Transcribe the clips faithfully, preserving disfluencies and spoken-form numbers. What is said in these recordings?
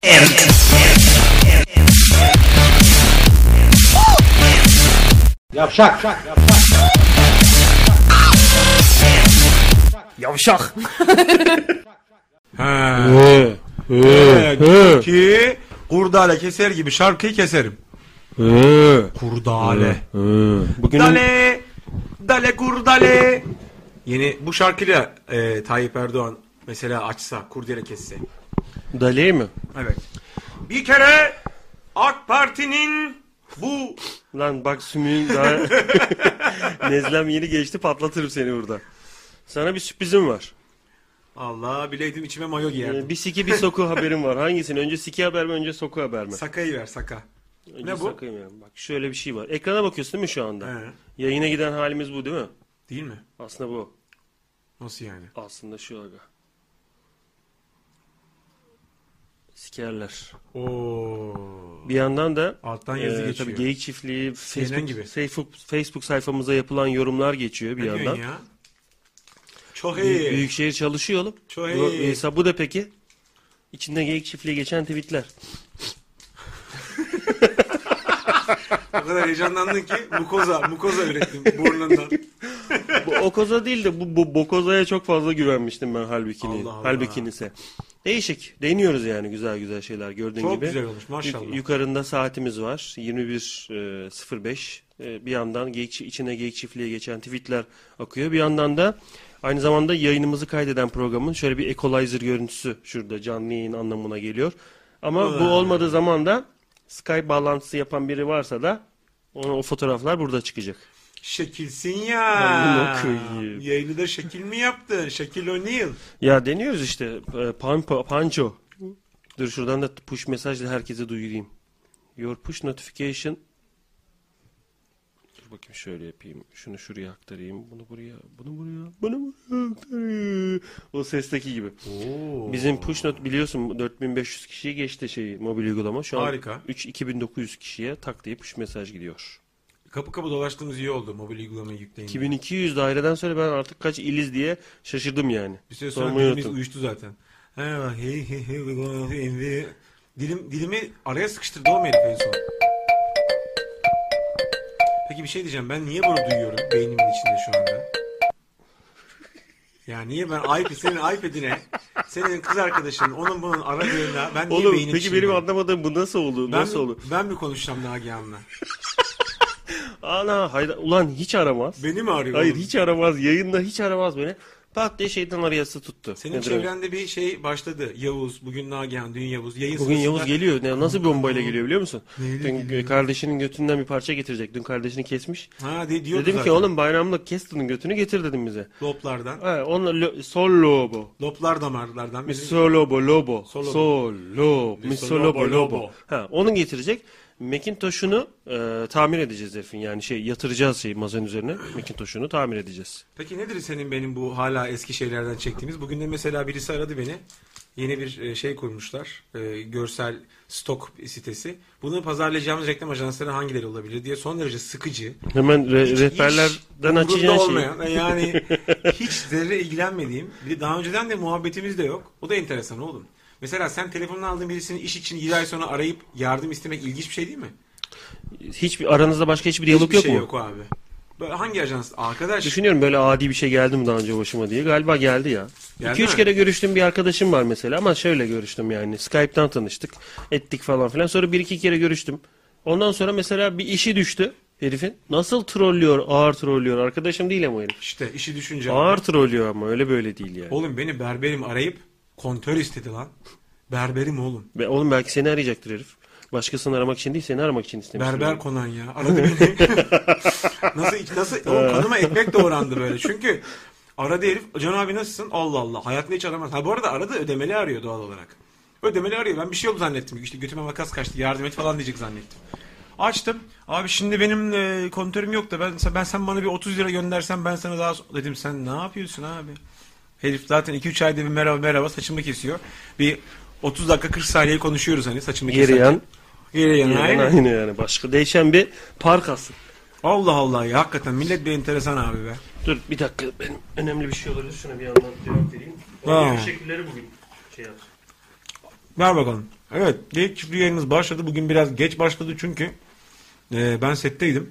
Yavşak. Yavşak. Ha. He. He. Ki kurdale keser gibi şarkıyı keserim. He. Kurdale. He. Bugün Dale. Dale kurdale. Yeni bu şarkıyla e, Tayyip Erdoğan mesela açsa, kurdele kesse. Dale mi? Evet. Bir kere AK Parti'nin bu... Lan bak sümüğün daha... Nezlem yeni geçti, patlatırım seni burada. Sana bir sürprizim var. Allah bileydim içime mayo giyerdim. Ee, bir siki bir soku haberim var. Hangisini? Önce siki haber mi, önce soku haber mi? Sakayı ver, saka. Önce ne bu? Sakayı yani. Bak şöyle bir şey var. Ekrana bakıyorsun değil mi şu anda? He. Yayına giden halimiz bu değil mi? Değil mi? Aslında bu. Nasıl yani? Aslında şu aga. Sikerler. Oo. Bir yandan da alttan yazı e, geçiyor. tabii Geyik Çiftliği Facebook, gibi. Facebook, Facebook sayfamıza yapılan yorumlar geçiyor bir ne yandan. ya? Çok iyi. Büyükşehir çalışıyor oğlum. Çok Bu, iyi. mesela bu da peki. İçinde Geyik Çiftliği geçen tweetler. O kadar heyecanlandın ki mukoza, mukoza ürettim burnundan. Bu okoza değil de bu, bu bokozaya çok fazla güvenmiştim ben halbukini. Allah Allah. Halbukinise. Değişik. Deniyoruz yani güzel güzel şeyler gördüğün Çok gibi. güzel olmuş maşallah. Yuk- yukarında saatimiz var. yirmi bir sıfır beş. E, bir yandan geyik, içine Geyik Çiftliği'ye geçen tweetler akıyor. Bir yandan da aynı zamanda yayınımızı kaydeden programın şöyle bir equalizer görüntüsü şurada canlı yayın anlamına geliyor. Ama bu olmadığı zaman da Skype bağlantısı yapan biri varsa da ona, o fotoğraflar burada çıkacak. Şekilsin ya. Amına Yayını da şekil mi yaptın? Şekil O'Neal. Ya deniyoruz işte. E, Pampo, Pancho. Dur şuradan da push mesajla herkese duyurayım. Your push notification. Dur bakayım şöyle yapayım. Şunu şuraya aktarayım. Bunu buraya, bunu buraya, bunu buraya aktarayım. O sesteki gibi. Oo. Bizim push not biliyorsun dört bin beş yüz kişiyi geçti şey mobil uygulama. Şu an Harika. üç iki bin dokuz yüz kişiye tak diye push mesaj gidiyor. Kapı kapı dolaştığımız iyi oldu mobil uygulamayı yükleyince. iki bin iki yüz daireden sonra ben artık kaç iliz diye şaşırdım yani. Bir süre sonra Sormayı dilimiz unuttum. uyuştu zaten. Hey hey hey hey. Dilim, dilimi araya sıkıştırdı o herif en son. Peki bir şey diyeceğim. Ben niye bunu duyuyorum beynimin içinde şu anda? Ya niye ben iPad, senin iPad'ine, senin kız arkadaşının, onun bunun aradığında ben niye Oğlum beynim peki içinde? benim anlamadığım bu nasıl oldu? Ben Nasıl mi, oldu? Ben mi konuşacağım Nagihan'la? Ana hayır ulan hiç aramaz. Beni mi arıyor? Hayır oğlum? hiç aramaz. Yayında hiç aramaz beni. Pat diye şeytan arayası tuttu. Senin Nedir çevrende bir şey başladı. Yavuz, bugün Nagihan, dün Yavuz. Yayın Bugün sırasında... Yavuz geliyor. Ne, nasıl bir bombayla geliyor biliyor musun? Neyle Dün geliyor? kardeşinin götünden bir parça getirecek. Dün kardeşini kesmiş. Ha de, diyordu Dedim zaten. ki oğlum bayramlık kes bunun götünü getir dedim bize. Loplardan. Ha, onunla lo, sol lobo. Loplar damarlardan. Mi Bizim... sol lobo lobo. Sol lobo. Sol lo. Mi Mi sol sol lobo lobo, lobo. lobo. Ha, onu getirecek. Macintosh'unu e, tamir edeceğiz herifin. Yani şey yatıracağız şey masanın üzerine. Macintosh'unu tamir edeceğiz. Peki nedir senin benim bu hala eski şeylerden çektiğimiz? Bugün de mesela birisi aradı beni. Yeni bir şey kurmuşlar. E, görsel stok sitesi. Bunu pazarlayacağımız reklam ajansları hangileri olabilir diye son derece sıkıcı. Hemen re- Hiç- rehberlerden hiç açacağın umurumda şey. olmayan, yani hiç zerre ilgilenmediğim. Bir de daha önceden de muhabbetimiz de yok. O da enteresan oğlum. Mesela sen telefonunu aldığın birisini iş için yedi ay sonra arayıp yardım istemek ilginç bir şey değil mi? Hiçbir aranızda başka hiçbir diyalog Hiçbir yok şey mu? yok abi. Böyle hangi ajans? Arkadaş. Düşünüyorum böyle adi bir şey geldi mi daha önce başıma diye. Galiba geldi ya. Geldi iki üç mi? kere görüştüğüm bir arkadaşım var mesela ama şöyle görüştüm yani. Skype'tan tanıştık. Ettik falan filan. Sonra bir iki kere görüştüm. Ondan sonra mesela bir işi düştü herifin. Nasıl trollüyor? Ağır trollüyor. Arkadaşım değil ama o herif. İşte işi düşünce. Ağır abi. trollüyor ama öyle böyle değil yani. Oğlum beni berberim arayıp kontör istedi lan. Berberim oğlum. Ve oğlum belki seni arayacaktır herif. Başkasını aramak için değil seni aramak için istemiş. Berber Konan ya. Aradı beni. nasıl nasıl o kanıma ekmek doğrandı böyle. Çünkü aradı herif. Can abi nasılsın? Allah Allah. Hayatında hiç aramaz. Ha bu arada aradı ödemeli arıyor doğal olarak. Ödemeli arıyor. Ben bir şey oldu zannettim. İşte götüme makas kaçtı. Yardım et falan diyecek zannettim. Açtım. Abi şimdi benim e, kontörüm yok da ben, ben sen bana bir otuz lira göndersen ben sana daha... Dedim sen ne yapıyorsun abi? Herif zaten iki üç ayda bir merhaba merhaba saçımı kesiyor. Bir otuz dakika kırk saniye konuşuyoruz hani saçımı keserken. Geri yan. Geri yan. Geri yan Aynen. aynı yani. Başka değişen bir park aslında. Allah Allah ya hakikaten millet bir enteresan abi be. Dur bir dakika benim önemli bir şey olabilir. Şuna bir yandan cevap vereyim. Ha. Teşekkürleri bugün şey yap. Ver bakalım. Evet, Geyik Çiftliği yayınımız başladı. Bugün biraz geç başladı çünkü e, ben setteydim.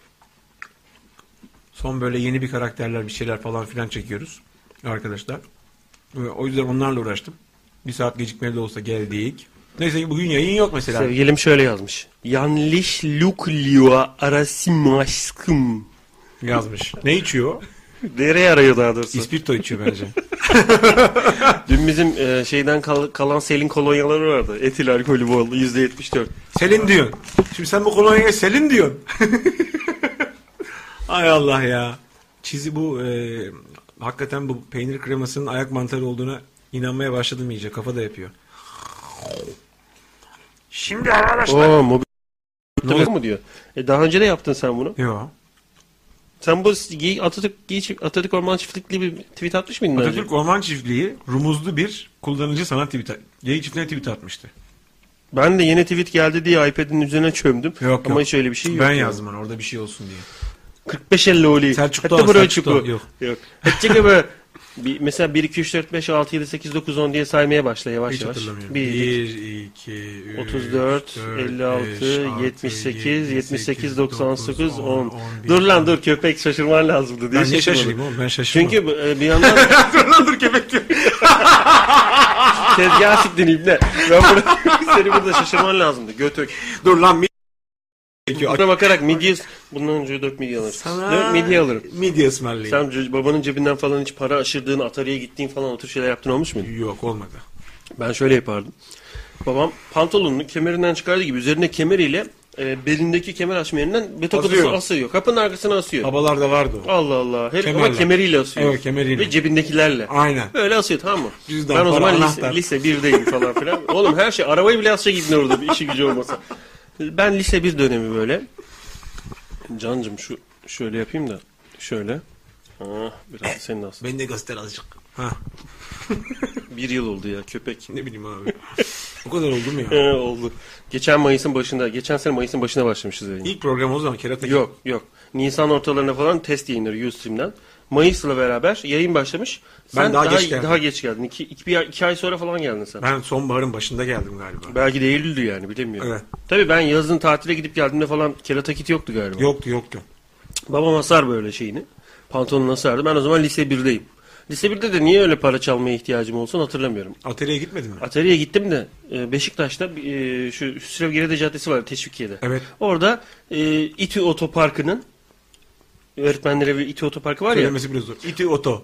Son böyle yeni bir karakterler, bir şeyler falan filan çekiyoruz arkadaşlar. E, o yüzden onlarla uğraştım. Bir saat gecikmeli de olsa geldik. Neyse bugün yayın yok mesela. Sevgilim şöyle yazmış. Yanlış luklio arasimaşkım. Yazmış. Ne içiyor? Nereye arıyor daha doğrusu? İspirto içiyor bence. Dün bizim e, şeyden kal- kalan Selin kolonyaları vardı. Etil alkolü bol. yüzde yetmiş dört. Selin diyorsun. Şimdi sen bu kolonyaya Selin diyorsun. Ay Allah ya. Çizi bu e, hakikaten bu peynir kremasının ayak mantarı olduğuna inanmaya başladım iyice. Kafa da yapıyor. Şimdi arkadaşlar. Oo, mobil Ne oldu? mu diyor. E, daha önce de yaptın sen bunu. Yok. Sen bu Ge- Atatürk, Ge- Atatürk Orman Çiftlikli bir tweet atmış mıydın Atatürk önce? Orman Çiftliği rumuzlu bir kullanıcı sana tweet, Geyik Çiftliği'ne tweet atmıştı. Ben de yeni tweet geldi diye iPad'in üzerine çömdüm. Yok, Ama yok. hiç öyle bir şey yok. Ben yani. yazdım onu orada bir şey olsun diye. kırk beş elli oli. Selçuk Hatta Doğan, buraya Selçuk çıkıyor. Doğan, yok. Yok. Hatta gibi bir, mesela bir iki üç dört beş altı yedi sekiz dokuz on diye saymaya başla yavaş Hiç yavaş. hatırlamıyorum. bir bir, iki, üç, otuz dört, elli altı, yetmiş sekiz, yetmiş sekiz, doksan dokuz, on. bir. Dur lan dur, köpek şaşırman lazımdı diye Ben niye şaşırmadım. şaşırayım oğlum? Ben şaşırmam. Çünkü e, bir yandan dur lan dur köpek diyor. tezgah siktin ibne. Ben burada, seni burada şaşırman lazımdı. Götök. Dur lan mi... Buna bakarak midye, bundan önce dört midye alırım. dört midye alırım. Midye ısmarlayayım. Sen c- babanın cebinden falan hiç para aşırdığın, Atari'ye gittiğin falan o tür şeyler yaptın olmuş muydu? Yok olmadı. Ben şöyle yapardım. Babam pantolonunu kemerinden çıkardığı gibi üzerine kemeriyle e, belindeki kemer açma yerinden beton Asıyor. kutusu asıyor. Kapının arkasına asıyor. Babalarda vardı o. Allah Allah. Her, Kemerle. ama kemeriyle asıyor. Evet, kemeriyle. Ve cebindekilerle. Aynen. Böyle asıyor, tamam mı? Cüzdan, ben o para, zaman lise, anahtar. lise birdeyim falan filan. Oğlum her şey, arabayı bile asacak ibne orada bir işi gücü olmasa. Ben lise bir dönemi böyle. Cancım şu şöyle yapayım da. Şöyle. Ah, biraz da senin aslında. Beni de göster azıcık. Ha. Bir yıl oldu ya köpek. Ne bileyim abi. Bu kadar oldu mu ya? Ee, oldu. Geçen Mayıs'ın başında, geçen sene Mayıs'ın başına başlamışız yayın. İlk program o zaman Kerata. Yok yok. Nisan ortalarına falan test yayınları Ustream'den. Mayıs'la beraber yayın başlamış. Ben Sen daha daha, geç geldim. daha geç geldin. İki, iki, bir, iki ay sonra falan geldin sen. Ben sonbaharın başında geldim galiba. Belki de Eylül'dü yani, bilemiyorum. Evet. Tabii ben yazın tatile gidip geldiğimde falan kerata kiti yoktu galiba. Yoktu yoktu. Babam asar böyle şeyini. Pantolonunu asardı. Ben o zaman lise birdeyim. Lise birde de niye öyle para çalmaya ihtiyacım olsun hatırlamıyorum. Atölye gitmedin mi? Atari'ye gittim de e, Beşiktaş'ta e, şu Hüsrev Gerede Caddesi var Teşvikiye'de. Evet. Orada e, İTÜ Otoparkı'nın öğretmenler evi İTÜ Otoparkı var ya. Söylemesi biraz zor. İti oto.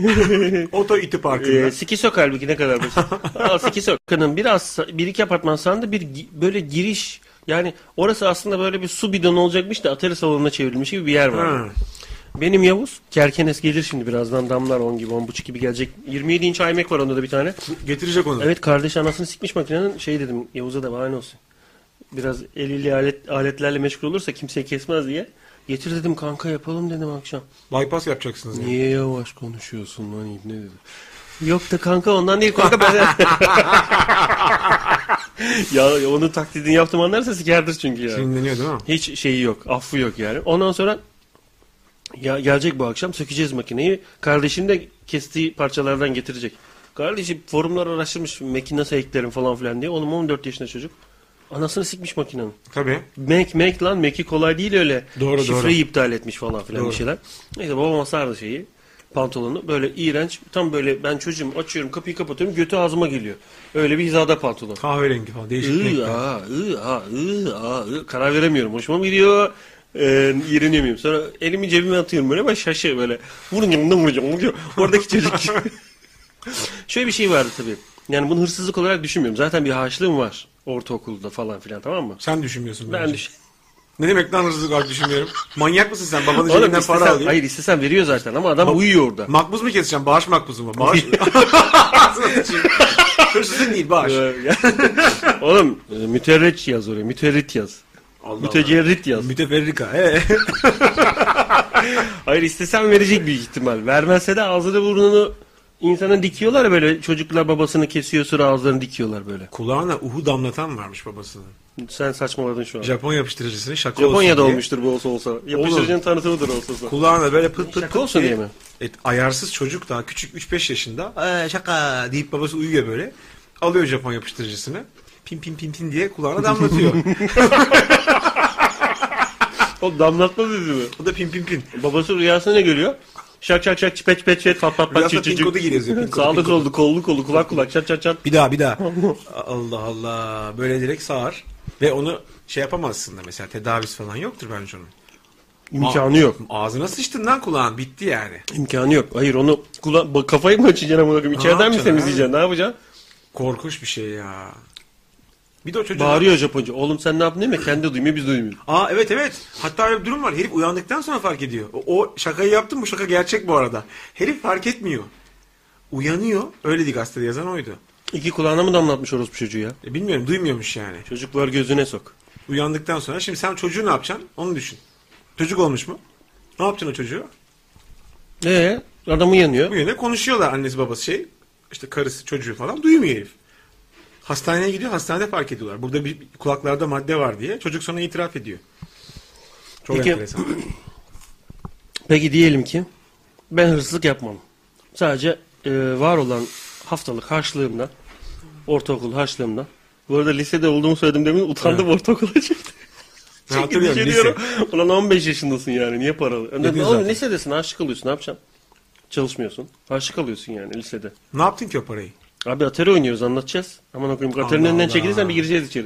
Oto iti parkında. E, Sikisok halbuki ne kadar basit. Aa, Sikisok'un biraz bir iki apartman sağında bir gi- böyle giriş, yani orası aslında böyle bir su bidonu olacakmış da Atari salonuna çevrilmiş gibi bir yer var. Ha. Benim Yavuz, Kerkenes gelir şimdi birazdan, damlar on gibi on buçuk gibi gelecek. yirmi yedi inç iMac var onda da bir tane. Getirecek onu. Evet, kardeş anasını sikmiş makinenin, şey dedim Yavuz'a da bahane olsun. Biraz eliyle alet, aletlerle meşgul olursa kimseyi kesmez diye. Getir dedim kanka, yapalım dedim akşam. Bypass yapacaksınız yani. Niye yavaş konuşuyorsun lan ibne dedi. Yok da kanka ondan değil kanka ben... ya onun taklidini yaptım anlarsa sikerdir çünkü ya. Sinirleniyor değil mi? Hiç şeyi yok, affı yok yani. Ondan sonra ya gelecek bu akşam, sökeceğiz makineyi. Kardeşim de kestiği parçalardan getirecek. Kardeşim forumlar araştırmış, Mac'i nasıl eklerim falan filan diye. Oğlum on dört yaşında çocuk. Anasını sikmiş makinenin. Tabii. Mac Mac lan, Mac'i kolay değil öyle. Doğru, Şifreyi doğru. iptal etmiş falan filan Doğru. bir şeyler. Neyse babam asardı şeyi. Pantolonu böyle iğrenç, tam böyle ben çocuğum, açıyorum kapıyı kapatıyorum, götü ağzıma geliyor. Öyle bir hizada pantolon. Kahverengi falan. Değişik Iı, renkler. aa, ı, aa, ı, aa, ı. Karar veremiyorum. Hoşuma mı gidiyor? Ee, iğreniyor muyum? Sonra elimi cebime atıyorum böyle, ben şaşı böyle. Vurun yanımdan vuracağım. vuracağım. Oradaki çocuk. Şöyle bir şey vardı tabii. Yani bunu hırsızlık olarak düşünmüyorum. Zaten bir harçlığım var. Ortaokulda falan filan, tamam mı? Sen düşünmüyorsun Ben bence. düş. Ne demek lan hırsızlık olarak düşünmüyorum? Manyak mısın sen? Babanın Oğlum cebinden para istesen, alıyor. hayır istesen veriyor zaten ama adam Bak- uyuyor orada. Makbuz mu keseceğim? Bağış makbuzu mu? Bağış. Hırsızlık değil bağış. Ee, Oğlum e, müterrit yaz oraya. Müterrit yaz. Allah Mütecerrit yaz. Müteferrika. Ee. Hayır istesen verecek büyük ihtimal. Vermezse de ağzını burnunu insana dikiyorlar ya böyle, çocuklar babasını kesiyor sonra ağızlarını dikiyorlar böyle. Kulağına uhu damlatan varmış babasının. Sen saçmaladın şu an. Japon yapıştırıcısını şaka Japonya'da olsun diye. olmuştur bu olsa olsa. Yapıştırıcının tanıtımıdır olsa olsa. Kulağına böyle pıt pıt Şaka pıt olsun diye- diye mi? Evet, ayarsız çocuk daha küçük üç beş yaşında. Ee, şaka deyip babası uyuyor böyle. Alıyor Japon yapıştırıcısını. pin pin pin pin diye kulağına damlatıyor. O damlatma düdüğü mü? O da pin pin pin. Babası rüyasında ne görüyor? Şak şak şak çipet çipet çipet pat pat pat Rüyasında çiçicik. pin kodu giriyor. Pin kodu, Sağlı pin kodu. sollu kollu kollu kulak kulak çat çat çat. Bir daha bir daha. Allah Allah. Böyle direkt sağır. Ve onu şey yapamazsın da mesela tedavisi falan yoktur bence onun. İmkanı yok. Ağzına sıçtın lan kulağın. Bitti yani. İmkanı yok. Hayır onu kula bak, kafayı mı açacaksın ama bakayım. İçeriden mi yapacaksın temizleyeceksin? Ne yapacaksın? Korkunç bir şey ya. Bir de o çocuğun... Bağırıyor Japonca. Oğlum sen ne yaptın değil mi? Kendi duymuyor biz duymuyoruz. Aa evet evet. Hatta öyle bir durum var. Herif uyandıktan sonra fark ediyor. O, o şakayı yaptım. Bu şaka gerçek bu arada. Herif fark etmiyor. Uyanıyor. Öyle diye gazetede yazan oydu. İki kulağına mı damlatmış orospu çocuğu ya? E, bilmiyorum. Duymuyormuş yani. Çocuklar gözüne sok. Uyandıktan sonra. Şimdi sen çocuğu ne yapacaksın? Onu düşün. Çocuk olmuş mu? Ne yapacaksın o çocuğu? Ee, adam uyanıyor. Bu yöne konuşuyorlar annesi babası şey. İşte karısı çocuğu falan. Duymuyor herif. Hastaneye gidiyor. Hastanede fark ediyorlar. Burada bir kulaklarda madde var diye. Çocuk sonra itiraf ediyor. Çok Peki, enteresan. Peki diyelim ki ben hırsızlık yapmam. Sadece e, var olan haftalık harçlığımla, ortaokul harçlığımla. Bu arada lisede olduğumu söyledim demin utandım evet. Ortaokula çıktı. Çünkü Hatırlıyorum şey lise. diyorum, ulan on beş yaşındasın yani niye paralı? Dedin Oğlum zaten. lisedesin harçlık alıyorsun ne yapacaksın? Çalışmıyorsun. Harçlık alıyorsun yani lisede. Ne yaptın ki o parayı? Abi Atari oynuyoruz anlatacağız. Aman okuyayım Atari'nin Allah önünden Allah. çekilirsen bir gireceğiz içeri.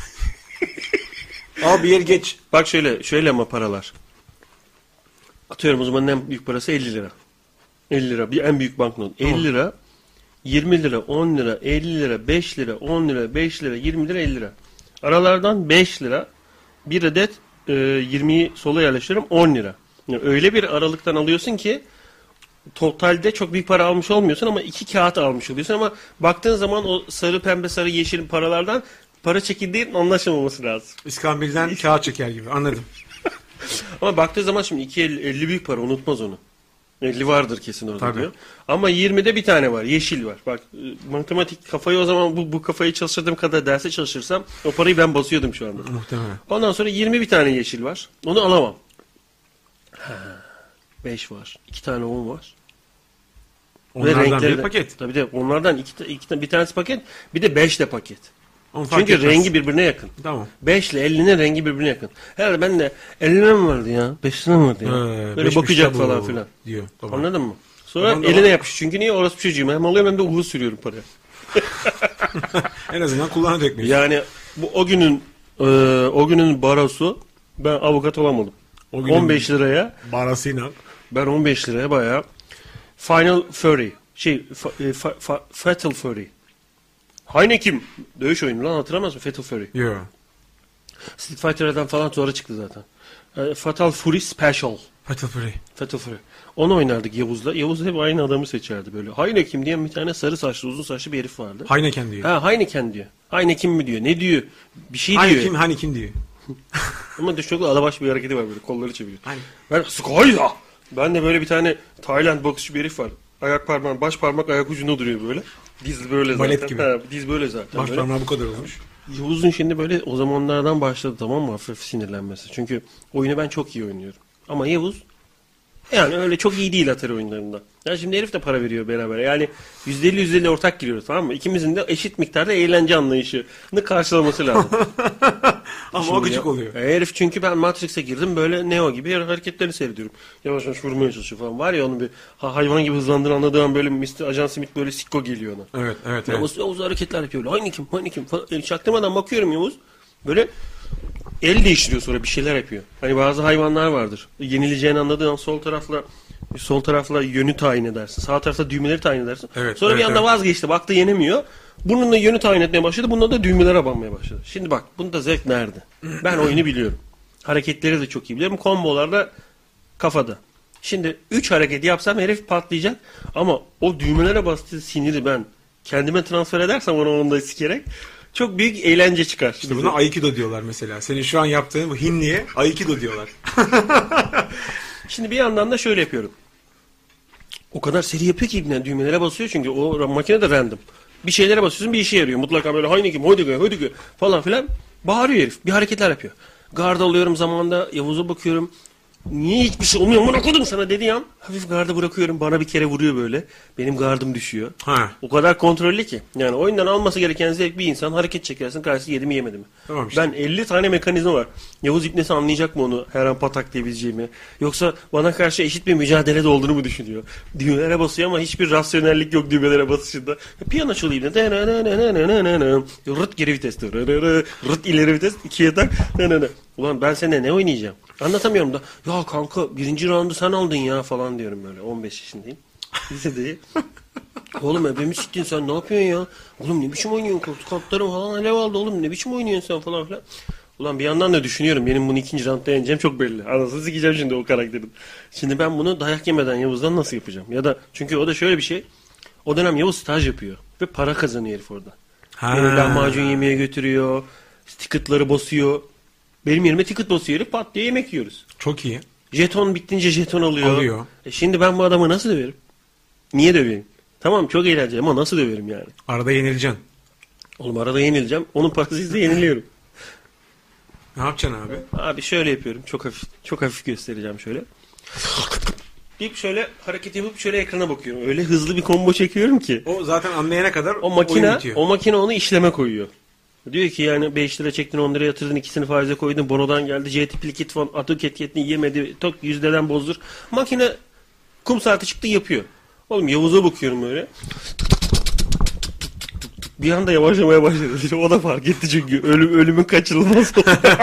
Al bir yer geç. Bak şöyle şöyle ama paralar. Atıyorum o zaman en büyük parası elli lira. elli lira bir en büyük banknot. elli lira, yirmi lira, on lira, elli lira, beş lira, on lira, beş lira, yirmi lira, elli lira. Aralardan beş lira bir adet e, yirmiyi sola yerleştiriyorum on lira. Yani öyle bir aralıktan alıyorsun ki totalde çok büyük para almış olmuyorsun ama iki kağıt almış oluyorsun ama baktığın zaman o sarı pembe sarı yeşil paralardan para çekildiğinin anlaşılmaması lazım. İskambil'den kağıt çeker gibi anladım. Ama baktığı zaman şimdi iki elli, elli büyük para unutmaz onu. elli vardır kesin orada Tabii. diyor. Ama yirmide bir tane var. Yeşil var. Bak matematik kafayı o zaman bu, bu kafayı çalıştırdığım kadar derse çalışırsam o parayı ben basıyordum şu anda. Muhtemelen. Ondan sonra yirmi bir tane yeşil var. Onu alamam. Ha, beş var. iki tane on var. Onlardan bir de, paket. Tabii de onlardan iki, iki, bir tanesi paket bir de beş de paket. Onu fark Çünkü etmez. rengi birbirine yakın. Tamam. beş ile ellinin rengi birbirine yakın. Herhalde ben de elline mi vardı ya? beşine mi vardı ya? Ee, Böyle beşmiş bakacak tabu falan filan. diyor. Baba. Anladın mı? Sonra Baban da eline var. yapış. Çünkü niye orası çocuğum? Hem alıyorum hem de uğur sürüyorum paraya. En azından kulağına dökmeyiz. Yani bu o günün e, o günün barosu ben avukat olamadım. O günün on beş liraya barasıyla. ben on beş liraya bayağı Final Fury şey fa, e, fa, fa, Fatal Fury Heineken dövüş oyunu lan hatırlamaz mısın? Fatal Fury. Yok. Street Fighter'dan falan sonra çıktı zaten. E, Fatal Fury Special. Fatal Fury. Fatal Fury. Onu oynardık Yavuz'la. Yavuz hep aynı adamı seçerdi böyle. Heineken diye bir tane sarı saçlı uzun saçlı bir herif vardı. Heineken diyor. Ha Heineken diyor. Heineken mi diyor? Ne diyor? Bir şey Hani diyor. kim hani kim diyor. Ama düş çok alabaş bir hareketi var böyle. Kolları çeviriyor. Hani. Ben Skoyda. Ben de böyle bir tane Tayland boksçu bir herif var. Ayak parmağın, baş parmak ayak ucunda duruyor böyle. Diz böyle zaten. Balet gibi. Ha, diz böyle zaten. Baş böyle. parmağı bu kadar olmuş. Yavuz'un şimdi böyle o zamanlardan başladı tamam mı hafif sinirlenmesi. Çünkü oyunu ben çok iyi oynuyorum. Ama Yavuz yani öyle çok iyi değil Atari oyunlarında. Ya şimdi herif de para veriyor beraber. Yani yüzde elli yüzde elli ortak giriyoruz tamam mı? İkimizin de eşit miktarda eğlence anlayışını karşılaması lazım. Ama Şimdi o gıcık ya, oluyor. ya herif çünkü ben Matrix'e girdim böyle Neo gibi hareketlerini seyrediyorum. Yavaş yavaş vurmaya çalışıyor falan. Var ya onun bir ha, hayvan gibi hızlandığını anladığı an böyle mister Ajan Smith böyle sikko geliyor ona. Evet evet evet. Yavuz, Yavuz hareketler yapıyor. Aynı kim? Aynı kim? Falan. Yani çaktırmadan bakıyorum Yavuz. Böyle el değiştiriyor sonra bir şeyler yapıyor. Hani bazı hayvanlar vardır. Yenileceğini anladığın an sol tarafla sol tarafla yönü tayin edersin. Sağ tarafta düğmeleri tayin edersin. Evet, sonra evet, bir anda evet. vazgeçti. Baktı yenemiyor. Bununla yönü tayin etmeye başladı. Bununla da düğmelere banmaya başladı. Şimdi bak bunda zevk nerede? Ben oyunu biliyorum. Hareketleri de çok iyi biliyorum. Kombolar da kafada. Şimdi üç hareket yapsam herif patlayacak. Ama o düğmelere bastığı siniri ben kendime transfer edersem onu onda sikerek çok büyük eğlence çıkar. İşte buna Aikido diyorlar mesela. Senin şu an yaptığın bu Hinliye Aikido diyorlar. Şimdi bir yandan da şöyle yapıyorum. O kadar seri yapıyor ki ibne düğmelere basıyor çünkü o makine de random. Bir şeylere basıyorsun bir işe yarıyor. Mutlaka böyle Heineken, Heineken, Heineken falan filan bağırıyor herif. Bir hareketler yapıyor. Guard alıyorum zamanında Yavuz'a bakıyorum. Niye hiçbir şey olmuyor? Aman okudum sana dediği an hafif gardı bırakıyorum. Bana bir kere vuruyor böyle. Benim gardım düşüyor. Ha. O kadar kontrollü ki. Yani oyundan alması gereken zevk bir insan hareket çekersin karşısı yedi mi yemedi mi? Tamam işte. Ben elli tane mekanizma var. Yavuz İbnesi anlayacak mı onu her an patak diyebileceğimi? Yoksa bana karşı eşit bir mücadelede olduğunu mu düşünüyor? Düğmelere basıyor ama hiçbir rasyonellik yok düğmelere basışında. Piyano çalayım da. Rıt geri vites. Rıt ileri vites. İkiye tak. Ulan ben seninle ne oynayacağım? Anlatamıyorum da. Ya kanka birinci roundu sen aldın ya falan diyorum böyle. on beş yaşındayım. Lisedeyim. Oğlum ebemi siktin sen ne yapıyorsun ya? Oğlum ne biçim oynuyorsun? Koltuk altlarım falan alev aldı oğlum. Ne biçim oynuyorsun sen falan filan. Ulan bir yandan da düşünüyorum. Benim bunu ikinci roundda yeneceğim çok belli. Anasını sikeceğim şimdi o karakterin. Şimdi ben bunu dayak yemeden Yavuz'dan nasıl yapacağım? Ya da çünkü o da şöyle bir şey. O dönem Yavuz staj yapıyor. Ve para kazanıyor herif orada. Ha. Beni lahmacun yemeğe götürüyor. Ticket'ları basıyor. Benim yerime ticket basıyor herif. Pat diye yemek yiyoruz. Çok iyi. Jeton bittince jeton alıyor. Alıyor. E şimdi ben bu adamı nasıl döverim? Niye döveyim? Tamam çok eğlenceli ama nasıl döverim yani? Arada yenileceksin. Oğlum arada yenileceğim. Onun parasıyla yeniliyorum. Ne yapacaksın abi? Abi şöyle yapıyorum. Çok hafif çok hafif göstereceğim şöyle. Deyip şöyle hareket yapıp şöyle ekrana bakıyorum. Öyle hızlı bir combo çekiyorum ki. O zaten anlayana kadar O makine oyun bitiyor. o makine onu işleme koyuyor. Diyor ki yani beş lira çektin on lira yatırdın ikisini faize koydun bonodan geldi C T P kit fon atık etiketini yemedi tok yüzdeden bozdur. Makine kum saati çıktı yapıyor. Oğlum Yavuz'a bakıyorum böyle. Bir anda yavaşlamaya başladı. O da fark etti çünkü ölüm, ölümün kaçınılmaz.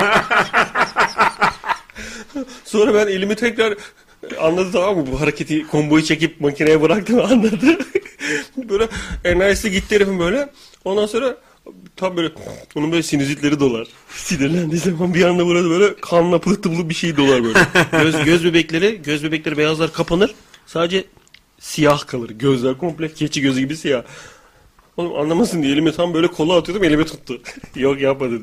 Sonra ben elimi tekrar anladı tamam mı bu hareketi komboyu çekip makineye bıraktım anladı. Böyle enerjisi gitti herifin böyle. Ondan sonra tam böyle onun böyle sinüzitleri dolar. Sinirlendiği zaman bir anda burada böyle kanla pıhtıblı bir şey dolar böyle. Göz, göz bebekleri göz bebekleri beyazlar kapanır. Sadece siyah kalır. Gözler komple keçi gözü gibi siyah. Oğlum anlamasın diye elimi tam böyle kola atıyordum elime tuttu. Yok yapma dedi.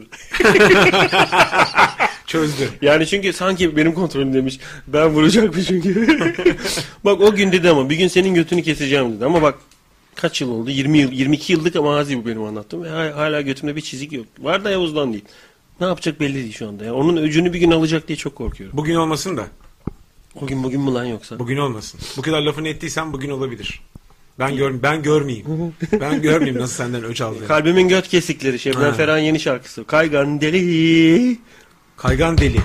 Çözdü. Yani çünkü sanki benim kontrolüm demiş. Ben vuracakmış çünkü. Bak o gün dedi ama bir gün senin götünü keseceğim dedi. Ama bak kaç yıl oldu? yirmi yıl, yirmi iki yıllık mazi bu benim anlattığım. Ve hala götümde bir çizik yok. Var da Yavuz'dan değil. Ne yapacak belli değil şu anda. Yani onun öcünü bir gün alacak diye çok korkuyorum. Bugün olmasın da. O gün bugün mü lan yoksa? Bugün olmasın. Bu kadar lafını ettiysen bugün olabilir. Ben gör ben görmeyeyim. Ben görmeyeyim nasıl senden öç aldığını. Kalbimin göt kesikleri. Şebnem Ferah'ın yeni şarkısı. Kaygan deli. Kaygan deli.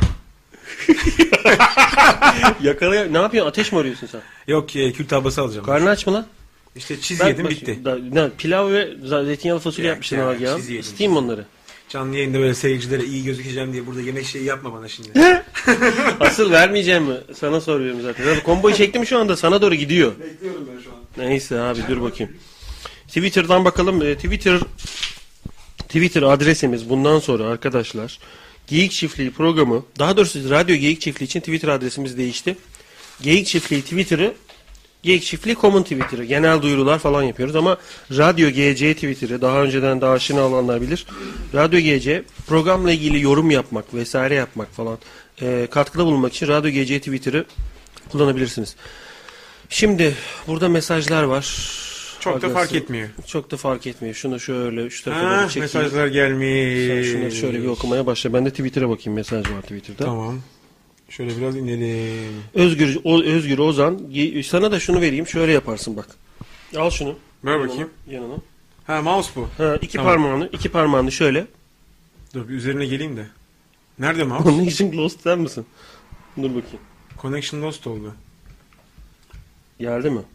Yakalaya ne yapıyorsun? Ateş mi arıyorsun sen? Yok e, kül tablası alacağım. Karnı aç mı lan? İşte çiz Ben- yedim bak- bitti. Da, ne, pilav ve zeytinyağlı fasulye Ya, yapmışsın ya, abi ya. çiz yedim, İsteyeyim mi çiz. onları? Canlı yayında böyle seyircilere iyi gözükeceğim diye burada yemek şeyi yapma bana şimdi. Asıl vermeyeceğim mi? Sana soruyorum zaten. Zaten komboyu çektim şu anda sana doğru gidiyor. Bekliyorum ben şu an. Neyse abi dur bakayım. Twitter'dan bakalım. Ee, Twitter Twitter adresimiz bundan sonra arkadaşlar Geyik Çiftliği programı, daha doğrusu Radyo Geyik Çiftliği için Twitter adresimiz değişti. Geyik Çiftliği Twitter'ı Geyik Çiftliği Common Twitter'ı genel duyurular falan yapıyoruz ama Radyo G C Twitter'ı daha önceden daha aşina olanlar bilir. Radyo G C programla ilgili yorum yapmak vesaire yapmak falan e, katkıda bulunmak için Radyo G C Twitter'ı kullanabilirsiniz. Şimdi burada mesajlar var. Çok da Agası. fark etmiyor. Çok da fark etmiyor. Şunu şöyle şu tarafa Ha, doğru çekeyim. mesajlar gelmiş. Sen şunu şöyle bir okumaya başla. Ben de Twitter'a bakayım. Mesaj var Twitter'da. Tamam. Şöyle biraz inelim. Özgür o, Özgür Ozan ye- sana da şunu vereyim. Şöyle yaparsın bak. Al şunu. Ver Yanına, bakayım. Yanına. Ha mouse bu. Ha, iki Tamam. parmağını, iki parmağını şöyle. Dur bir üzerine geleyim de. Nerede mouse? Onun için lost sen misin? Dur bakayım. Connection lost oldu. Geldi mi?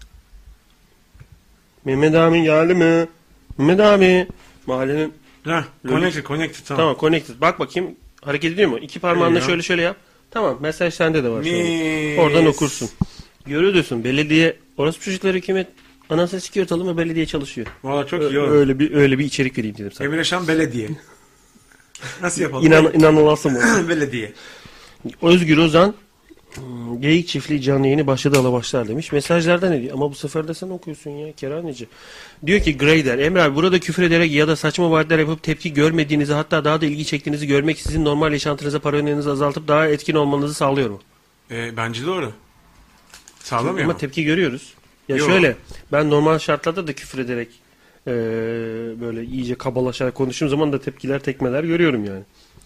Mehmet abi geldi mi? Mehmet abi. Mahallenin Ha, connected, connected tamam. tamam connected. Bak bakayım hareket ediyor mu? İki parmağınla Ediyor. şöyle şöyle yap. Tamam mesaj sende de var. şu an. Mis. Oradan okursun. Görüyorsun belediye orası çocuklar hükümet anasını sigortalı mı belediye çalışıyor. Valla çok Ö- iyi oldu. öyle bir öyle bir içerik vereyim dedim sana. Emre Şan Belediye. Nasıl yapalım? İnan inanılası mı? Belediye. Özgür Ozan hmm, Geyik Çiftliği canlı yayını başladı ala başlar demiş. Mesajlarda ne diyor? Ama bu sefer de sen okuyorsun ya kerhaneci. Diyor ki Greyder, Emre abi burada küfür ederek ya da saçma vaatler yapıp tepki görmediğinizi hatta daha da ilgi çektiğinizi görmek sizin normal yaşantınıza paranoyanızı azaltıp daha etkin olmanızı sağlıyor mu? Ee, bence doğru. Sağlamıyor Ama mu? tepki görüyoruz. Ya Yok. şöyle ben normal şartlarda da küfür ederek eee, böyle iyice kabalaşarak konuştuğum zaman da tepkiler tekmeler görüyorum yani.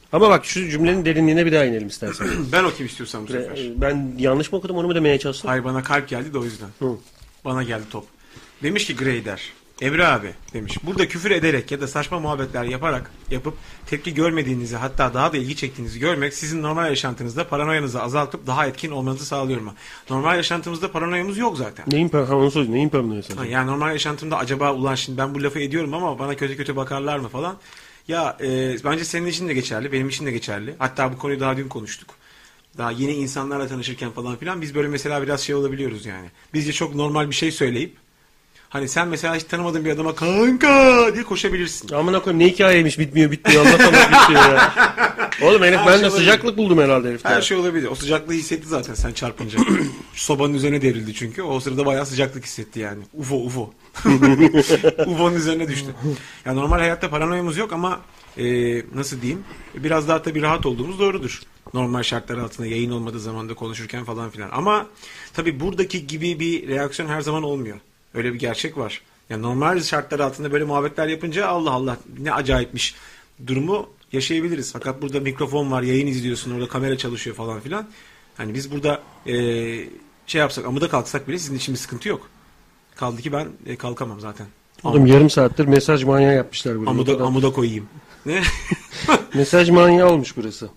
Ama bak şu cümlenin derinliğine bir daha inelim istersen. Ben okuyayım istiyorsam bu sefer. Ben yanlış mı okudum onu mu demeye çalıştım? Hayır, bana kalp geldi de o yüzden. Hı. Bana geldi top. Demiş ki Greyder, Emre abi demiş. Burada küfür ederek ya da saçma muhabbetler yaparak yapıp tepki görmediğinizi, hatta daha da ilgi çektiğinizi görmek sizin normal yaşantınızda paranoyanızı azaltıp daha etkin olmanızı sağlıyor mu? Normal yaşantımızda paranoyamız yok zaten. Neyin par onu söyle. Neyin paranoyası? Ha, yani normal yaşantımda acaba ulan şimdi ben bu lafı ediyorum ama bana kötü kötü bakarlar mı falan. Ya e, bence senin için de geçerli, benim için de geçerli. Hatta bu konuyu daha dün konuştuk. Daha yeni insanlarla tanışırken falan filan biz böyle mesela biraz şey olabiliyoruz yani. Bizce çok normal bir şey söyleyip hani sen mesela hiç tanımadığın bir adama kanka diye koşabilirsin. Amına koyayım ne hikayeymiş bitmiyor bitmiyor anlatamaz bitiyor ya. Oğlum herif Her ben şey de olabilir. Sıcaklık buldum herhalde herifte. Her şey olabilir. O sıcaklığı hissetti zaten sen çarpınca. Şu sobanın üzerine devrildi çünkü. O sırada bayağı sıcaklık hissetti yani. U F O, U F O. U F O'nun üzerine düştü. Ya normal hayatta paranoyamız yok ama e, nasıl diyeyim? Biraz daha tabii rahat olduğumuz doğrudur. Normal şartlar altında yayın olmadığı zamanda konuşurken falan filan. Ama tabii buradaki gibi bir reaksiyon her zaman olmuyor. Öyle bir gerçek var. Yani normal şartlar altında böyle muhabbetler yapınca Allah Allah ne acayipmiş durumu yaşayabiliriz. Fakat burada mikrofon var, yayın izliyorsun, orada kamera çalışıyor falan filan. Hani biz burada e, şey yapsak, amuda kalksak bile sizin için bir sıkıntı yok. Kaldı ki ben e, kalkamam zaten. Oğlum yarım saattir mesaj manyağı yapmışlar buraya. Amuda, amuda koyayım. Ne? Mesaj manyağı olmuş burası.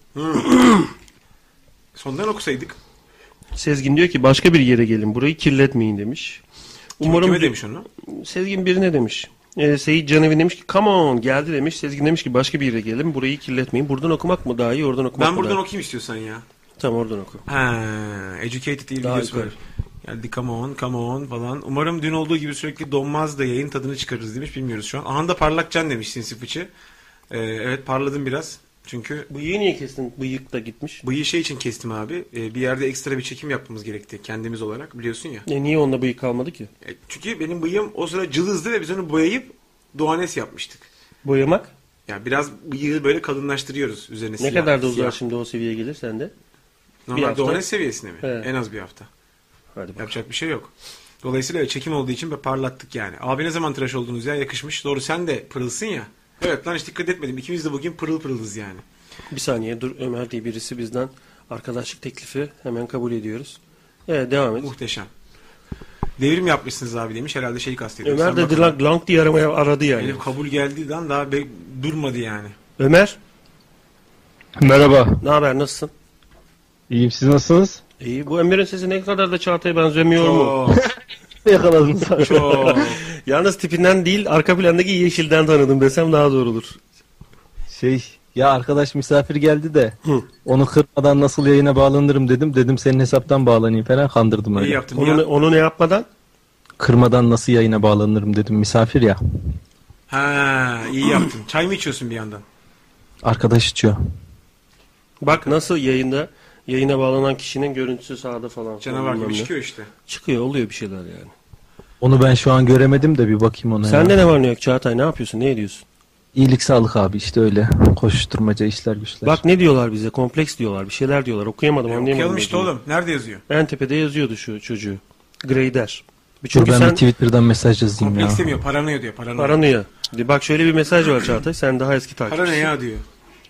Sondan okusaydık. Sezgin diyor ki başka bir yere gelin burayı kirletmeyin demiş. Umarım kime demiş onu? Sezgin birine demiş. Ee, Seyit Canevi demiş ki come on geldi demiş. Sezgin demiş ki başka bir yere gelin burayı kirletmeyin. Buradan okumak mı daha iyi oradan okumak Ben mı buradan daha iyi? okuyayım istiyorsan ya. Tamam oradan oku. Ha, Educated diye Daha videosu var. yukarı. Geldi come on, come on falan. Umarım dün olduğu gibi sürekli donmaz da yayın tadını çıkarırız demiş. Bilmiyoruz şu an. Ahanda parlakcan demiş sinsi fıçı. Ee, evet parladım biraz. Çünkü Bıyığı niye kestin? Bıyık da gitmiş. bıyığı şey için kestim abi. Ee, bir yerde ekstra bir çekim yapmamız gerekti. Kendimiz olarak biliyorsun ya. E, niye onda bıyık kalmadı ki? E, çünkü benim bıyığım o sıra cılızdı ve biz onu boyayıp Doğanes yapmıştık. Boyamak? Yani biraz bıyığı böyle kalınlaştırıyoruz üzerine. Ne siyah, kadar da uzar siyah. şimdi o seviyeye gelir sende? Bir Normal hafta. Doğanes seviyesine mi? Evet. En az bir hafta. Hadi bakalım. Yapacak bir şey yok. Dolayısıyla çekim olduğu için parlattık yani. Abi ne zaman tıraş oldunuz ya, yakışmış. Doğru sen de pırılsın ya. Evet lan hiç dikkat etmedim. İkimiz de bugün pırıl pırılız yani. Bir saniye dur Ömer diye birisi bizden arkadaşlık teklifi hemen kabul ediyoruz. Evet devam et. Muhteşem. Devrim yapmışsınız abi demiş. Herhalde şeyi kastediyor. Ömer Sen de bakın. Lang, Lang diye aramaya aradı yani. Elif kabul geldiği lan daha be- durmadı yani. Ömer Merhaba. ne haber nasılsın? İyiyim, siz nasılsınız? İyi bu Ömer'in sesi ne kadar da Çağatay'a benzemiyor mu? Çok, Yakaladınız. çok. Yalnız tipinden değil arka plandaki yeşilden tanıdım desem daha doğru olur. Şey, ya arkadaş misafir geldi de Hı. onu kırmadan nasıl yayına bağlanırım dedim. Dedim senin hesaptan bağlanayım falan, kandırdım İyi öyle. yaptın. Onu, Ya. ne- onu ne yapmadan? Kırmadan nasıl yayına bağlanırım dedim, misafir ya. Ha, iyi yaptın. Çay mı içiyorsun bir yandan? Arkadaş içiyor. Bak nasıl yayında yayına bağlanan kişinin görüntüsü sağda falan. Canavar bilmem gibi ne. çıkıyor işte. Çıkıyor oluyor bir şeyler yani. Onu ben şu an göremedim de bir bakayım ona. Sende ya. ne var ne yok Çağatay ne yapıyorsun ne ediyorsun? İyilik sağlık abi, işte öyle. Koşuşturmaca, işler güçler. Bak ne diyorlar bize kompleks diyorlar bir şeyler diyorlar okuyamadım E, anlayamadım. okuyalım işte dediğini. oğlum. Nerede yazıyor? En tepede yazıyordu şu çocuğu. Greyder. Dur Çünkü ben sen bir Twitter'dan mesaj yazayım ya. Kompleks demiyor. Paranoya diyor. Paranoya. paranoya. Bak şöyle bir mesaj var Çağatay sen daha eski takipçisin. Paranoya diyor.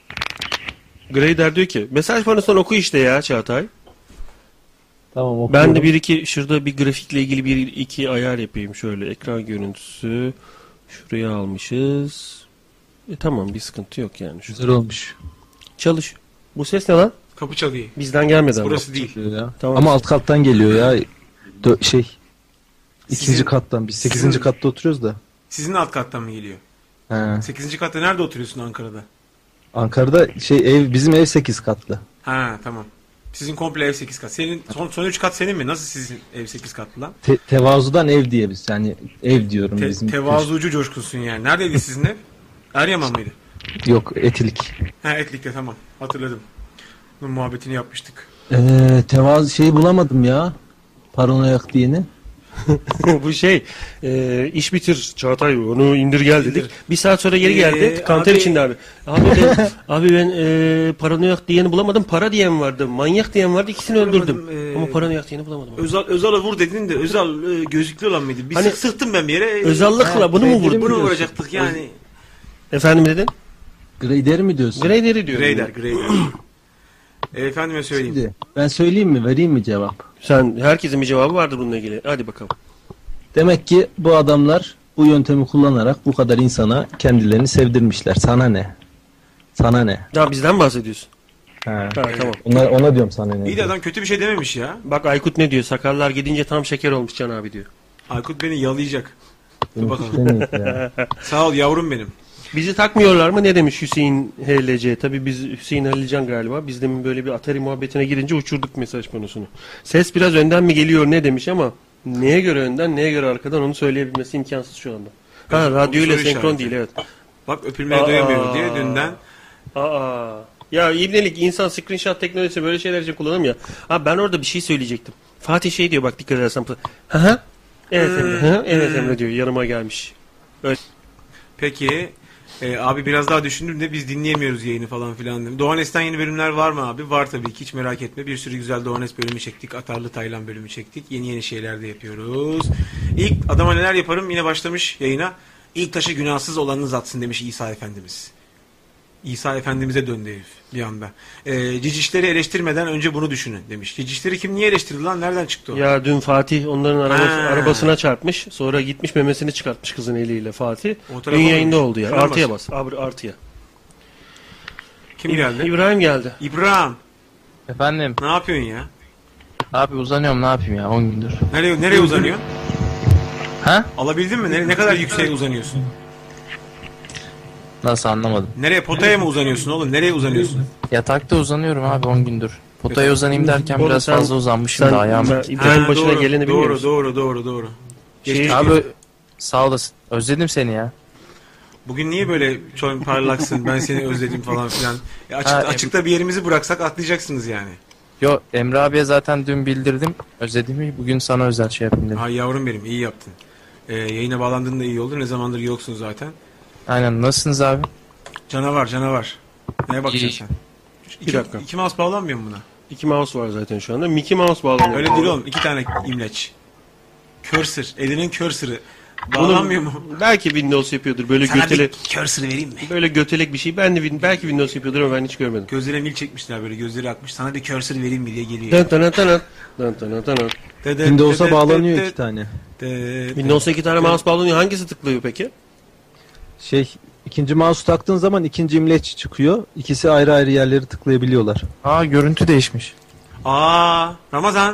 Greyder diyor ki mesaj panosundan oku işte ya Çağatay. Tamam, okuyorum. Ben de bir iki şurada bir grafikle ilgili bir iki ayar yapayım şöyle ekran görüntüsü şuraya almışız. E tamam bir sıkıntı yok yani. Şu Güzel olmuş. çalış. Bu ses ne lan? Kapı çalıyor. Bizden gelmedi ama. Burası değil. Ya. Tamam. Ama alt kattan geliyor ya. Dö- şey. İkinci Sizin- kattan. Biz sekizinci sizin- katta oturuyoruz da. Sizin alt kattan mı geliyor? He. Sekizinci katta nerede oturuyorsun Ankara'da? Ankara'da şey ev, bizim ev sekiz katlı. Ha tamam. Sizin komple ev sekiz kat. Senin son, son üç kat senin mi? Nasıl sizin ev sekiz katlı lan? Te- tevazudan ev diye biz yani ev diyorum Te- bizim. tevazucu coşkunsun yani. Neredeydi sizin ev? Eryaman mıydı? Yok, Etilik. Ha Etlik'te tamam. Hatırladım. Bunun muhabbetini yapmıştık. Ee, tevaz şey bulamadım ya. Paranoyak diyeni. Bu şey e, iş bitir Çağatay onu indir gel dedik. İndir. Bir saat sonra geri geldi. Ee, Kanter abi- içinde abi. Abi ben, abi ben e, paranoyak diyeni bulamadım. Para diyen vardı. Manyak diyen vardı. İkisini öldürdüm. Bulamadım, ee, Ama paranoyak diyeni bulamadım. Abi. Özal Özal'a vur dedin de Özal e, gözlüklü olan mıydı? Bir Hani- sık sıktım ben bir yere. Özellikle bunu mu Ha, vurdun? Bunu diyorsun. vuracaktık yani. Efendim dedin? Grader mi diyorsun? Grader'i diyorum. Grader, ya. Grader. E, efendime söyleyeyim. Şimdi ben söyleyeyim mi? Vereyim mi cevap? Sen herkesin bir cevabı vardır bununla ilgili. Hadi bakalım. Demek ki bu adamlar bu yöntemi kullanarak bu kadar insana kendilerini sevdirmişler. Sana ne? Sana ne? Daha bizden bahsediyorsun. Ha. Ha, tamam. Ona, ona diyorum sana ne? İyi de adam kötü bir şey dememiş ya. Bak Aykut ne diyor? Sakallar gidince tam şeker olmuş Can abi diyor. Aykut beni yalayacak. Dur Benim bakalım. fikrim yok ya. Sağ ol yavrum benim. Bizi takmıyorlar mı? Ne demiş Hüseyin H L C? Tabii biz Hüseyin Halilcan galiba. Biz de böyle bir Atari muhabbetine girince uçurduk mesaj konusunu. Ses biraz önden mi geliyor ne demiş ama neye göre önden neye göre arkadan onu söyleyebilmesi imkansız şu anda. Ha Evet, radyo bu ile soru senkron işareti. değil evet. Bak öpülmeye Aa. doyamıyor diye dünden. Aa. Ya ibnelik insan screenshot teknolojisi böyle şeyler için kullanır mı ya? Ha ben orada bir şey söyleyecektim. Fatih şey diyor bak dikkat edersen. Hı hı. Evet Emre. Hı hı. Evet Emre diyor yanıma gelmiş. Öyle. Peki e, abi biraz daha düşündüm de biz dinleyemiyoruz yayını falan filan dedim. Doğan Es'ten yeni bölümler var mı abi? Var tabii ki hiç merak etme. Bir sürü güzel Doğan Es bölümü çektik. Atarlı Taylan bölümü çektik. Yeni yeni şeyler de yapıyoruz. İlk adama neler yaparım yine başlamış yayına. İlk taşı günahsız olanınız atsın demiş İsa Efendimiz. İsa Efendimiz'e döndü herif bir anda. E, cicişleri eleştirmeden önce bunu düşünün demiş. Cicişleri kim niye eleştirdi lan? Nereden çıktı o? Ya dün Fatih onların arabası, Ha. arabasına çarpmış. Sonra gitmiş memesini çıkartmış kızın eliyle Fatih. O Dün tarafa yayında mı? oldu ya. Şuna Artıya bas. bas. Abi artıya. Kim geldi? İbrahim geldi. İbrahim. Efendim Ne yapıyorsun ya? abi uzanıyorum ne yapayım ya on gündür. Nereye nereye uzanıyorsun? Ha? Alabildin mi? Ne, ne kadar yükseğe uzanıyorsun? Nasıl anlamadım. Nereye? Potaya mı uzanıyorsun oğlum? Nereye uzanıyorsun? Yatakta uzanıyorum abi on gündür. Potaya uzanayım derken Oğlum biraz sen- fazla uzanmışım sen- da ayağım. ben- İbrahim başına doğru, geleni bilmiyor doğru, musun? doğru, doğru, doğru. Şey- Geçtik. Abi sağ olasın. Özledim seni ya. Bugün niye böyle çok parlaksın? Ben seni özledim falan filan. Ya açık, Ha, açıkta bir yerimizi bıraksak atlayacaksınız yani. Yo Emre abiye zaten dün bildirdim. Özlediğimi bugün sana özel şey yapayım dedim. Ay yavrum benim iyi yaptın. Ee, yayına bağlandığında iyi oldu. Ne zamandır yoksun zaten. Aynen nasılsınız abi? Canavar canavar. Neye İyi. bakacaksın sen? İki, Bir dakika. iki mouse bağlanmıyor mu buna? İki mouse var zaten şu anda. Mickey Mouse bağlanıyor. Öyle değil oğlum. İki tane imleç. Cursor. Elinin cursor'ı. Bağlanmıyor mu? Belki Windows yapıyordur. Böyle Sana götele, bir cursor'ı vereyim mi? böyle götelek bir şey. Ben de win- belki Windows yapıyordur ama ben hiç görmedim. Gözlerine mil çekmişler böyle. Gözleri akmış. Sana bir cursor vereyim mi diye geliyor. Dın tın tın tın. Dın tın tın tın. Windows'a bağlanıyor iki tane. Windows'a iki tane mouse bağlanıyor. Hangisi tıklıyor peki? Şey ikinci mouse taktığın zaman ikinci imleç çıkıyor. İkisi ayrı ayrı yerleri tıklayabiliyorlar. Aa görüntü değişmiş. Aa, Ramazan.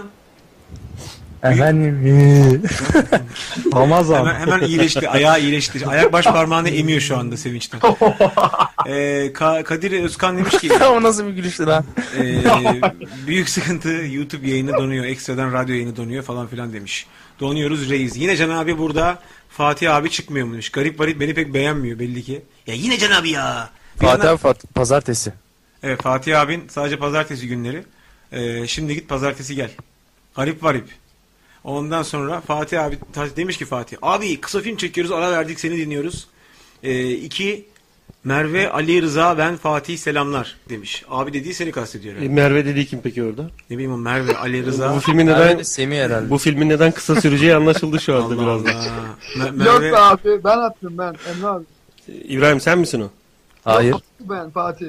Efendim. Ramazan. Hemen, hemen iyileşti. Ayağı iyileşti. Ayak baş parmağını emiyor şu anda sevinçten. ee, Ka- Kadir Özkan demiş ki o nasıl bir gülüştü lan? e, büyük sıkıntı YouTube yayını donuyor. Ekstradan radyo yayını donuyor falan filan demiş. Donuyoruz reis. Yine Can abi burada. Fatih abi çıkmıyor mu demiş. Garip garip beni pek beğenmiyor belli ki. Ya yine Can abi ya. Bir Fatih yana- abi Fat- pazartesi. Evet Fatih abin sadece pazartesi günleri. Ee, şimdi git pazartesi gel. Garip varip. Ondan sonra Fatih abi ta- demiş ki Fatih abi kısa film çekiyoruz ara verdik seni dinliyoruz. Ee, iki Merve Ali Rıza ben Fatih selamlar demiş. Abi dediği seni kastediyor. E, Yani. Merve dediği kim peki orada? Ne bileyim o Merve Ali Rıza. Bu filmin neden Merve de Semih herhalde. bu filmin neden kısa süreceği anlaşıldı şu anda Allah biraz da. Allah. Me- Yok Merve be abi ben attım ben Emre abi. İbrahim sen misin o? Hayır. Yok, ben Fatih.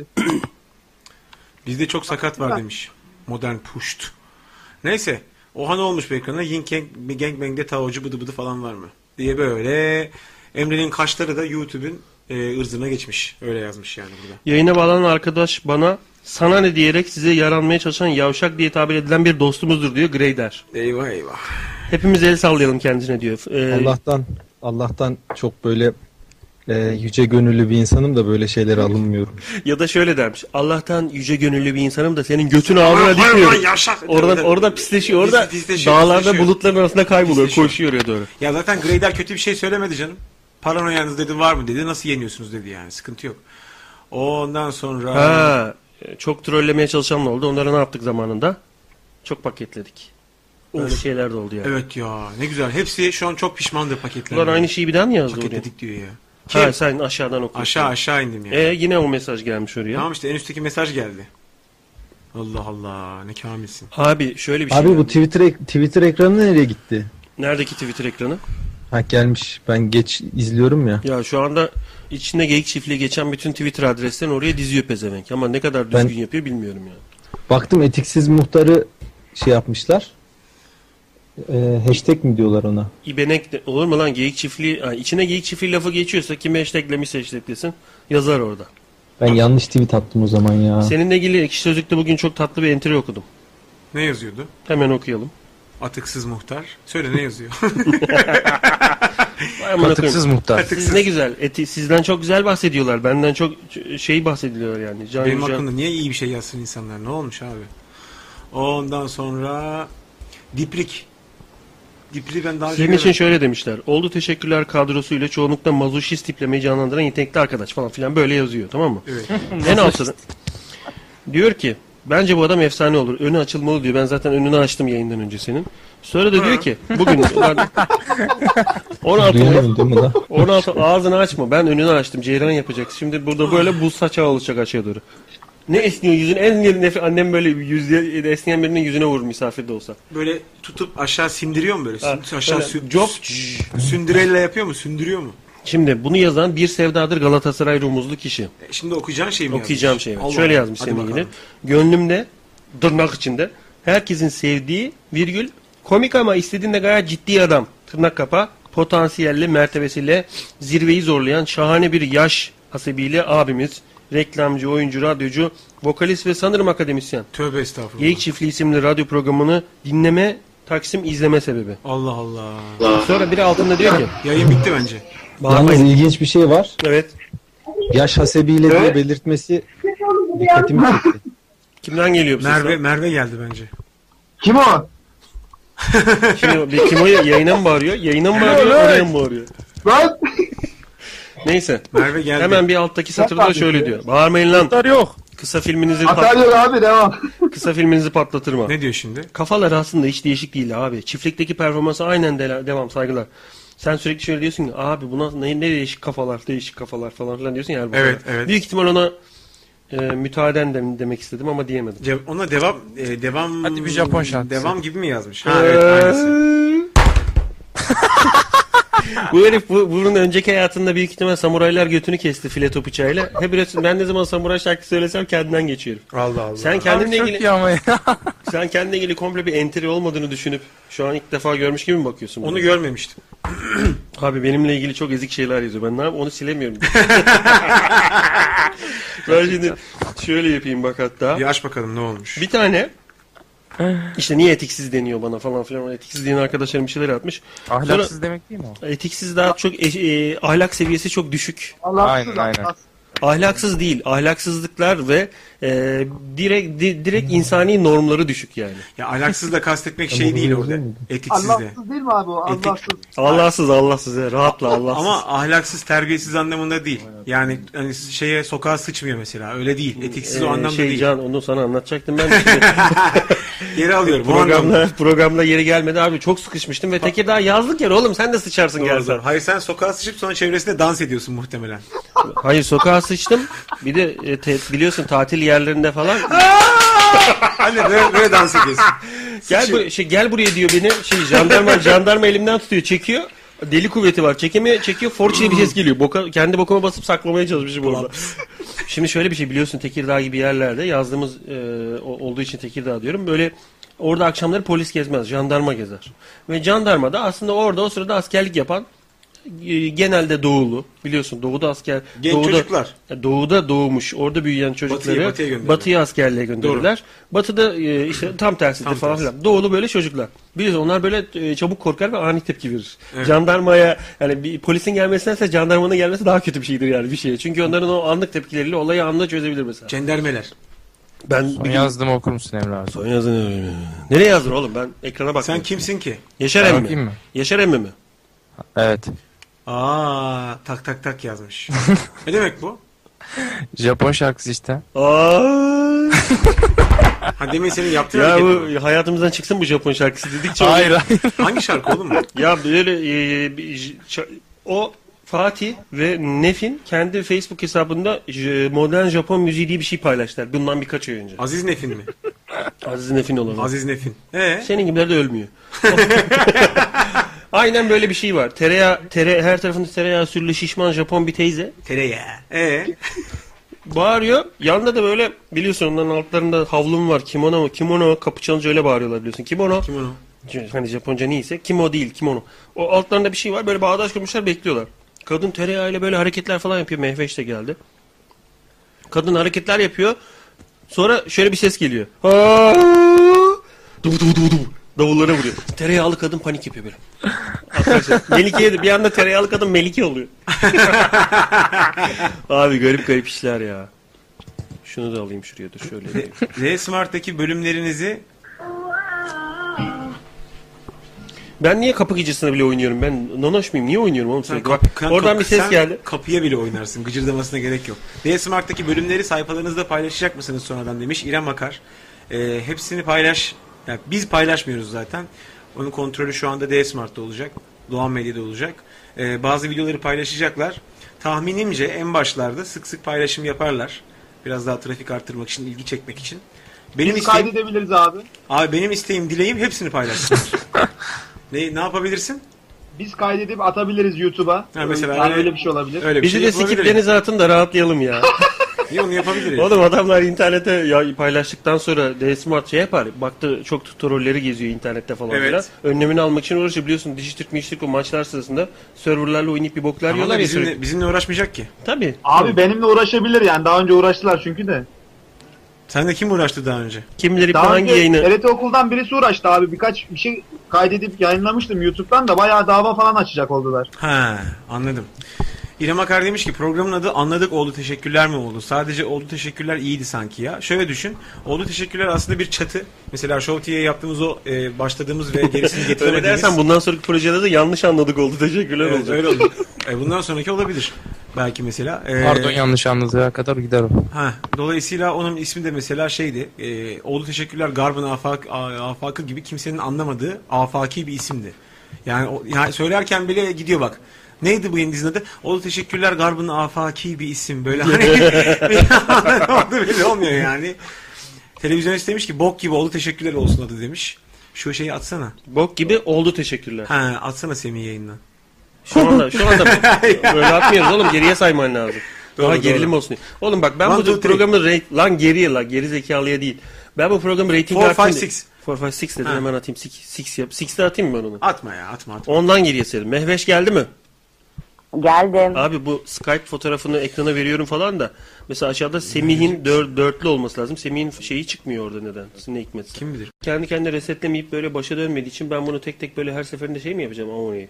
bizde çok sakat var demiş. Modern pusht. Neyse. Oha ne olmuş bu ekrana? Yin Gang, Gangbang'de taocu bıdı bıdı falan var mı? Diye böyle. Emre'nin kaşları da YouTube'un e, ırzına geçmiş. Öyle yazmış yani burada. Yayına bağlanan arkadaş bana sana ne diyerek size yaranmaya çalışan yavşak diye tabir edilen bir dostumuzdur diyor Greyder. Eyvah eyvah. Hepimiz el sallayalım kendisine diyor. Ee, Allah'tan Allah'tan çok böyle e, yüce gönüllü bir insanım da böyle şeylere alınmıyorum. Ya da şöyle dermiş. Allah'tan yüce gönüllü bir insanım da senin götünü ağzına Vay, vay, dikmiyorum. vay, yavşak. Oradan Tabii, orada tabii. pisleşiyor. Orada Pis- pisleşiyor, dağlarda pisleşiyor. bulutların arasında kayboluyor. Pisleşiyor. Koşuyor oraya doğru. Ya zaten Greyder kötü bir şey söylemedi canım. Paranoyanız dedi var mı dedi. Nasıl yeniyorsunuz dedi yani. Sıkıntı yok. Ondan sonra... Ha, çok trollemeye çalışan ne oldu? Onlara ne yaptık zamanında? Çok paketledik. Öyle Of. şeyler de oldu yani. Evet ya ne güzel. Hepsi şu an çok pişmandır paketler. Ulan aynı şeyi bir daha mı yazdı oraya? Paketledik diyor ya. Ha, Kim? sen aşağıdan okuyorsun. Aşağı aşağı indim yani. E yine o mesaj gelmiş oraya. Tamam işte en üstteki mesaj geldi. Allah Allah ne kamilsin. Abi şöyle bir şey. Abi bu geldi. Twitter ek- Twitter ekranı nereye gitti? Neredeki Twitter ekranı? Ha gelmiş. Ben geç izliyorum ya. Ya şu anda içinde geyik çiftliği geçen bütün Twitter adreslerini oraya diziyor pezevenk. Ama ne kadar düzgün Ben- yapıyor bilmiyorum yani. Baktım etiksiz muhtarı şey yapmışlar. Ee, hashtag mi diyorlar ona? İbenek de, olur mu lan geyik çiftliği? Yani içine geyik çiftliği lafı geçiyorsa kimi hashtaglemişse hashtaglesin yazar orada. Ben yanlış tweet attım o zaman ya. Seninle ilgili Ekşi Sözlük'te bugün çok tatlı bir entry okudum. Ne yazıyordu? Hemen okuyalım. Atıksız muhtar. Söyle ne yazıyor? Vay amına Katıksız koyayım. muhtar. Siz ne güzel. Eti, sizden çok güzel bahsediyorlar. Benden çok şey bahsediliyor yani. Can Benim Yücel. hakkımda niye iyi bir şey yazsın insanlar? Ne olmuş abi? Ondan sonra Diprik. Diprik'i ben daha önce Senin için görmedim. şöyle demişler. Oldu teşekkürler kadrosuyla çoğunlukla mazoşist tiplemeyi canlandıran yetenekli arkadaş falan filan böyle yazıyor, tamam mı? Evet. En altında diyor ki bence bu adam efsane olur. Önü açılmalı diyor. Ben zaten önünü açtım yayından önce senin. Sonra da diyor ki bugün ulan on altı Duyamıyorum değil mi lan? on altı ağzını açma. Ben önünü açtım. Ceyran yapacak. Şimdi burada böyle buz saçağı olacak aşağı doğru. Ne esniyor yüzün? En nefret annem böyle yüzde esniyen birinin yüzüne vurur misafir de olsa. Böyle tutup aşağı sindiriyor mu böyle? Ha, Sün- aşağı öyle. sü- Cop. sündürella yapıyor mu? Sündürüyor mu? Şimdi bunu yazan bir sevdadır Galatasaray rumuzlu kişi. E, Şimdi okuyacağın şey mi Okuyacağım yazmış? şey var. Allah Şöyle Allah. yazmış Hadi seninle bakalım. ilgili. Gönlümde tırnak içinde herkesin sevdiği virgül komik ama istediğinde gayet ciddi adam. Tırnak kapa potansiyelli mertebesiyle zirveyi zorlayan şahane bir yaş hasebiyle abimiz. Reklamcı, oyuncu, radyocu, vokalist ve sanırım akademisyen. Tövbe estağfurullah. Geyik Çiftliği isimli radyo programını dinleme, Taksim izleme sebebi. Allah Allah. Sonra biri altında diyor ki Yayın bitti bence. Yalnız bağırmayın. ilginç bir şey var. Evet. Yaş hasebiyle diye belirtmesi dikkatimi çekti. Kimden geliyor bu ses? Merve lan? Merve geldi bence. Kim o? Şimdi bir kim o yayına mı bağırıyor? Yayına mı bağırıyor? Oraya mı bağırıyor? Ben? Neyse. Merve geldi. Hemen bir alttaki satırda şöyle diyor. Bağırmayın lan. Muhtar yok. Kısa filminizi Atar pat- yok abi devam. kısa filminizi patlatırma. Ne diyor şimdi? Kafalar aslında hiç değişik değil abi. Çiftlikteki performansı aynen de- devam saygılar. Sen sürekli şöyle diyorsun ki abi buna ne, ne değişik kafalar, değişik kafalar falan filan diyorsun ya. Erbakan'a. Evet, evet. Büyük ihtimal ona e, mütaaden de, demek istedim ama diyemedim. Ce- ona devam e, devam Hadi bir Japon şarkısı. Devam gibi mi yazmış? Ha evet aynısı. Bu herif bu, bunun önceki hayatında büyük ihtimal samuraylar götünü kesti fileto bıçağıyla. Hep üret- ben ne zaman samuray şarkı söylesem kendinden geçiyorum. Allah Allah. Sen Abi kendinle çok ilgili iyi ama ya. sen kendinle ilgili komple bir entry olmadığını düşünüp şu an ilk defa görmüş gibi mi bakıyorsun? Onu buna? görmemiştim. Abi benimle ilgili çok ezik şeyler yazıyor. Ben ne yapayım onu silemiyorum. Ben şimdi şöyle yapayım bak hatta. Bir aç bakalım ne olmuş. Bir tane işte niye etiksiz deniyor bana falan filan. Etiksiz diyen arkadaşlarım bir şeyler atmış. Ahlaksız demek değil mi o? Etiksiz daha çok e, e, ahlak seviyesi çok düşük. Allahsız, Aynen, aynen. Allahsız. Ahlaksız değil. Ahlaksızlıklar ve e, direkt di- direkt insani normları düşük yani. Ya ahlaksız da kastetmek şey bunu değil yazıyor orada. muydu? Etiksiz de. Allahsız değil mi abi o? Etik. Allahsız. Allahsız Allahsız ya. Rahatla Allahsız. Ama ahlaksız, terbiyesiz anlamında değil. Yani hani şeye sokağa sıçmıyor mesela. Öyle değil. Etiksiz o Ee, anlamda şey değil. Can onu sana anlatacaktım ben. Şimdi Geri alıyorum. Bu anlamda. programda programda yeri gelmedi abi çok sıkışmıştım ve Tekirdağ yazlık yer oğlum sen de sıçarsın Doğru, gelsen. doğru. Hayır sen sokağa sıçıp sonra çevresinde dans ediyorsun muhtemelen. Hayır sokağa sıçtım. Bir de e, te- biliyorsun tatil yerlerinde falan. Anne böyle, böyle dans ediyorsun. Gel bu, şey gel buraya diyor beni. Şey jandarma jandarma elimden tutuyor, çekiyor. Deli kuvveti var. Çekemiyor, çekiyor. Forç diye bir ses geliyor. Boka, kendi bokuma basıp saklamaya çalışmışım orada. Şimdi şöyle bir şey biliyorsun Tekirdağ gibi yerlerde yazdığımız e, o- olduğu için Tekirdağ diyorum. Böyle orada akşamları polis gezmez, jandarma gezer. Ve jandarma da aslında orada o sırada askerlik yapan e, genelde doğulu. Biliyorsun doğuda asker Genç doğuda, çocuklar. Doğuda doğmuş, orada büyüyen çocukları batıya gönderirler. batıya askerliğe gönderirler. Batıda e, işte tam tersidir Tam falan tersi. filan. Doğulu böyle çocuklar. Biliyorsun onlar böyle e, çabuk korkar ve ani tepki verir. Evet. Jandarmaya yani bir polisin gelmesindense jandarmanın gelmesi daha kötü bir şeydir yani bir şeye. Çünkü onların o anlık tepkileriyle olayı anında çözebilir mesela. Cendermeler. Ben Son bir yazdığımı okur musun Emre abi? Son yazın. Nereye yazdın oğlum? Ben ekrana bakmıyorum. Sen kimsin ki? Yaşar Ben emmi. bakayım mı? Yaşar emmi mi? Evet. Aa, tak tak tak yazmış. Ne demek bu? Japon şarkısı işte. Aa! Ha demin senin yaptığın Ya hareket bu mi? hayatımızdan çıksın bu Japon şarkısı dedikçe Hayır hayır. Hangi şarkı oğlum bu? Ya böyle e, bir j- ç- o Fatih ve Nef'in kendi Facebook hesabında j- modern Japon müziği diye bir şey paylaştılar. Bundan birkaç ay önce. Aziz Nefin mi? Aziz Nef'in olan. Aziz Nefin. Ee? Senin gibiler de ölmüyor. Aynen böyle bir şey var. Tereyağı, tere, her tarafında tereyağı sürülü şişman Japon bir teyze. Tereyağı. Ee? Bağırıyor. Yanında da böyle biliyorsun onların altlarında havlum var. Kimono mu? Kimono kapı çalınca öyle bağırıyorlar biliyorsun. Kimono. Kimono. Hani Japonca neyse. Kimo değil kimono. O altlarında bir şey var. Böyle bağdaş kurmuşlar bekliyorlar. Kadın tereyağıyla böyle hareketler falan yapıyor. Mehveş de geldi. Kadın hareketler yapıyor. Sonra şöyle bir ses geliyor. Duv duv duv duv. Davullara vuruyor. Tereyağlı kadın panik yapıyor böyle. Arkadaşlar Melike'ye bir anda tereyağlı kadın Melike oluyor. Abi garip garip işler ya. Şunu da alayım şuraya dur şöyle. R-Smart'taki bölümlerinizi Ben niye kapı gecesine bile oynuyorum? Ben nonoş muyum? Niye oynuyorum oğlum sürekli? Bak, Kap- oradan kap- bir ses sen geldi. Kapıya bile oynarsın. Gıcırdamasına gerek yok. D-Smart'taki bölümleri sayfalarınızda paylaşacak mısınız sonradan demiş İrem Akar. Ee, hepsini paylaş. Yani biz paylaşmıyoruz zaten. Onun kontrolü şu anda D-Smart'ta olacak. Doğan Medya'da olacak. Ee, bazı videoları paylaşacaklar. Tahminimce en başlarda sık sık paylaşım yaparlar. Biraz daha trafik arttırmak için, ilgi çekmek için. Benim Biz isteğim, kaydedebiliriz abi. abi benim isteğim, dileğim hepsini paylaşsınlar. ne ne yapabilirsin? Biz kaydedip atabiliriz YouTube'a. Ha, mesela yani öyle- öyle bir şey olabilir. Öyle bir Bizi şey de yapabiliriz. sikip denize atın da rahatlayalım ya. Niye onu yapabiliriz? Oğlum adamlar internete ya paylaştıktan sonra D-Smart şey yapar. Baktı çok trolleri geziyor internette falan Evet. filan. Önlemini almak için uğraşıyor. Biliyorsun Dijitürk Miştürk o maçlar sırasında serverlarla oynayıp bir boklar Ama yiyorlar ya bizimle, sürekli. bizimle uğraşmayacak ki. Tabii. Abi benimle uğraşabilir yani. Daha önce uğraştılar çünkü de. Sen de kim uğraştı daha önce? Kimileri Daha hangi önce yayını... T R T Okul'dan birisi uğraştı abi. Birkaç bir şey kaydedip yayınlamıştım YouTube'dan da bayağı dava falan açacak oldular. Ha, anladım. İrem Akar demiş ki programın adı anladık oldu teşekkürler mi oldu? Sadece oldu teşekkürler iyiydi sanki ya. Şöyle düşün. Oldu teşekkürler aslında bir çatı. Mesela Show T V'ye yaptığımız o e, başladığımız ve gerisini Öyle getiremediğimiz. dersen bundan sonraki projede de yanlış anladık oldu. Teşekkürler Evet, olacak. öyle oldu. E, bundan sonraki olabilir. Belki mesela. E, Pardon yanlış anladığı kadar gider o. Ha, dolayısıyla onun ismi de mesela şeydi. E, oldu teşekkürler Garb'ın afak, a- afakı gibi kimsenin anlamadığı afaki bir isimdi. Yani, o, yani söylerken bile gidiyor bak. Neydi bu dizinin adı? Oldu teşekkürler Garb'ın afaki bir isim. Böyle hani oldu belli olmuyor yani. Televizyonist demiş ki bok gibi oldu teşekkürler olsun adı demiş. Şu şeyi atsana. Bok gibi oldu teşekkürler. Ha, atsana Semih yayından. Şu anda şu anda böyle atmıyoruz oğlum geriye sayman lazım. Daha Doğru, gerilim doğru. olsun diye. Oğlum bak ben One, bu two, three. programın rate lan geriye la geri zekalıya değil. Ben bu programın rating Four, five, arttığını- six. Four, five, six dedim Ha. hemen atayım. Six, six yap. Six'te atayım mı ben onu? Atma ya atma atma. Ondan geriye sayalım. Mehveş geldi mi? Geldim. Abi bu Skype fotoğrafını ekrana veriyorum falan da. Mesela aşağıda Semih'in dör, dörtlü olması lazım. Semih'in şeyi çıkmıyor orada neden? Ne hikmetse. Kim bilir? Kendi kendine resetlemeyip böyle başa dönmediği için ben bunu tek tek böyle her seferinde şey mi yapacağım Amone'yi?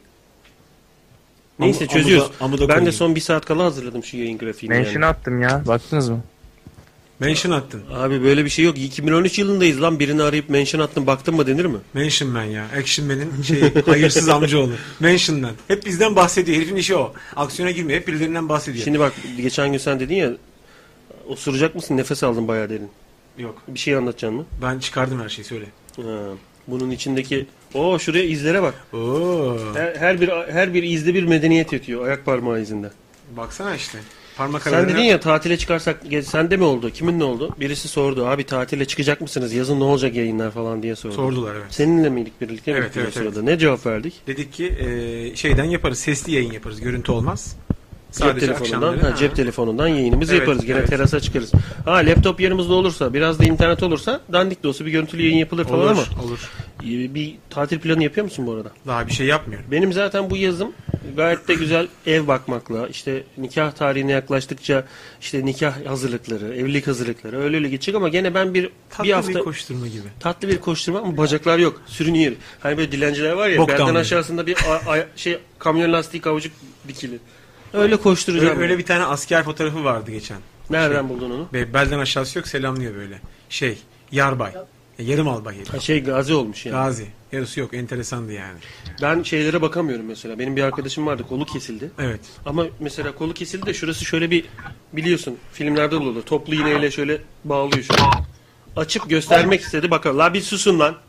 Neyse Amu- çözüyoruz. amuda- amuda Ben de koyayım. son bir saat kala hazırladım şu yayın grafiğini. Mention yani. attım ya. Baktınız mı? Mention attın. Abi böyle bir şey yok. iki bin on üç yılındayız lan. Birini arayıp mention attın baktın mı denir mi? Mention Man ya. Action Man'in şey, hayırsız amcaoğlu. Mention Man. Hep bizden bahsediyor. Herifin işi o. Aksiyona girmiyor. Hep birilerinden bahsediyor. Şimdi bak geçen gün sen dedin ya osuracak mısın? Nefes aldın bayağı derin. Yok. Bir şey anlatacaksın mı? Ben çıkardım her şeyi söyle. Ha, bunun içindeki o şuraya izlere bak. Oo. Her, her bir her bir izde bir medeniyet yatıyor ayak parmağı izinde. Baksana işte. Parmak Sen aralarına. dedin ya tatile çıkarsak ge- sende mi oldu? Kimin ne oldu? Birisi sordu. Abi tatile çıkacak mısınız? Yazın ne olacak yayınlar falan diye sordu. Sordular evet. Seninle miydik birlikte Evet, miydik evet, o sırada? Ne cevap verdik? Dedik ki e, şeyden yaparız. Sesli yayın yaparız. Görüntü olmaz. Cep telefonundan, akşamları. ha, cep Ha. telefonundan yayınımızı Evet, yaparız. Gene evet. terasa çıkarız. Ha laptop yanımızda olursa, biraz da internet olursa dandik de olsa bir görüntülü yayın yapılır falan Olur, ama olur. e, bir tatil planı yapıyor musun bu arada? Daha bir şey yapmıyorum. Benim zaten bu yazım gayet de güzel ev bakmakla, işte nikah tarihine yaklaştıkça işte nikah hazırlıkları, evlilik hazırlıkları öyle öyle geçecek ama gene ben bir Tatlı bir hafta bir koşturma gibi. tatlı bir koşturma ama bacaklar yok. Sürünüyor. Hani böyle dilenciler var ya Bok belden damlıyor. aşağısında bir a- a- şey kamyon lastiği kavucuk dikili. Öyle koşturacağım. Öyle, öyle bir tane asker fotoğrafı vardı geçen. Nereden buldun onu? Be, belden aşağısı yok selamlıyor böyle. Şey yarbay. Ya, yarım albay herif. Ha, şey gazi olmuş yani. Gazi. Yarısı yok. Enteresandı yani. Ben şeylere bakamıyorum mesela. Benim bir arkadaşım vardı kolu kesildi. Evet. Ama mesela kolu kesildi de şurası şöyle bir biliyorsun filmlerde de olur. Toplu iğneyle şöyle bağlıyor şöyle. Açıp göstermek istedi. Bakalım. La bir susun lan.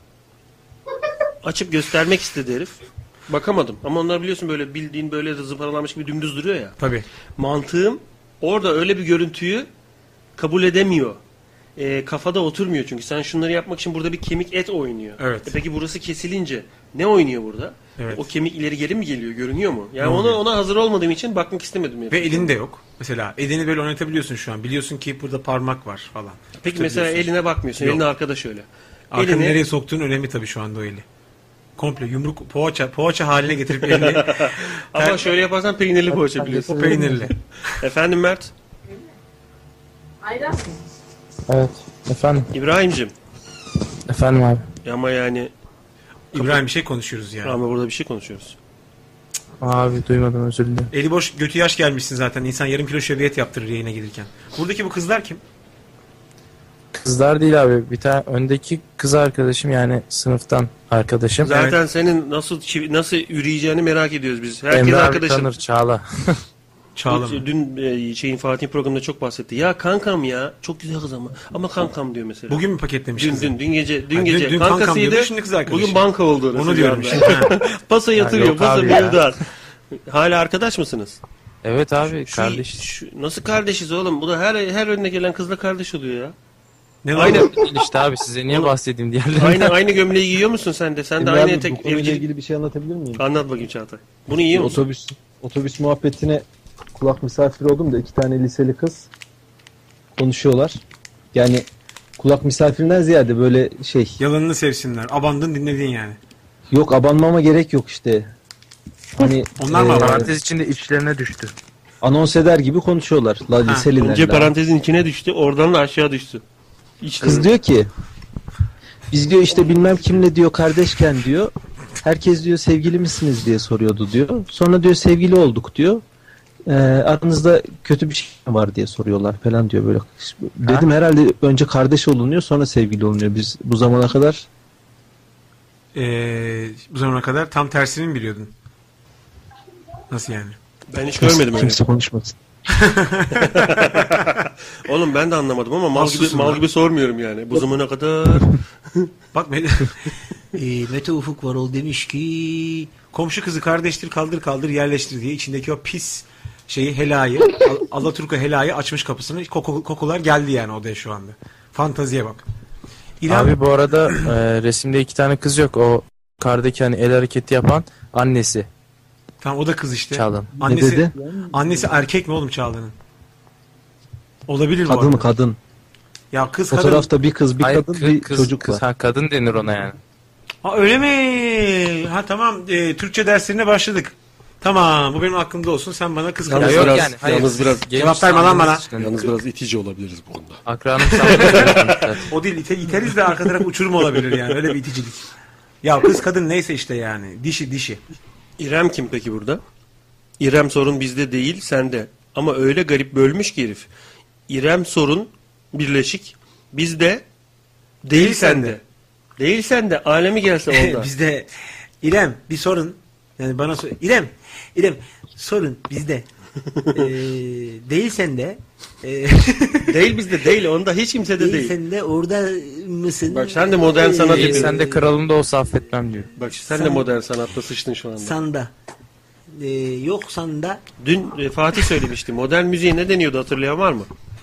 Açıp göstermek istedi herif. Bakamadım. Ama onlar biliyorsun böyle bildiğin böyle zımparalanmış gibi dümdüz duruyor ya. Tabii. Mantığım orada öyle bir görüntüyü kabul edemiyor. e, kafada oturmuyor çünkü. Sen şunları yapmak için burada bir kemik et oynuyor. Evet. E peki burası kesilince ne oynuyor burada? Evet. O kemik ileri geri mi geliyor? Görünüyor mu? Yani Ne ona oluyor? ona hazır olmadığım için bakmak istemedim. Ve elin de yok. Mesela elini böyle oynatabiliyorsun şu an. Biliyorsun ki burada parmak var falan. Peki mesela Tutabiliyorsun. eline bakmıyorsun. Yok. Elini arkada şöyle. Arkanı Elini- nereye soktuğun önemli tabii şu anda o eli. Komple yumruk poğaça poğaça haline getirip elini. Ama Ter- şöyle yaparsan peynirli poğaça biliyorsun. O peynirli. Efendim Mert? Evet. Efendim. İbrahim'cim. Efendim abi. Ama yani İbrahim bir şey konuşuyoruz ya. ama burada bir şey konuşuyoruz. Abi duymadım, özür dilerim. Eli boş götü yaş gelmişsin zaten. İnsan yarım kilo şöbiyet yaptırır yayına gelirken. Buradaki bu kızlar kim? Kızlar değil abi. Bir tane öndeki kız arkadaşım, yani sınıftan arkadaşım. Zaten senin nasıl çivi- nasıl yürüyeceğini merak ediyoruz biz. Herkes Emre abi arkadaşın. tanır, Çağla. Çağla mı? Dün e, şeyin Fatih programında çok bahsetti. Ya kankam ya çok güzel kız ama ama kankam diyor mesela. Bugün mü paketlemiş dün kızı? dün dün gece dün Ha, dün- gece dün kankam kankasıydı. diyordu, şimdi kız arkadaşı. Bugün banka oldu orası. Onu bir diyorum anda. işte. Ha. Pasa yatırıyor. yok Pasa abi ya. mevduat. Hala arkadaş mısınız? Evet abi, Şu- kardeş. şu- nasıl kardeşiz oğlum? Bu da her her önüne gelen kızla kardeş oluyor ya. Ne var? Aynen. Değil işte abi, size niye bahsedeyim diğerlerinden. Aynı aynı gömleği giyiyor musun sen de? Sen de Emre aynı abi, etek bu konuyla evcil. ilgili bir şey anlatabilir miyim? Anlat bakayım Çağatay. Bunu yiyor musun? Otobüs otobüs muhabbetine kulak misafiri oldum da iki tane liseli kız konuşuyorlar. Yani kulak misafirinden ziyade böyle şey, Yalanını sevsinler. Abandın dinledin yani. yok abanmama gerek yok işte. Hani Onlar mı eee, abandı? Parantez içinde içlerine düştü. anons eder gibi konuşuyorlar. La Ha, liseliler. Önce la. parantezin içine düştü, oradan da aşağı düştü. İçte. Kız diyor ki biz diyor işte bilmem kimle diyor kardeşken diyor herkes diyor sevgili misiniz diye soruyordu diyor. Sonra diyor sevgili olduk diyor. Ee, aranızda kötü bir şey mi var diye soruyorlar falan diyor böyle. Dedim herhalde önce kardeş olunuyor sonra sevgili olunuyor. Biz bu zamana kadar Ee, bu zamana kadar tam tersini mi biliyordun? Nasıl yani? Ben hiç görmedim öyle. kimse konuşmasın. Oğlum ben de anlamadım ama mal gibi, Mahsusum mal lan. gibi sormuyorum yani. Bu zamana kadar Bak Mete, Ee, Mete Ufuk Varol demiş ki komşu kızı kardeştir kaldır kaldır yerleştir diye içindeki o pis şeyi helayı Al- Alaturka helayı açmış kapısını. Koku, kokular geldi yani odaya şu anda. Fantaziye bak. İrem, Abi bu arada e, resimde iki tane kız yok. O kardaki hani el hareketi yapan annesi tamam o da kız işte. Çağla'nın. Ne Annesi, dedi? annesi erkek mi oğlum Çağla'nın? Olabilir mi? bu Kadın arada? kadın. Ya kız kadın. Fotoğrafta bir kız bir Hayır, kadın kız, bir kız, çocuk kız, var. ha, kadın denir ona yani. Ha, öyle mi? Ha tamam e, Türkçe derslerine başladık. Tamam bu benim aklımda olsun sen bana kız Yalnız kadın. yok biraz- yani, hayır. yalnız biraz Genç cevap verme lan bana. sandığımız için. yalnız biraz itici olabiliriz bu konuda. Akranım sanmıyorum. O değil ite, iteriz de arka taraf uçurum olabilir yani öyle bir iticilik. Ya kız kadın neyse işte yani dişi dişi. İrem kim peki burada? İrem sorun bizde değil, sende. Ama öyle garip bölmüş ki herif. İrem sorun birleşik, bizde değil sende. Değil sende, alemi gelse orada. Bizde İrem bir sorun yani bana sor İrem İrem sorun bizde ee, değil sende ee, Değil bizde değil, onda hiç kimse de değil. sen de orada mısın? Bak sen de modern sanat İyi, yapıyorsun. sen de kralım da olsa affetmem diyor. Bak sen de modern sanatta sıçtın şu anda. Sanda ee, yok sanda Dün e, Fatih söylemişti. Modern müziğe ne deniyordu hatırlayan var mı?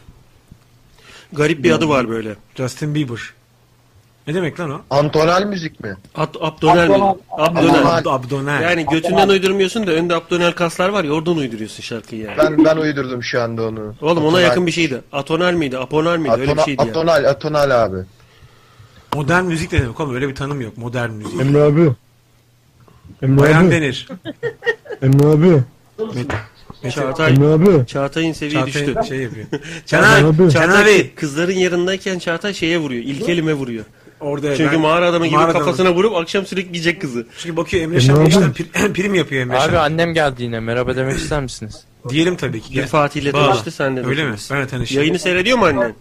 Garip bir adı var böyle. Justin Bieber. Ne demek lan o? Antonal müzik mi? Ab abdonel mi? Abdonel. Abdonel. Ab- Abdonel. Yani götünden uydurmuyorsun da önde abdonel kaslar var ya oradan uyduruyorsun şarkıyı yani. Ben ben uydurdum şu anda onu. Oğlum ona Atonal. yakın bir şeydi. Atonal miydi? Aponal miydi? Öyle bir Atona- şeydi ya. Atonal, atonal abi. Modern müzik ne demek oğlum? Öyle bir tanım yok. Modern müzik. Emre abi. Emre Bayan denir. Emre abi. Çağatay, abi. Çağatay'ın seviye düştü. Çağatay şey yapıyor. Çağatay, abi. Çağatay Çağatay Bey. kızların yanındayken Çağatay şeye vuruyor. İlk elime vuruyor. Orada Çünkü ben- mağara adamı gibi mağara adamı. kafasına vurup akşam sürekli giyecek kızı. Çünkü bakıyor Emre Şen işten pri- prim yapıyor Emre Abi Şen. annem geldi yine, merhaba demek ister misiniz? Diyelim tabii ki. Bir Gel. Fatih ile Bağla. tanıştı sen de. Öyle mi? tanıştınız. Ben de tanıştım. Yayını seyrediyor mu annen?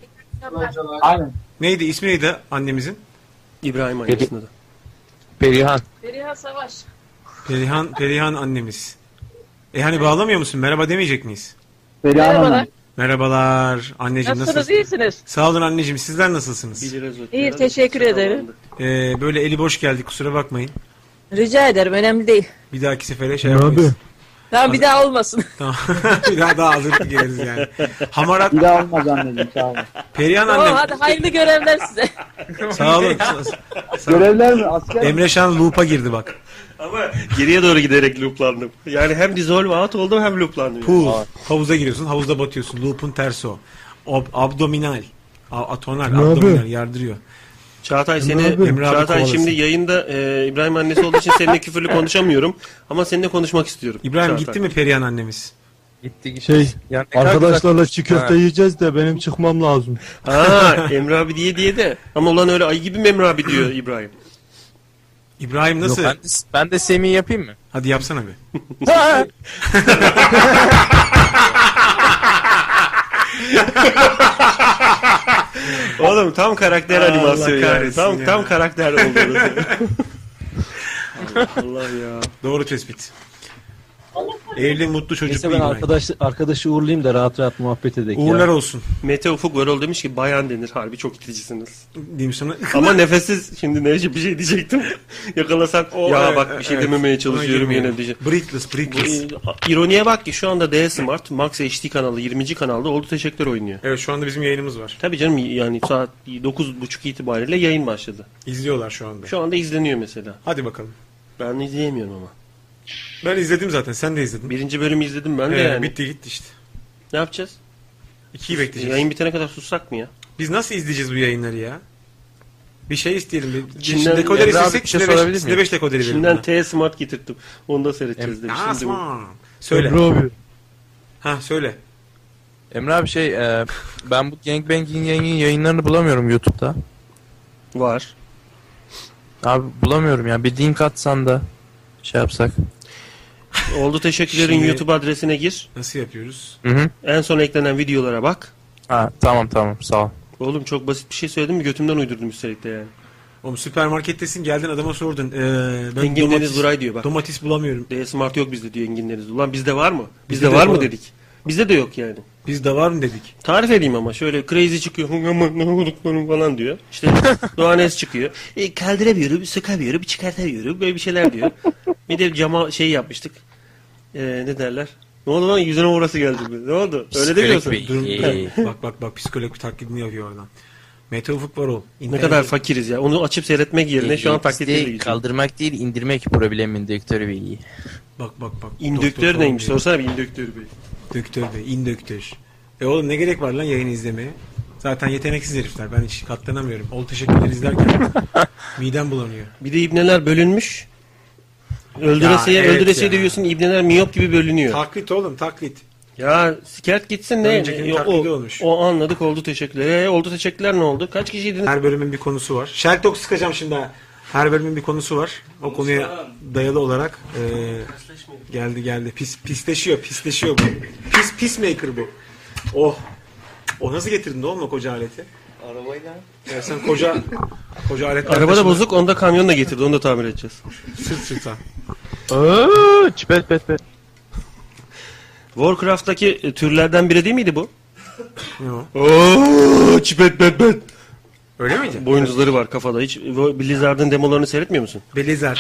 Neydi? İsmi neydi annemizin? İbrahim annesinin adı. Perihan. Feriha Savaş. Perihan, Perihan annemiz. E hani bağlamıyor musun? Merhaba demeyecek miyiz? Merhabalar. Merhabalar. Anneciğim Nasılsınız? nasılsın? İyisiniz? Sağ olun anneciğim. Sizler nasılsınız? Bir lira zot İyi, ya. teşekkür ederim. Ee, böyle eli boş geldik. Kusura bakmayın. Rica ederim. Önemli değil. Bir dahaki sefere şey yapmayız. Tamam bir daha olmasın. Tamam. Bir daha daha hazırlıklı geliriz yani. Hamarat. Bir daha olmaz anneciğim sağ olun. Perihan Tamam annem. hadi hayırlı görevler size. Sağ olun. Görevler mi? Asker mi? Emre Şan loop'a girdi bak. Ama geriye doğru giderek looplandım. Yani hem dissolve out oldum hem looplandım. Pool. Havuza giriyorsun, havuzda batıyorsun. Loop'un tersi o. Ob- abdominal. A- atonal, abdominal yardırıyor. Çağatay seni Emre abi Çağatay kovalasın. şimdi yayında e, İbrahim annesi olduğu için seninle küfürlü konuşamıyorum ama seninle konuşmak istiyorum. İbrahim Çağatay. gitti mi Perihan annemiz? Gitti gitti. Şey, Ya ne kadar arkadaşlarla çiğ köfte Ha. yiyeceğiz de benim çıkmam lazım. Ha Emre abi diye diye de ama ulan öyle ayı gibi mi Emre abi diyor İbrahim. İbrahim Yok, nasıl? ben, de, ben de Semih yapayım mı? Hadi yapsana bir. Oğlum tam karakter Allah animasyon yani. kahretsin Tam ya. tam karakter oldu. Allah, Allah ya. Doğru tespit. Evli mutlu çocuklu Neyse ben İbrahim. arkadaş, arkadaşı uğurlayayım da rahat rahat muhabbet edelim. Uğurlar olsun. Mete Ufuk Varol demiş ki bayan denir harbi çok iticisiniz. Diyeyim sana. Ama nefessiz şimdi ne bir şey diyecektim. Yakalasan O, ya evet, bak bir şey evet. dememeye Ona çalışıyorum girmeyelim. yine diyeceğim. Breathless, breathless. Bu, İroniye bak ki şu anda D Smart Max H D kanalı yirminci kanalda oldu teşekkür oynuyor. Evet şu anda bizim yayınımız var. Tabii canım yani saat dokuz buçuk itibariyle yayın başladı. İzliyorlar şu anda. Şu anda izleniyor mesela. Hadi bakalım. Ben izleyemiyorum ama. Ben izledim zaten. Sen de izledin. Birinci bölümü izledim ben de Ee, yani. Bitti gitti işte. Ne yapacağız? İkiyi bekleyeceğiz. Yayın bitene kadar sussak mı ya? Biz nasıl izleyeceğiz bu yayınları ya? Bir şey isteyelim. Bir, İçinden- dekoder Emre abi istesek bir şey size beş, sorabilir size miyim? beş dekoderi verin. Şimdiden bana. T Smart getirttim. Onu da seyredeceğiz demiş. Aa, Şimdi bu- smart. Söyle. Emre abi. Ha söyle. Emre abi şey e, ben bu Gangbang'in yayın yayınlarını bulamıyorum YouTube'da. Var. Abi bulamıyorum ya. Bir link atsan da şey yapsak. Oldu teşekkürlerin Şimdi- YouTube adresine gir. Nasıl yapıyoruz? Hı hı. En son eklenen videolara bak. Ha tamam tamam sağ ol. Oğlum çok basit bir şey söyledim mi götümden uydurdum üstelik de yani. Oğlum süpermarkettesin geldin adama sordun. Ee, ben Engin domates, Deniz Duray diyor bak. domates bulamıyorum. D Smart yok bizde diyor Engin Deniz. Ulan bizde var mı? Bizde, Bizde de var mı var. dedik. Bizde de yok yani. Biz de var mı dedik. Tarif edeyim ama şöyle crazy çıkıyor. Aman ne olduklarım falan diyor. İşte Doğanes çıkıyor. E, kaldırabiliyorum, sıkamıyorum, çıkartamıyorum. Böyle bir şeyler diyor. Bir de cama şey yapmıştık. E, ne derler? Ne oldu lan? Yüzüne uğrası geldi. Ne oldu? Öyle demiyorsun. Bey. Dur, İyi. bak bak bak psikolog taklidini yapıyor oradan. Mete Ufuk var o. Ne kadar fakiriz ya. Onu açıp seyretmek yerine şu an taklitle Bizde geçiyor. kaldırmak değil indirmek problem indüktörü beyi. Bak bak bak. İndüktör Doktor neymiş? falan Sorsana bir indüktör bey. diyor. Döktör bey, indüktör. E oğlum ne gerek var lan yayını izlemeye? Zaten yeteneksiz herifler. Ben hiç katlanamıyorum. Ol teşekkürler izlerken midem bulanıyor. Bir de ibneler bölünmüş. Öldüresiye, Ya, evet öldüresiye ya. dövüyorsun. İbneler miyop gibi bölünüyor. Taklit oğlum taklit. Ya sikert gitsin ne? Öncekinin Ya, taklidi o, olmuş. o anladık oldu teşekkürler. E, oldu teşekkürler ne oldu? Kaç kişiydiniz? Her bölümün bir konusu var. Sherlock sıkacağım şimdi. ha. Her bölümün bir konusu var. O konuya dayalı olarak eee, geldi geldi. Pis pisleşiyor, pisleşiyor bu. Pis peacemaker bu. Oh. O nasıl getirdin de oğlum o koca aleti? Arabayla. Ya sen koca koca alet. Araba da bozuk. Onu da kamyonla getirdi. Onu da tamir edeceğiz. Sırt sırta. Ooo çipet pet pet. Warcraft'taki e, türlerden biri değil miydi bu? Ne o? Ooo çipet bet bet. Öyle miydi? Boynuzları var kafada. Hiç bu Blizzard'ın demolarını seyretmiyor musun? Blizzard.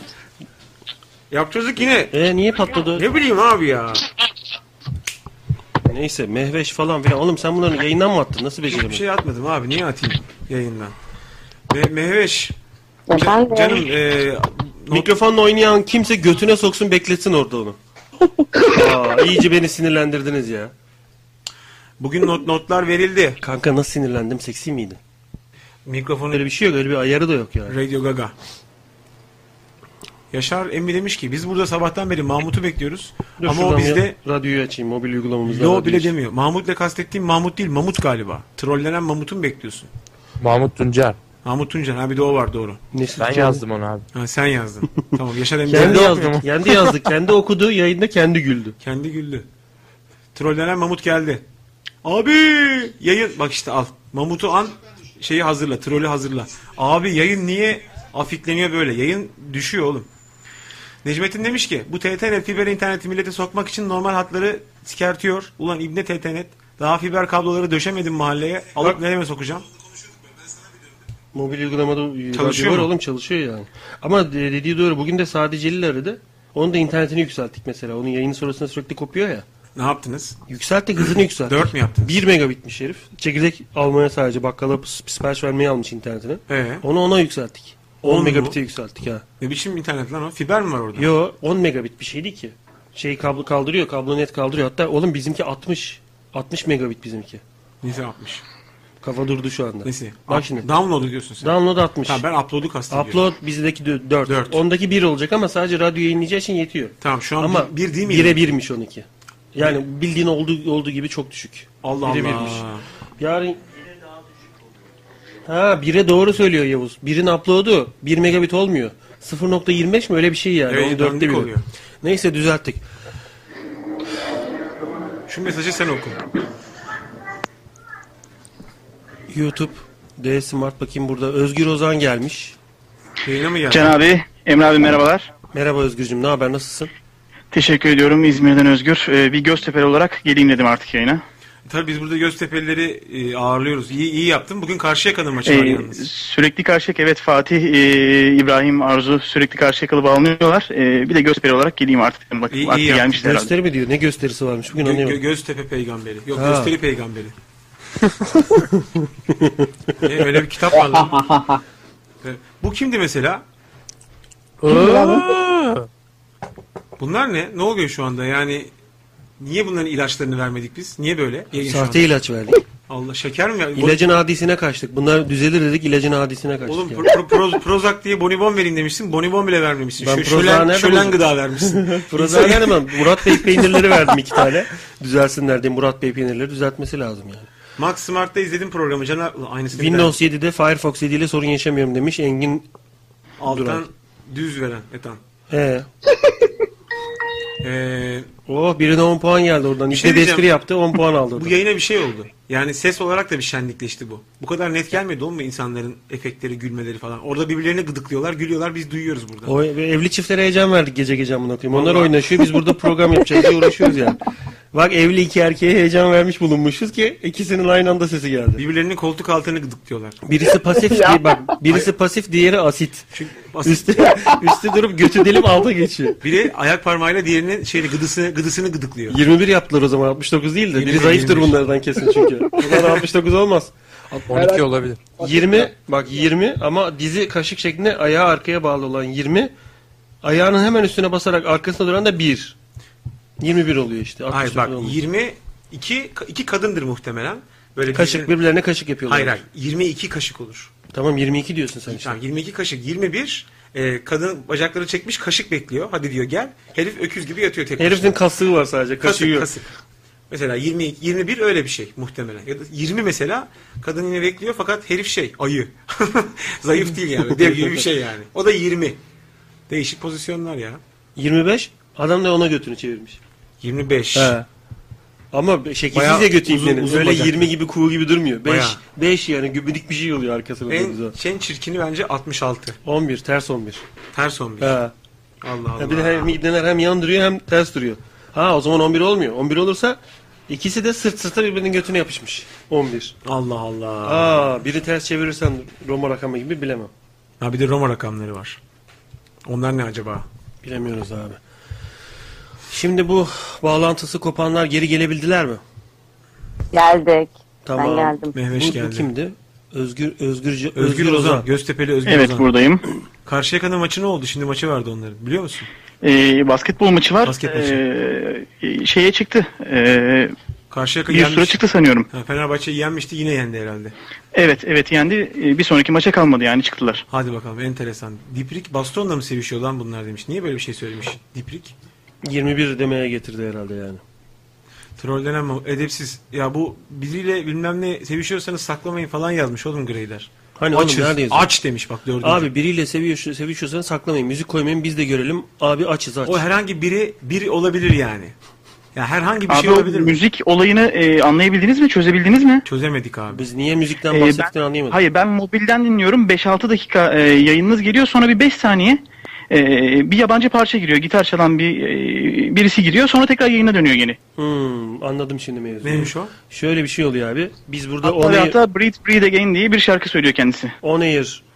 Yapacağız yine. E niye patladı? Ne bileyim abi ya. Neyse mehveş falan filan. Oğlum sen bunları yayından mı attın? Nasıl Bir beceremedin? şey atmadım abi. Niye atayım yayından? Me Mehveş. Efendim? Canım eee Mikrofonla oynayan kimse götüne soksun bekletsin orada onu. Aa, iyice beni sinirlendirdiniz ya. bugün not notlar verildi. Kanka nasıl sinirlendim? Seksi miydi? Mikrofonu Öyle bir şey yok. Öyle bir ayarı da yok yani. Radio Gaga. Yaşar Emmi demiş ki biz burada sabahtan beri Mahmut'u bekliyoruz. Dur ama o şuradan bizde bir radyoyu açayım. Mobil uygulamamızda. lo radyo bile açayım. demiyor. Mahmut'la kastettiğim Mahmut değil Mamut galiba. Trollenen Mamut'u mu bekliyorsun? Mahmut Tuncer. Mahmut Tuncer. Ha bir de o var doğru. Nesi Ben canım? yazdım onu abi. Ha sen yazdın. Tamam Yaşar Emmi. Kendi Kendi, yazdı. Kendi yazdı. Kendi okudu. Yayında kendi güldü. kendi güldü. Trollenen Mamut geldi. Abi yayın bak işte al. Mamut'u an şeyi hazırla. Trolü hazırla. Abi yayın niye afikleniyor böyle? Yayın düşüyor oğlum. Necmettin demiş ki bu T T Net fiber interneti millete sokmak için normal hatları sikertiyor. Ulan İbne T T Net daha fiber kabloları döşemedim mahalleye. Alıp Bak. nereye sokacağım? Mobil uygulamada Çalışıyor radyo var mu? oğlum çalışıyor yani. Ama dediği doğru. Bugün de Sadi Celil aradı. Onun da internetini yükselttik mesela. Onun yayını sonrasında sürekli kopuyor ya. Ne yaptınız? Yükselttik, hızını yükselttik. dört mü yaptınız? bir megabitmiş herif. Çekirdek almaya sadece bakkala sipariş vermeye almış internetini. Ee? Onu ona yükselttik. on on megabit'e mu? yükselttik ha. Ne biçim internet lan o? Fiber mi var orada? Yo, on megabit bir şeydi ki. Şey kablo kaldırıyor, kablo net kaldırıyor. Hatta oğlum bizimki altmış. altmış megabit bizimki. Neyse yapmış. Kafa durdu şu anda. Neyse. Bak Up- şimdi. Download diyorsun sen. Download altmış. Tamam ben upload'u kastediyorum. Upload bizdeki dört. Dört. Ondaki bir olacak ama sadece radyo yayınlayacağı için yetiyor. Tamam şu an Ama bir, bir değil mi? bire birmiş onunki. Yani bildiğin olduğu olduğu gibi çok düşük. Allah Bire Allah. birmiş. Yarın Ha, bire doğru söylüyor Yavuz. Birin upload'u bir megabit olmuyor. sıfır nokta yirmi beş mi öyle bir şey yani. Evet, Onun dörtte dandik biri. oluyor. Neyse düzelttik. Şu mesajı sen oku. YouTube D Smart, bakayım burada Özgür Ozan gelmiş. Yayına mı geldi? Can abi, Emre abi merhabalar. Merhaba Özgürcüğüm, ne haber, nasılsın? Teşekkür ediyorum, İzmir'den Özgür. Ee, bir Göztepe'li olarak geleyim dedim artık yayına. Tabii biz burada Göztepe'lileri e, ağırlıyoruz. İyi, iyi yaptın. Bugün Karşıyaka'nın maçı var Ee, yalnız. sürekli Karşıyaka, evet, Fatih, e, İbrahim, Arzu sürekli Karşıyakalı bağlanıyorlar. E, bir de Göztepe'li olarak geleyim artık dedim. Bak, İyi- iyi vakti yaptın. gelmişler herhalde. Gösteri mi diyor? Ne gösterisi varmış bugün Gö- anlayamadım. Gö- Göztepe peygamberi. Yok Ha. Gösteri peygamberi. e, öyle bir kitap var lan. E, Bu kimdi mesela? Bunlar ne? Ne oluyor şu anda? Yani niye bunların ilaçlarını vermedik biz? Niye böyle? Yayın şu Sahte anda. ilaç verdik. Allah şeker mi? İlacın adisine kaçtık. Bunlar düzelir dedik, ilacın adisine kaçtık. Oğlum yani. pro, pro, pro, Prozac diye bonibon verin demişsin. Bonibon bile vermemişsin. Ben Şu, Prozac'ı şölen, nereden şölen buldum? gıda vermişsin. Prozac vermem. Murat Bey peynirleri verdim iki tane. Düzelsinler diye Murat Bey peynirleri düzeltmesi lazım yani. Max Smart'ta izledim programı. Caner aynısını Windows yedide Firefox yedi ile sorun yaşamıyorum demiş Engin. alttan Duran. düz veren etan. Ee, Ee, oh birine on puan geldi oradan. Bir İşte şey bir diyeceğim. espri yaptı, on puan aldı bu oradan. yayına bir şey oldu. Yani ses olarak da bir şenlikleşti bu. Bu kadar net gelmedi oğlum mu insanların efektleri, gülmeleri falan. Orada birbirlerini gıdıklıyorlar, gülüyorlar, biz duyuyoruz burada. O evli çiftlere heyecan verdik gece gece amına koyayım. Onlar Vallahi. oynaşıyor, biz burada program yapacağız diye uğraşıyoruz yani. Bak evli iki erkeğe heyecan vermiş bulunmuşuz ki ikisinin aynı anda sesi geldi. Birbirlerinin koltuk altını gıdıklıyorlar. Birisi pasif diye bak, birisi pasif, diğeri asit. Çünkü basit. Üstü, üstü durup götü delip alta geçiyor. Biri ayak parmağıyla diğerinin şeyini gıdısını gıdısını gıdıklıyor. yirmi bir yaptılar o zaman, altmış dokuz değil de. yirmi Biri bir, zayıftır yirmi beş. bunlardan kesin çünkü. Bunlar altmış dokuz olmaz. on iki olabilir. yirmi bak yirmi ama dizi kaşık şeklinde ayağı arkaya bağlı olan yirmi, ayağının hemen üstüne basarak arkasına duran da bir. yirmi bir oluyor işte. Hayır bak olmuş. yirmi iki iki kadındır muhtemelen. Böyle Kaşık birbirine- birbirlerine kaşık yapıyorlar. Hayır hayır yirmi iki kaşık olur. Tamam yirmi iki diyorsun sen işte. Tamam yirmi iki kaşık yirmi bir e, kadın bacakları çekmiş kaşık bekliyor. Hadi diyor gel. Herif öküz gibi yatıyor tek Herifin başına. kasığı var sadece. Kaşığı kasık yok. kasık. Mesela yirmi yirmi bir öyle bir şey muhtemelen. Ya da yirmi mesela kadın yine bekliyor fakat herif şey ayı. Zayıf değil yani. Dev gibi bir şey yani. O da yirmi. Değişik pozisyonlar ya. yirmi beş adam da ona götünü çevirmiş. yirmi beş. He. Ama şekilsiz Bayağı de götü uzun- ibnenin. uzun Öyle bacaklı. yirmi gibi kuğu gibi durmuyor. beş, Bayağı. beş yani gübüdük bir şey oluyor arkasına. En, En... en çirkini bence altmış altı. on bir ters on bir. Ters on bir. He. Allah Allah. Ya bir de hem ibneler hem yan duruyor hem ters duruyor. Ha o zaman on bir olmuyor. on bir olursa ikisi de sırt sırta birbirinin götüne yapışmış. on bir. Allah Allah. Aa biri ters çevirirsen Roma rakamı gibi bilemem. Ha bir de Roma rakamları var. Onlar ne acaba? Bilemiyoruz abi. Şimdi bu bağlantısı kopanlar geri gelebildiler mi? Geldik. Tamam. Ben geldim. Mehveş Bu, geldi. bu kimdi? Özgür Özgür Özgür, Özgür Ozan. Göztepe'li Özgür Evet, Ozan. buradayım. Karşıyaka'nın maçı ne oldu? Şimdi maçı vardı onların. Biliyor musun? Ee, basketbol maçı var. Basket maçı. Ee, şeye çıktı. Ee, Karşıyaka bir süre yenmiş. çıktı sanıyorum. Ha, Fenerbahçe yenmişti yine yendi herhalde. Evet, evet yendi. Ee, bir sonraki maça kalmadı yani çıktılar. Hadi bakalım enteresan. Diprik bastonla mı sevişiyor lan bunlar demiş. Niye böyle bir şey söylemiş? Diprik. yirmi bir demeye getirdi herhalde yani. Trollenen mi? Edepsiz. Ya bu biriyle bilmem ne sevişiyorsanız saklamayın falan yazmış oğlum Greyler. Hani Açız. oğlum nerede yazıyor? Aç demiş bak dördüncü. Abi biriyle seviyor, sevişiyorsan saklamayın. Müzik koymayın biz de görelim. Abi açız aç. O herhangi biri biri olabilir yani. Ya herhangi bir Abi şey o olabilir mi? müzik olayını e, anlayabildiniz mi? Çözebildiniz mi? Çözemedik abi. Biz niye müzikten Ee, bahsettiğini ben- anlayamadık. Hayır, ben mobilden dinliyorum. beş altı dakika e, yayınınız geliyor. Sonra bir beş saniye e, bir yabancı parça giriyor. Gitar çalan bir e, birisi giriyor. Sonra tekrar yayına dönüyor yeni. Hmm, anladım şimdi mevzuyu. Neymiş o? Şöyle bir şey oluyor abi. Biz burada on Hatta, air, hatta Breathe Breathe Again diye bir şarkı söylüyor kendisi. on air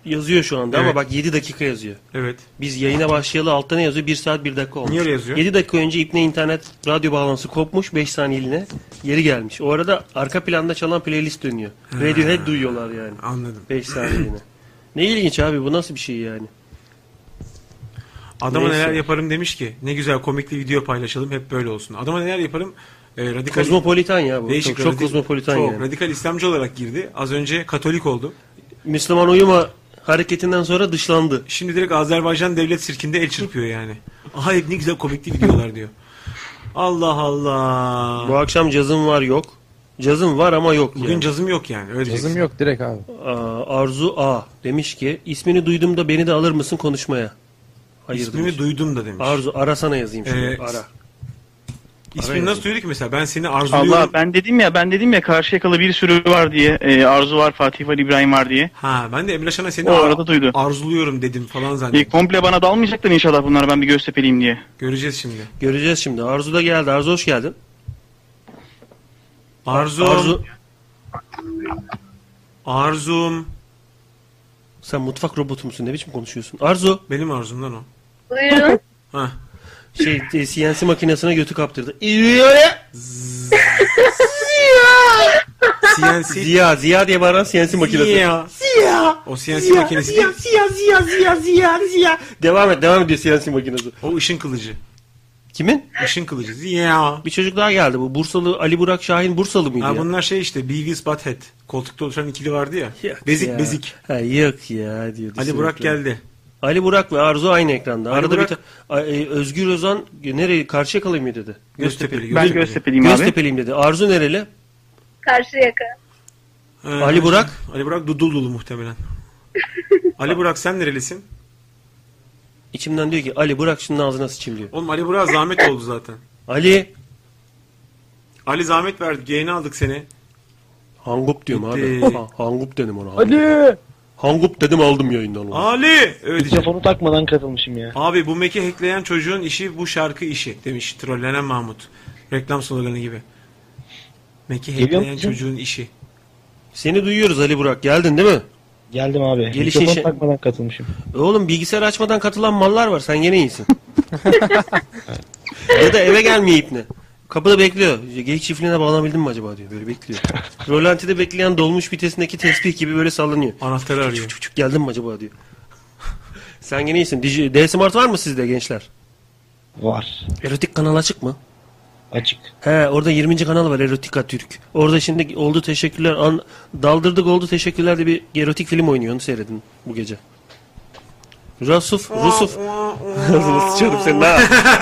yazıyor şu anda Evet. ama bak yedi dakika yazıyor. Evet. Biz yayına başlayalı altta ne yazıyor? bir saat bir dakika olmuş. Niye öyle yazıyor? yedi dakika önce İbne internet radyo bağlantısı kopmuş, beş saniyeliğine geri gelmiş. O arada arka planda çalan playlist dönüyor. Radiohead duyuyorlar yani. Anladım. beş saniyeliğine. Ne ilginç abi, bu nasıl bir şey yani? Adama Neyse. neler yaparım demiş ki ne güzel komikli video paylaşalım hep böyle olsun. Adama neler yaparım e, radikal Kozmopolitan ya bu. değişik, çok çok radik- kozmopolitan çok yani. radikal İslamcı olarak girdi. Az önce Katolik oldu. Müslüman uyuma hareketinden sonra dışlandı. Şimdi direkt Azerbaycan devlet sirkinde el çırpıyor yani. Aha ne güzel komikli videolar diyor. Allah Allah. Bu akşam cazım var yok. Cazım var ama yok Bugün yani. cazım yok yani. Öyle Yazım diyeceksin. yok direkt abi. Aa, Arzu A demiş ki ismini duydum da beni de alır mısın konuşmaya? Hayır İsmini demiş. duydum da demiş. Arzu arasana yazayım şimdi. Ee, Ara. İsmini Ara nasıl duydu ki mesela? Ben seni arzuluyorum. Allah ben dedim ya ben dedim ya Karşıyakalı bir sürü var diye. E, Arzu var, Fatih var, İbrahim var diye. Ha ben de Emre Şan'a seni O ar- arada duydu. arzuluyorum dedim falan E, zannettim. komple bana dalmayacaklar inşallah bunlar ben bir Göztepe'liyim diye. Göreceğiz şimdi. Göreceğiz şimdi. Arzu da geldi. Arzu hoş geldin. Arzu. Arzu. Arzum. Sen mutfak robotu musun? Ne biçim konuşuyorsun? Arzu. Benim arzumdan o. Buyurun. Ha. Şey e, C N C makinesine götü kaptırdı. C N C. Ziya. Ziya diye bağıran C N C makinesi. Ziya. Ziya. O C N C makinesi değil. Ziya. Ziya. Ziya. Ziya. Ziya. Devam et. Devam ediyor C N C makinesi. O ışın kılıcı. Kimin? Işın kılıcı. Ziya. Bir çocuk daha geldi. Bu Bursalı Ali Burak Şahin Bursalı mıydı Ha, ya? bunlar şey işte Beavis Butthead. Koltukta oturan ikili vardı ya. Yok bezik ya. bezik. Ha, yok ya diyordu. Ali Burak sürekli. geldi. Ali Burak ve Arzu aynı ekranda. Ali Arada Burak- bir ta- e, Özgür Özan nereye Karşıyakalı mı dedi? Göztepe'li. Ben Göztepe'liyim abi. Göztepe'liyim dedi. Arzu nereli? Karşıyaka. Ee, Ali Burak? Ali Burak Dudullu muhtemelen. Ali Burak sen nerelisin? İçimden diyor ki Ali Burak şunun ağzına sıçayım diyor. Oğlum Ali Burak zahmet oldu zaten. Ali Ali zahmet verdik. Yayına aldık seni. Hangup diyorum Gitti. abi. Ha, Hangup dedim ona. Hangup. Ali! Hangup dedim aldım yayından onu. Ali! Öyle diyeceğim. Mikrofonu takmadan katılmışım ya. Abi bu Mac'i hackleyen çocuğun işi bu şarkı işi demiş trollenen Mahmut. Reklam sloganı gibi. Mac'i Geliyor hackleyen musun? çocuğun işi. Seni duyuyoruz Ali Burak. Geldin değil mi? Geldim abi. Gelişin Mikrofonu şey- takmadan katılmışım. E Oğlum bilgisayar açmadan katılan mallar var. Sen gene iyisin. Ya da eve gelmiyor ipne. Kapıda bekliyor. Geyik çiftliğine bağlanabildin mi acaba diyor. Böyle bekliyor. Rölantide bekleyen dolmuş vitesindeki tesbih gibi böyle sallanıyor. Anahtarı arıyor. Çuk çuk geldin mi acaba diyor. Sen gene iyisin. Dij- D-Smart var mı sizde gençler? Var. Erotik kanal açık mı? Açık. He orada yirminci kanal var Erotika Türk. Orada şimdi oldu teşekkürler. An, daldırdık oldu teşekkürler de bir erotik film oynuyor. Onu seyredin bu gece. Rasuf, Rusuf. Ağzını sıçıyordum senin ha.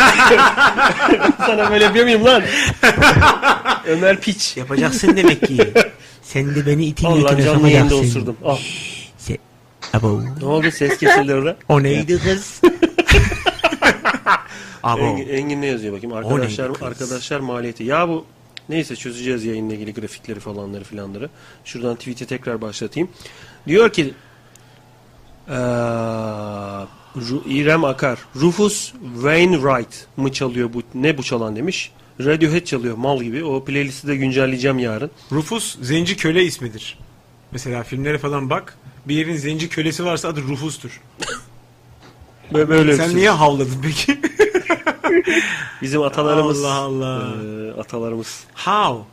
Sana böyle yapıyor muyum lan? Ömer Piç. Yapacaksın demek ki. Sen de beni itin Allah götüne canlı yayında sokacaksın. osurdum. Al. Se- Abo. Ne oldu ses kesildi orada? O neydi kız? Abo. Engin, Engin ne yazıyor bakayım? neydi Arkadaşlar kız? arkadaşlar maliyeti. Ya bu neyse çözeceğiz yayınla ilgili grafikleri falanları filanları. Şuradan tweet'i tekrar başlatayım. Diyor ki eee, Ru- İrem Akar. Rufus Wainwright mı çalıyor bu? Ne bu çalan demiş. Radiohead çalıyor mal gibi. O playlisti de güncelleyeceğim yarın. Rufus zenci köle ismidir. Mesela filmlere falan bak. Bir yerin zenci kölesi varsa adı Rufus'tur. Böyle, böyle Sen öpsün. niye havladın peki? Bizim atalarımız. Allah Allah. eee, atalarımız. How?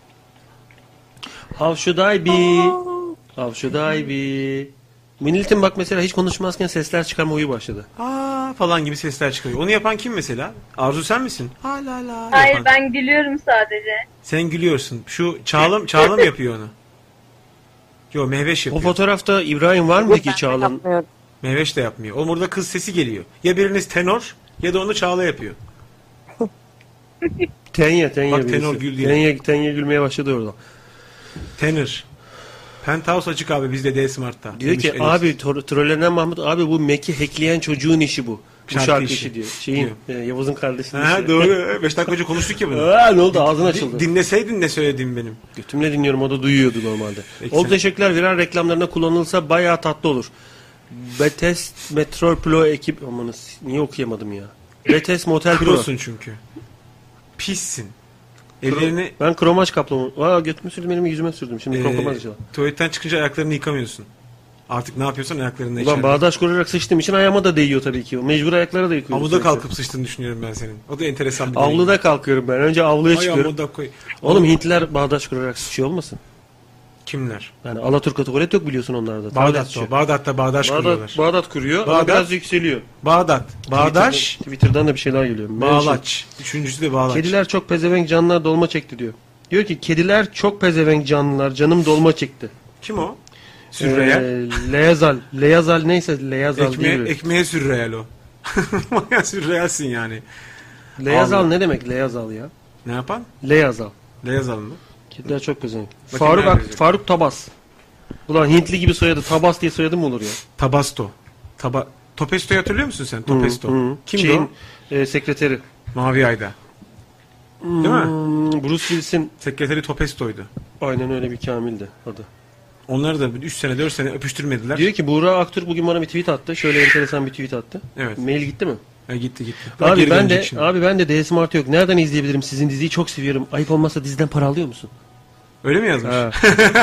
How should I be? How should I be? Milletin bak mesela hiç konuşmazken sesler çıkarma huyu başladı. Aa falan gibi sesler çıkıyor. Onu yapan kim mesela? Arzu sen misin? Ha la la. Hayır yapan. ben gülüyorum sadece. Sen gülüyorsun. Şu Çağla, Çağla mı yapıyor onu? Yo Mehveş O yapıyor. fotoğrafta İbrahim var mı peki Çağla'nın? Yapmıyorum. Mehveş de yapmıyor. Oğlum burada kız sesi geliyor. Ya biriniz tenor ya da onu Çağla yapıyor. Tenye, Tenye. Bak, birisi. tenor güldü ya. Tenye, Tenye gülmeye başladı orada. Tenor. Penthouse açık abi bizde D-Smart'ta. Diyor Demiş ki Enes. abi tro- trollenen Mahmut abi bu Mac'i hackleyen çocuğun işi bu. Bu Şarkı şarkı, işi. işi diyor. Şeyin e, Yavuz'un kardeşinin Ha işi. doğru. Beş dakika önce konuştuk ya bunu. Aa, ne oldu ağzın açıldı. Dinleseydin ne söylediğim benim. Götümle dinliyorum o da duyuyordu normalde. Peki Oldu sen- teşekkürler viral reklamlarına kullanılsa bayağı tatlı olur. Betes Metroplo ekip amanız niye okuyamadım ya. Betes Motel Pro. Prosun çünkü. Pissin. Ellerini Ben kromaj kaplama. Aa götümü sürdüm elimi yüzüme sürdüm. Şimdi e, kromaj açalım. tuvaletten çıkınca ayaklarını yıkamıyorsun. Artık ne yapıyorsan ayaklarında Ulan bağdaş kurarak sıçtığım için ayağıma da değiyor tabii ki. Mecbur ayaklara da yıkıyorum. Amuda kalkıp sıçtığını düşünüyorum ben senin. O da enteresan bir deneyim. Avluda kalkıyorum ben. Önce avluya Ay çıkıyorum. amuda koy. Oğlum Hintliler bağdaş kurarak sıçıyor olmasın? Kimler? Yani Alaturka tuvalet yok biliyorsun onlarda. Bağdat'ta o. Bağdat'ta bağdaş Bağdat, kuruyorlar. Bağdat kuruyor ama Bağdat- biraz yükseliyor. Bağdat. Bağdaş. Twitter'dan, Twitter'dan da bir şeyler geliyor. Bağlaç. Üçüncüsü de Bağlaç. Kediler çok pezevenk canlılar dolma çekti diyor. Diyor ki kediler çok pezevenk canlılar canım dolma çekti. Kim o? Sürreyal. Ee, Leyazal. Leyazal neyse Leyazal Ekmeğe, değil. ekmeğe sürreyal o. Bayağı sürreyalsin yani. Leyazal Allah. ne demek Leyazal ya? Ne yapan? Leyazal. Ne yazalım mı? Kediler çok pezevenk. Bakayım Faruk, nerede Ak- yazıyor? Faruk Tabas. Ulan Hintli gibi soyadı. Tabas diye soyadı mı olur ya? Tabasto. Taba Topesto'yu hatırlıyor musun sen? Topesto. Hı, hı. Kimdi Şeyin, o? e, sekreteri. Mavi Ay'da. Değil mi? Hmm, Bruce Willis'in Sekreteri Topesto'ydu. aynen öyle bir Kamil'di adı. Onları da üç sene dört sene öpüştürmediler. Diyor ki Buğra Aktürk bugün bana bir tweet attı. Şöyle enteresan bir tweet attı. Evet. Mail gitti mi? E, gitti gitti. Daha Abi geri ben dönecek de şimdi. abi ben de D S Mart yok. Nereden izleyebilirim sizin diziyi? Çok seviyorum. Ayıp olmazsa diziden para alıyor musun? Öyle mi yazmış? Ha.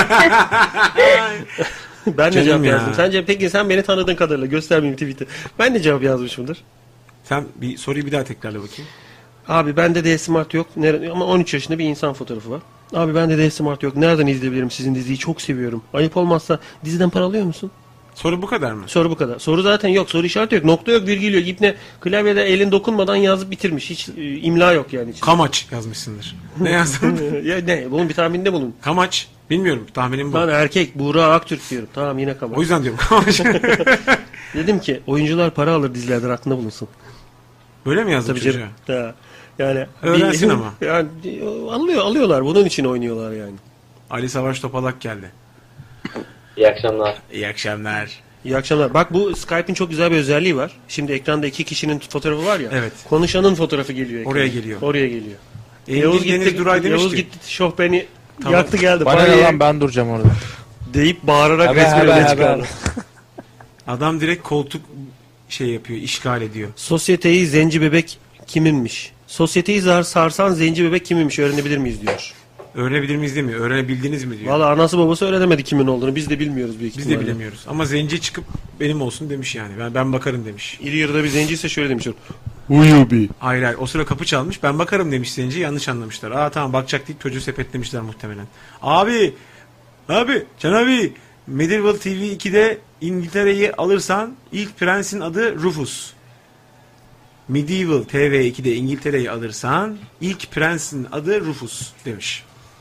Ben de Canım cevap ya. yazdım. Sence peki sen beni tanıdığın kadarıyla göstermeyeyim tweet'i. Ben de cevap yazmışımdır. Sen bir soruyu bir daha tekrarla bakayım. Abi bende D S Mart yok. Nere- ama on üç yaşında bir insan fotoğrafı var. Abi bende D S Mart yok. Nereden izleyebilirim sizin diziyi? Çok seviyorum. Ayıp olmazsa diziden para alıyor musun? Soru bu kadar mı? Soru bu kadar. Soru zaten yok. Soru işareti yok. Nokta yok, virgül yok. İpne klavyede elin dokunmadan yazıp bitirmiş. Hiç e, imla yok yani içinde. Kamaç yazmışsındır. Ne yazdın? ya ne? Bunun bir tahminde bulun. Kamaç. Bilmiyorum. Tahminim bu. Ben erkek Buğra Aktürk diyorum. Tamam yine kapat. O yüzden diyorum Kamaç. Dedim ki oyuncular para alır dizilerden aklında bulunsun. Böyle mi yazdın Tabii çocuğa? canım. Ha. Yani Öğrensin ama. Yani alıyor alıyorlar. Bunun için oynuyorlar yani. Ali Savaş Topalak geldi. İyi akşamlar. İyi akşamlar. İyi akşamlar. Bak bu Skype'in çok güzel bir özelliği var. Şimdi ekranda iki kişinin fotoğrafı var ya. Evet. Konuşanın fotoğrafı geliyor ekrana. Oraya geliyor. Oraya geliyor. Engin Yavuz Deniz gitti, Duray demiş Yavuz ki- gitti, şoh beni Tamam. yaktı geldi. Bana Parayı ne lan, ben duracağım orada. deyip bağırarak Haber, resmi haber, öne haber. çıkardı. Adam direkt koltuk şey yapıyor, işgal ediyor. Sosyeteyi zenci bebek kiminmiş? Sosyeteyi zar sarsan zenci bebek kiminmiş öğrenebilir miyiz diyor. Öğrenebilir miyiz demiyor. Öğrenebildiniz mi diyor. Valla anası babası öyle demedi kimin olduğunu. Biz de bilmiyoruz büyük Biz ihtimalle. de bilemiyoruz. Ama zenci çıkıp benim olsun demiş yani. Ben ben bakarım demiş. İri yarıda bir zenci ise şöyle demişler. Uyubi. Hayır hayır. O sıra kapı çalmış. Ben bakarım demiş zenci. Yanlış anlamışlar. Aa tamam bakacak deyip çocuğu sepetlemişler muhtemelen. Abi. Abi. Can abi. Medieval T V ikide İngiltere'yi alırsan ilk prensin adı Rufus. Medieval T V ikide İngiltere'yi alırsan ilk prensin adı Rufus demiş.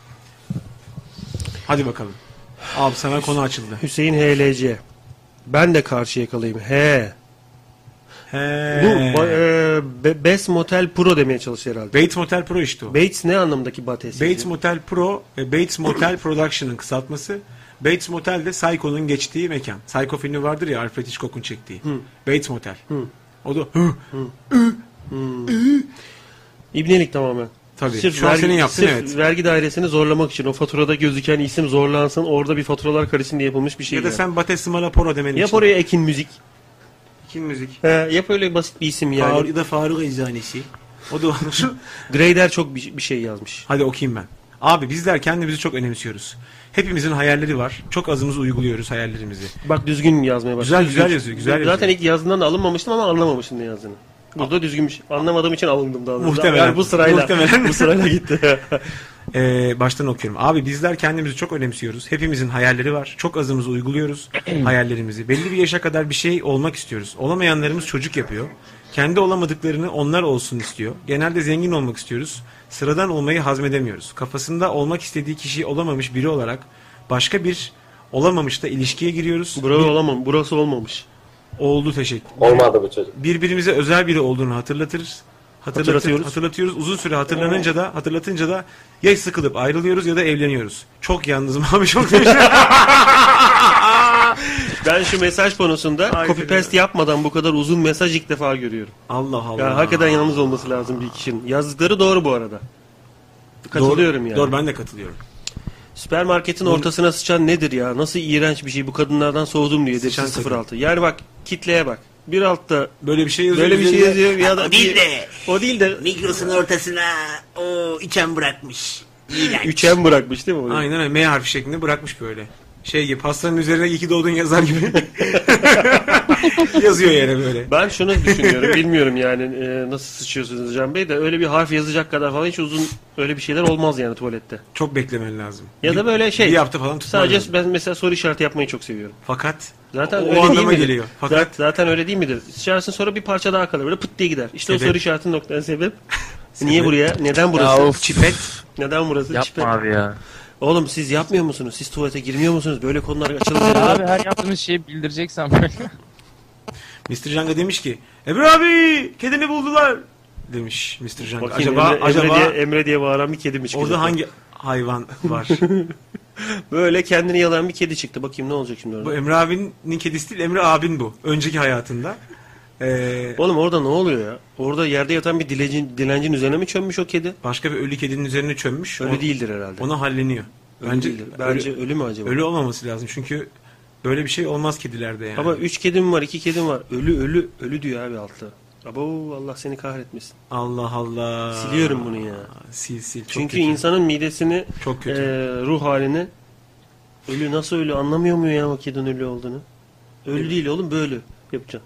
Hadi bakalım. Abi sana konu açıldı. Hüseyin H L C. Ben de karşı yakalayayım. He. He. Bu ba- e, Be- Best Motel Pro demeye çalışıyor herhalde. Bates Motel Pro işte o. Bates ne anlamdaki batesi? Bates Motel Pro ve Bates Motel Production'ın kısaltması. Bates Motel de Psycho'nun geçtiği mekan. Psycho filmi vardır ya Alfred Hitchcock'un çektiği. Hı. Bates Motel. Hı. O da hı. İbnelik tamamen. Tabii. Sırf Şu an vergi, senin yaptın, sırf evet. vergi dairesini zorlamak için o faturada gözüken isim zorlansın orada bir faturalar karışsın diye yapılmış bir şey. Ya da yani. sen Batesmala Poro demen Yap için. oraya Ekin Müzik. Kim müzik? He, yap öyle basit bir isim yani. Faruk, ya da Faruk Eczanesi. O da olur. Grader çok bir, bir şey yazmış. Hadi okuyayım ben. Abi bizler kendimizi çok önemsiyoruz. Hepimizin hayalleri var. Çok azımız uyguluyoruz hayallerimizi. Bak düzgün yazmaya başladı. Güzel, güzel Düzgün. yazıyor, güzel Zaten yazıyor. ilk yazdığından da alınmamıştım ama anlamamıştım ne yazdığını. Burada düzgünmüş. Anlamadığım için alındım daha. Muhtemelen. Yani bu sırayla. Muhtemelen. bu sırayla gitti. Ee, baştan okuyorum. Abi bizler kendimizi çok önemsiyoruz. Hepimizin hayalleri var. Çok azımız uyguluyoruz hayallerimizi. Belli bir yaşa kadar bir şey olmak istiyoruz. Olamayanlarımız çocuk yapıyor. Kendi olamadıklarını onlar olsun istiyor. Genelde zengin olmak istiyoruz. Sıradan olmayı hazmedemiyoruz. Kafasında olmak istediği kişi olamamış biri olarak başka bir olamamışla ilişkiye giriyoruz. Burası olamam. Burası olmamış. Oldu teşekkür. Olmadı bu çocuk. Birbirimize özel biri olduğunu hatırlatırız. Hatırlatır, Hatırlatıyoruz. hatırlatıyoruz. Uzun süre hatırlanınca da hatırlatınca da ya sıkılıp ayrılıyoruz ya da evleniyoruz. Çok yalnızım abi çok demiş. Ben şu mesaj panosunda Ay, copy paste yapmadan bu kadar uzun mesaj ilk defa görüyorum. Allah Allah. Yani hakikaten yalnız olması lazım bir kişinin. Yazdıkları doğru bu arada. Katılıyorum doğru, yani. Doğru ben de katılıyorum. Süpermarketin ortasına sıçan nedir ya? Nasıl iğrenç bir şey. Bu kadınlardan soğudum diyor. Sıçan Sıçan kadın. sıfır altı. Yani bak kitleye bak. Bir altta Böyle bir şey yazıyor. böyle bir şey üzerinde- yazıyor ya da O değil de. o değil de Migros'un ortasına o içen bırakmış. İğrenç. üçen bırakmış değil mi onu? Aynen öyle. M harfi şeklinde bırakmış böyle. Şey gibi pastanın üzerine iki doğdun yazar gibi. Yazıyor yere böyle. Ben şunu düşünüyorum. Bilmiyorum yani e, nasıl sıçıyorsunuz Can Bey de öyle bir harf yazacak kadar falan hiç uzun öyle bir şeyler olmaz yani tuvalette. Çok beklemen lazım. Ya da böyle şey. Bir hafta falan tutman Sadece lazım. ben mesela soru işareti yapmayı çok seviyorum. Fakat Zaten o, öyle o değil anlama midir? geliyor. Fakat Zaten, zaten öyle değil midir? Sıçarsın sonra bir parça daha kalır. Böyle pıt diye gider. İşte Sebep? o soru işaretinin noktadan sebep. Sebep? Niye buraya? Neden burası? Ya of. çipet. Neden burası? Yapma Çipet. abi ya. Oğlum siz yapmıyor musunuz? Siz tuvalete girmiyor musunuz? Böyle konular açılınca. Abi her yaptığınız şeyi bildireceksen böyle. mister Janga demiş ki Emre abi kedini buldular demiş mister Janga. Bakayım, Acaba Emre, acaba Emre, diye, Emre diye bağıran bir kedi mi çıktı? orada hangi hayvan var? Böyle kendini yalan bir kedi çıktı. Bakayım ne olacak şimdi orada? Bu Emre abinin kedisi değil, Emre abin bu. Önceki hayatında. Ee, Oğlum orada ne oluyor ya? Orada yerde yatan bir dilencin, dilencin üzerine mi çömmüş o kedi? başka bir ölü kedinin üzerine çömmüş. Ölü O- değildir herhalde. Ona halleniyor. Ölü Bence değildir. Bence ölü, ölü, mü acaba? ölü olmaması lazım. Çünkü böyle bir şey olmaz kedilerde yani. Ama üç kedim var, iki kedim var. Ölü ölü ölü diyor abi altta. Abo Allah seni kahretmesin. Allah Allah. Siliyorum bunu ya. Sil sil. Çok Çünkü kötü. insanın midesini, Çok kötü. e, ruh halini ölü nasıl ölü anlamıyor mu ya o kedinin ölü olduğunu? Ölü değil oğlum böyle yapacağım.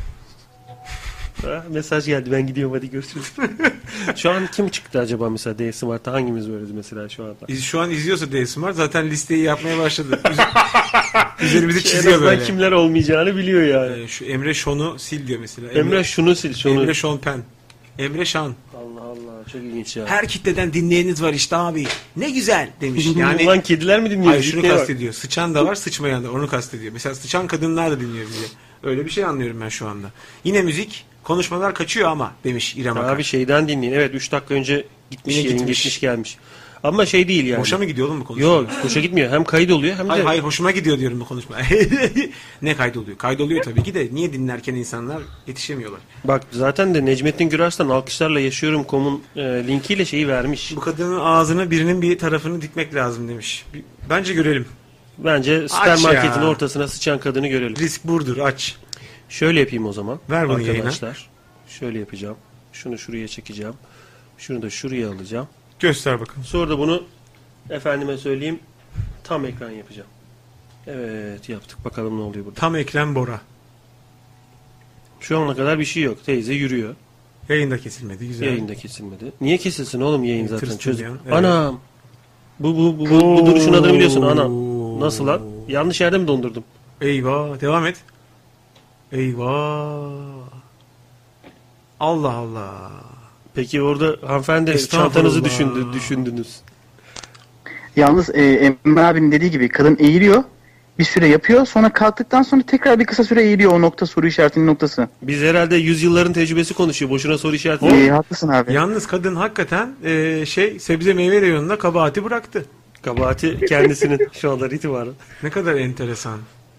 Ha, mesaj geldi ben gidiyorum hadi görüşürüz. Şu an kim çıktı acaba mesela D Smart'ta hangimiz varız mesela şu anda? İz- Şu an izliyorsa D Smart zaten listeyi yapmaya başladı. Üz- Üzerimizi En çiziyor azından böyle. kimler olmayacağını biliyor yani. Ee, şu Emre Şon'u sil diyor mesela. Emre şunu sil şunu. Emre Şon Pen. Emre Şan. Allah Allah çok ilginç ya. Her kitleden dinleyeniniz var işte abi. Ne güzel demiş. Yani Ulan kediler mi dinliyor? hayır şunu Ciddiye bak. kastediyor. Sıçan da var, sıçmayan da var. Onu kastediyor. Mesela sıçan kadınlar da dinliyor bizi. Öyle bir şey anlıyorum ben şu anda. Yine müzik, konuşmalar kaçıyor ama demiş İrem Akar. Abi şeyden dinleyin. Evet üç dakika önce gitmiş Yine yayın gitmiş. geçmiş gelmiş. Ama şey değil yani. Boşa mı gidiyor oğlum bu konuşma? Yok boşa gitmiyor. Hem kayıt oluyor hem de. Hayır hayır hoşuma gidiyor diyorum bu konuşma. Ne kaydoluyor? Kaydoluyor tabii ki de niye dinlerken insanlar yetişemiyorlar. Bak zaten de Necmettin Gürars'tan alkışlarla yaşıyorum komun e, linkiyle şeyi vermiş. Bu kadının ağzını birinin bir tarafını dikmek lazım demiş. Bir- Bence görelim. Bence Aç süpermarketin ya. ortasına sıçan kadını görelim. Risk burdur aç. Şöyle yapayım o zaman. Ver bunu arkadaşlar. Şöyle yapacağım. Şunu şuraya çekeceğim. Şunu da şuraya alacağım. Göster bakalım. Sonra da bunu efendime söyleyeyim tam ekran yapacağım. Evet yaptık. Bakalım ne oluyor burada. Tam ekran Bora. Şu ana kadar bir şey yok. Teyze yürüyor. Yayında kesilmedi güzel. Yayında kesilmedi. Niye kesilsin oğlum yayın zaten Tırstım çözüm. ya, evet. Anam. Bu bu bu, bu, bu duruşun adını biliyorsun anam. Nasıl lan? Yanlış yerde mi dondurdum? Eyvah devam et. Eyvah. Allah Allah. Peki orada hanımefendi Estağfurullah. çantanızı düşündü, düşündünüz. Yalnız e, Emre abinin dediği gibi kadın eğiliyor. Bir süre yapıyor. Sonra kalktıktan sonra tekrar bir kısa süre eğiliyor o nokta soru işaretinin noktası. Biz herhalde yüzyılların tecrübesi konuşuyor. Boşuna soru işareti. E, haklısın abi. Yalnız kadın hakikaten e, şey sebze meyve reyonunda kabahati bıraktı. Kabahati kendisinin şu andan itibaren. Ne kadar enteresan.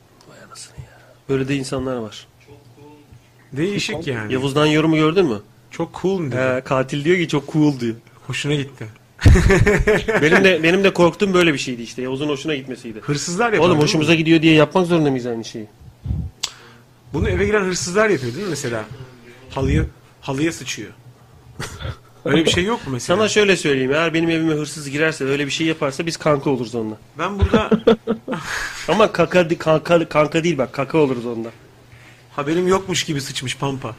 Böyle de insanlar var. Değişik yani. Yavuz'dan yorumu gördün mü? Çok cool mu dedi? He, katil diyor ki çok cool diyor. Hoşuna gitti. benim de benim de korktuğum böyle bir şeydi işte. Yavuz'un hoşuna gitmesiydi. Hırsızlar yapıyor. Oğlum değil mi? hoşumuza gidiyor diye yapmak zorunda mıyız aynı şeyi? Bunu eve giren hırsızlar yapıyor değil mi mesela? Halıya, halıya sıçıyor. Öyle bir şey yok mu mesela? Sana şöyle söyleyeyim. Eğer benim evime hırsız girerse öyle bir şey yaparsa biz kanka oluruz onunla. Ben burada Ama kaka, kanka, kanka değil bak kaka oluruz onunla. haberim yokmuş gibi sıçmış pampa.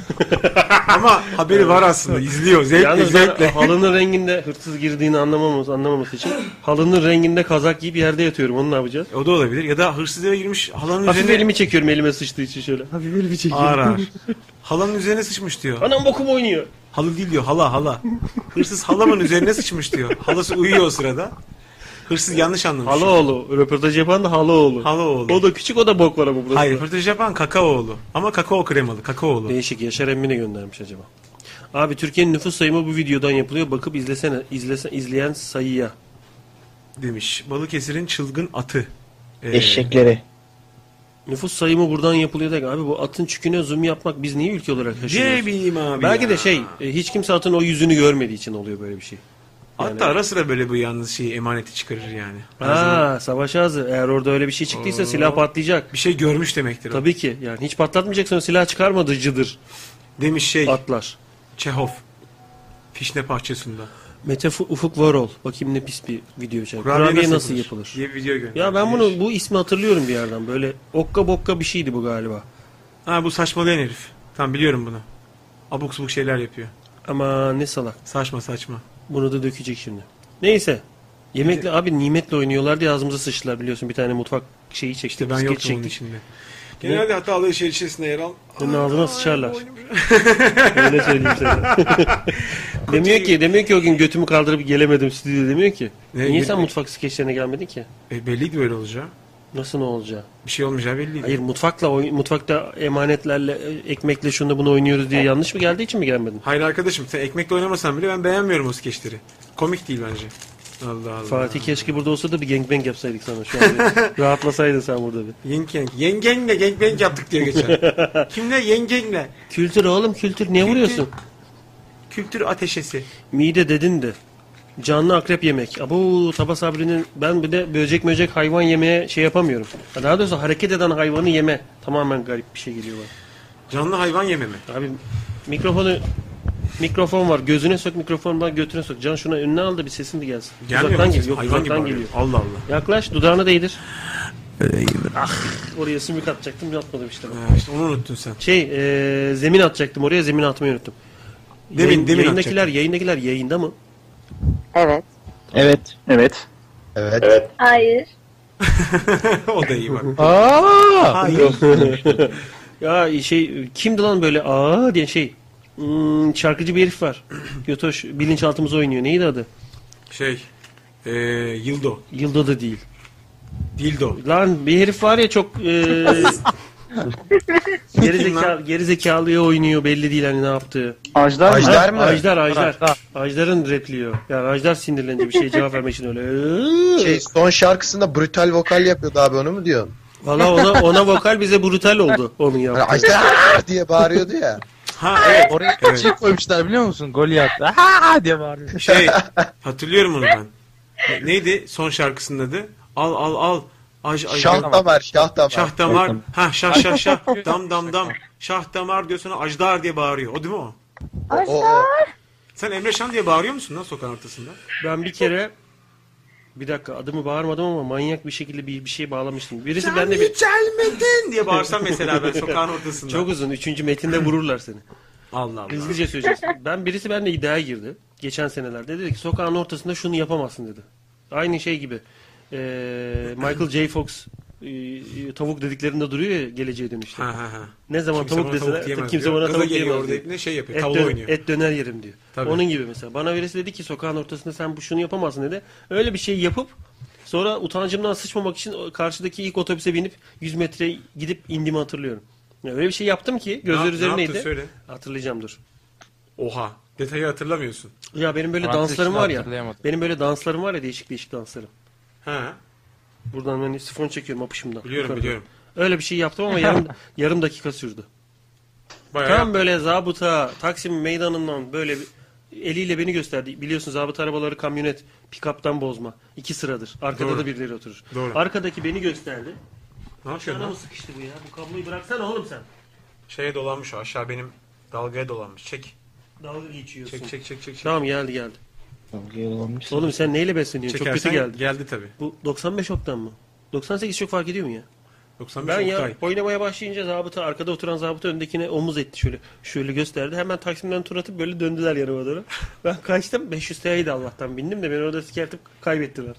Ama haberi var aslında. İzliyor. Zevkle Yalnız ben zevkle. halının renginde hırsız girdiğini anlamamız, anlamaması için halının renginde kazak giyip yerde yatıyorum. Onu ne yapacağız? O da olabilir. Ya da hırsız eve girmiş halanın Hafif üzerine elimi çekiyorum elime sıçtığı için şöyle. Hafif elimi çekiyorum. ağır ağır. Halanın üzerine sıçmış diyor. Anam bokum oynuyor. Halı değil diyor. Hala hala. Hırsız halamın üzerine sıçmış diyor. Halası uyuyor o sırada. Hırsız yanlış anlamış. Halaoğlu. Röportaj yapan da Halaoğlu. Halaoğlu. O da küçük o da bok var ama burası. Hayır, röportaj yapan Kakaoğlu. Ama kakao kremalı, kakaoğlu. Değişik. Yaşar Emmi ne göndermiş acaba? Abi Türkiye'nin nüfus sayımı bu videodan yapılıyor. Bakıp izlesene. İzlesen, izleyen sayıya. Demiş. Balıkesir'in çılgın atı. Ee, Eşekleri. Nüfus sayımı buradan yapılıyor da abi bu atın çüküne zoom yapmak biz niye ülke olarak Ne şaşırıyoruz? bileyim abi Belki ya. de şey e, hiç kimse atın o yüzünü görmediği için oluyor böyle bir şey. Hatta ara sıra böyle bu yalnız şey emaneti çıkarır yani. Her zaman Ha, savaş ağzı. Eğer orada öyle bir şey çıktıysa Oo. silah patlayacak. bir şey görmüş demektir o. Tabii ki. Yani hiç patlatmayacaksın silah çıkarmadıcıdır Demiş şey atlar. Çehov. Fişne Bahçesi'nde. Mete Fu- Ufuk Varol. Bakayım ne pis bir video çek. Kurabiye Kurabiye nasıl nasıl yapılır? yapılır? Diye bir video gönderdi. Ya ben bunu bu ismi hatırlıyorum bir yerden. Böyle okka bokka bir şeydi bu galiba. Ha bu saçmalayan herif. Tamam biliyorum bunu. Abuk subuk şeyler yapıyor. Ama ne salak. Saçma saçma. Bunu da dökecek şimdi. Neyse. Yemekle abi nimetle oynuyorlar diye ağzımıza sıçtılar biliyorsun. Bir tane mutfak şeyi çektik. İşte ben skeç yoktum onun çektik. içinde. Genelde hatalı şey içerisinde yer al. Senin ağzına sıçarlar. Öyle söyleyeyim sana. demiyor ki, demiyor ki o gün götümü kaldırıp gelemedim stüdyoya demiyor ki. Ne, Niye ne- sen mutfak skeçlerine gelmedin ki? E, belliydi böyle olacağı. Nasıl ne olacağı? Bir şey olmayacağı belliydi. Hayır mutfakla oy- mutfakta emanetlerle, e, ekmekle şunda bunu oynuyoruz diye yanlış mı geldiği için mi gelmedin? Hayır arkadaşım sen ekmekle oynamasan bile ben beğenmiyorum o skeçleri. Komik değil bence. Allah Allah. Fatih keşke burada olsa da bir gangbang yapsaydık sana şu an. bir Rahatlasaydın sen burada bir. Yengen, yengenle gangbang yaptık diye geçer. Kimle? Yengenle. Kültür oğlum kültür. Niye vuruyorsun? Kültür ateşesi. Mide dedin de. Canlı akrep yemek. Abu Taba Sabri'nin ben bir de böcek möcek hayvan yemeye şey yapamıyorum. Daha doğrusu hareket eden hayvanı yeme. Tamamen garip bir şey geliyor bana. Canlı hayvan yeme mi? Abi mikrofonu mikrofon var. Gözüne sok mikrofon var götüne sok. Can şuna önüne al da bir sesin de gelsin. Gelmiyor uzaktan mu? geliyor. Yok, Hayvan gibi uzaktan arıyor. geliyor. Allah Allah. Yaklaş dudağına değdir. Ah oraya sümük atacaktım atmadım işte. Ha, işte onu unuttun sen. Şey e, zemin atacaktım oraya zemin atmayı unuttum. Demin- Yayın- demin yayındakiler, atacaktın. yayındakiler yayında mı? Evet. Evet. Evet. Evet. Evet. Hayır. O da iyi bak. Aa! Hayır. Ya şey kimdi lan böyle aa diye şey hmm, şarkıcı bir herif var. Yotoş bilinçaltımıza oynuyor. Neydi adı? Şey. Eee Yıldo. Yılda da değil. Dildo. Lan bir herif var ya çok e, geri zeka geri zekalıya oynuyor belli değil hani ne yaptığı. Ajdar mı? Ajdar Ha, mı? Ajdar Ajdar. Ajdar. Ajdar'ın repliği o. Yani Ajdar sinirlenince bir şey cevap vermek için öyle. Şey, son şarkısında brutal vokal yapıyordu abi, onu mu diyorsun? Valla ona ona vokal bize brutal oldu onun Hani yaptığı. Ajdar diye bağırıyordu ya. Ha evet. Oraya Evet. bir şey koymuşlar biliyor musun? Goliath. Aha diye bağırıyor. Şey. Hatırlıyorum onu ben. Ne- Neydi son şarkısının adı? Al al al. Aj, aj, Şah damar, şah damar. Şah damar. Ha şah şah şah. Dam dam dam. Şah damar diyor sonra Ajdar diye bağırıyor. O değil mi o? O, o. Sen Emre Şan diye bağırıyor musun lan sokağın ortasında? Ben bir kere bir dakika adımı bağırmadım ama manyak bir şekilde bir, bir şey bağlamıştım. Birisi bende bir Gelmedin diye bağırsam mesela ben sokağın ortasında. çok uzun. Üçüncü metinde vururlar seni. Allah Allah. Hızlıca söyleyeceğiz. Ben birisi benimle iddiaya girdi. Geçen senelerde dedi ki sokağın ortasında şunu yapamazsın dedi. Aynı şey gibi. Ee, Michael J. Fox e, tavuk dediklerinde duruyor ya geleceğe dönüşte. Ha ha ha. Ne zaman Kimse tavuk bana deseler tavuk yiyemez kimse diyor. bana Gaza tavuk geliyor yiyemez orada diyor. ne şey yapıyor. Et, Tavla dön- oynuyor. et döner yerim diyor. Tabii. Onun gibi mesela. Bana birisi dedi ki sokağın ortasında sen bu şunu yapamazsın dedi. Öyle bir şey yapıp sonra utancımdan sıçmamak için o karşıdaki ilk otobüse binip yüz metre gidip indiğimi hatırlıyorum. Ya öyle bir şey yaptım ki Ne gözler yap- ne üzerineydi. yaptın söyle. Hatırlayacağım dur. Oha. Detayı hatırlamıyorsun. Ya benim böyle Parantez danslarım içinde var ya. hatırlayamadım. Benim böyle danslarım var ya değişik değişik danslarım. Ha. Buradan hani sifon çekiyorum apışımdan. Biliyorum Yukarıda. biliyorum. Öyle bir şey yaptım ama yarım, yarım dakika sürdü. Bayağı Tam böyle zabıta Taksim meydanından böyle bir- eliyle beni gösterdi. Biliyorsun zabıta arabaları kamyonet pick-up'tan bozma. İki sıradır. Arkada Doğru. da birileri oturur. Doğru. Arkadaki beni gösterdi. Ne yapıyorsun Sana lan? mı sıkıştı bu ya? Bu kabloyu bıraksana oğlum sen. Şeye dolanmış o aşağı benim dalgaya dolanmış. Çek. Dalga geçiyorsun. Çek çek çek çek. çek. Tamam geldi geldi. Oğlum sen neyle besleniyorsun? Çok Çekersen kötü geldi. Geldi tabii. Bu doksan beş oktan mı? doksan sekiz çok fark ediyor mu ya? doksan beş Ben ya Oktay. oynamaya başlayınca zabıta arkada oturan zabıta öndekine omuz etti şöyle. Şöyle gösterdi. Hemen Taksim'den tur atıp böyle döndüler yanıma doğru. Ben kaçtım. beş yüz T L'ydi Allah'tan bindim de beni orada sikertip kaybettiler.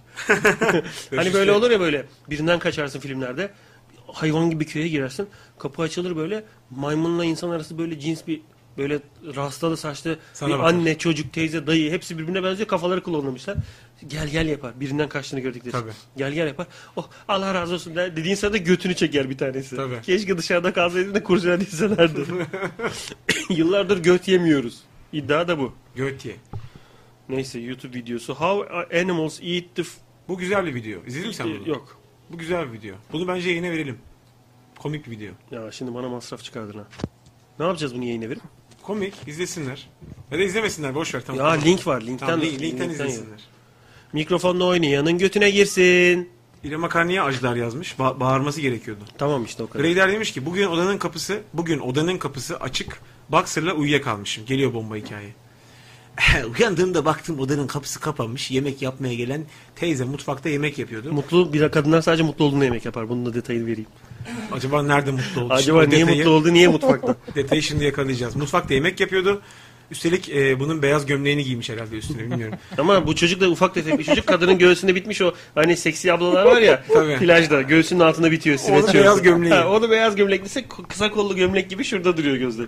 Hani böyle olur ya böyle birinden kaçarsın filmlerde. Hayvan gibi köye girersin. Kapı açılır böyle maymunla insan arası böyle cins bir böyle rastalı saçlı Sana bir bakar. anne, çocuk, teyze, dayı hepsi birbirine benziyor. Kafaları klonlamışlar. Gel gel yapar. Birinden kaçtığını gördükleri. Tabii. Gel gel yapar. Oh Allah razı olsun der. Dediğin sırada götünü çeker bir tanesi. Tabii. Keşke dışarıda kalsaydın da kurşuna değilselerdi. Yıllardır göt yemiyoruz. İddia da bu. Göt ye. Neyse YouTube videosu. How animals eat the... f- Bu güzel bir video. İzledin mi sen bunu? Yok. Bu güzel bir video. Bunu bence yayına verelim. Komik bir video. Ya şimdi bana masraf çıkardın ha. Ne yapacağız bunu yayına verip? Komik. izlesinler. Ya da izlemesinler. Boş ver. Tamam. Ya link var. Linkten, Tamam, link- linkten linkten izlesinler. yap. Mikrofonla oynayanın götüne girsin. İrem Akar niye Ajdar yazmış? Ba- bağırması gerekiyordu. Tamam işte o kadar. Greyder demiş ki bugün odanın kapısı bugün odanın kapısı açık. Boxer'la uyuyakalmışım. Geliyor bomba hikaye. Uyandığımda baktım odanın kapısı kapanmış. Yemek yapmaya gelen teyze mutfakta yemek yapıyordu. Mutlu bir kadınlar sadece mutlu olduğunda yemek yapar. Bunun da detayını vereyim. Acaba nerede mutlu oldu? Acaba Şimdi niye detayı, mutlu oldu? Niye mutfakta? Detayı şimdi yakalayacağız. Mutfakta yemek yapıyordu. Üstelik e, bunun beyaz gömleğini giymiş herhalde üstüne, bilmiyorum. Ama bu çocuk da ufak tefek bir çocuk. Kadının göğsünde bitmiş o hani seksi ablalar var ya plajda göğsünün altında bitiyor. Onu beyaz gömleği. Ha, onu beyaz gömlekliyse kısa kollu gömlek gibi şurada duruyor gözleri.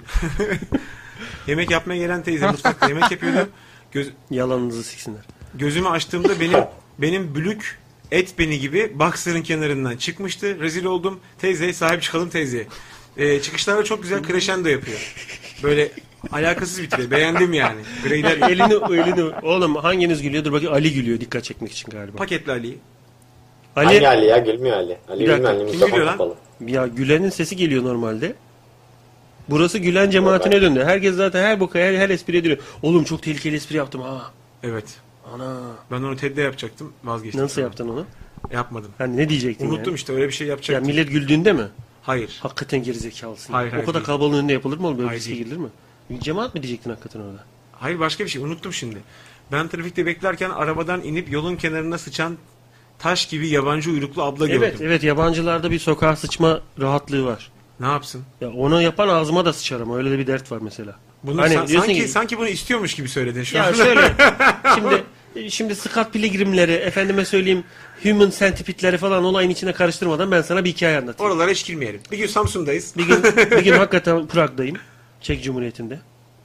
Yemek yapmaya gelen teyze mutfakta yemek yapıyordu. Göz... Yalanınızı siksinler. Gözümü açtığımda benim benim bülük et beni gibi boxer'ın kenarından çıkmıştı. Rezil oldum. Teyzeye sahip çıkalım teyzeye. Ee, çıkışlarda çok güzel crescendo yapıyor. Böyle alakasız bitiriyor. Beğendim yani. Greyler... elini, elini. Oğlum hanginiz gülüyor? Dur bakayım. Ali gülüyor dikkat çekmek için galiba. Paketli Ali. Ali. Hangi Ali ya? Gülmüyor Ali. Ali Bir dakika, gülmüyor. Ali kim mikrofon gülüyor lan? kapalı. Ya Gülen'in sesi geliyor normalde. Burası Gülen cemaatine döndü. Herkes zaten her boka her, her espriye diyor. Oğlum çok tehlikeli espri yaptım ha. Evet. Ana. Ben onu TED'de yapacaktım. Vazgeçtim. Nasıl yaptın onu? Yapmadım. Hani ne diyecektin Unuttum yani? işte öyle bir şey Ya yapacaktım. millet güldüğünde mi? Hayır. Hakikaten gerizekalısın. Hayır, O hayır, kadar değil. kalabalığın önünde yapılır mı oğlum? Böyle Hayır, riske değil. girilir mi? Cemaat mi diyecektin hakikaten orada? Hayır, başka bir şey. Unuttum şimdi. Ben trafikte beklerken arabadan inip yolun kenarına sıçan taş gibi yabancı uyruklu abla gördüm. Evet evet yabancılarda bir sokağa sıçma rahatlığı var. Ne yapsın? Ya onu yapan ağzıma da sıçar ama öyle de bir dert var mesela. Bunu Hani san- diyorsun sanki ki- sanki bunu istiyormuş gibi söyledin şu Ya an. şöyle şimdi şimdi Scott Pilgrim'leri efendime söyleyeyim Human Centipede'leri falan olayın içine karıştırmadan ben sana bir hikaye anlatayım. Oralara hiç girmeyelim. Bir gün Samsun'dayız. Bir gün bir gün hakikaten Prag'dayım. Çek Cumhuriyeti'nde.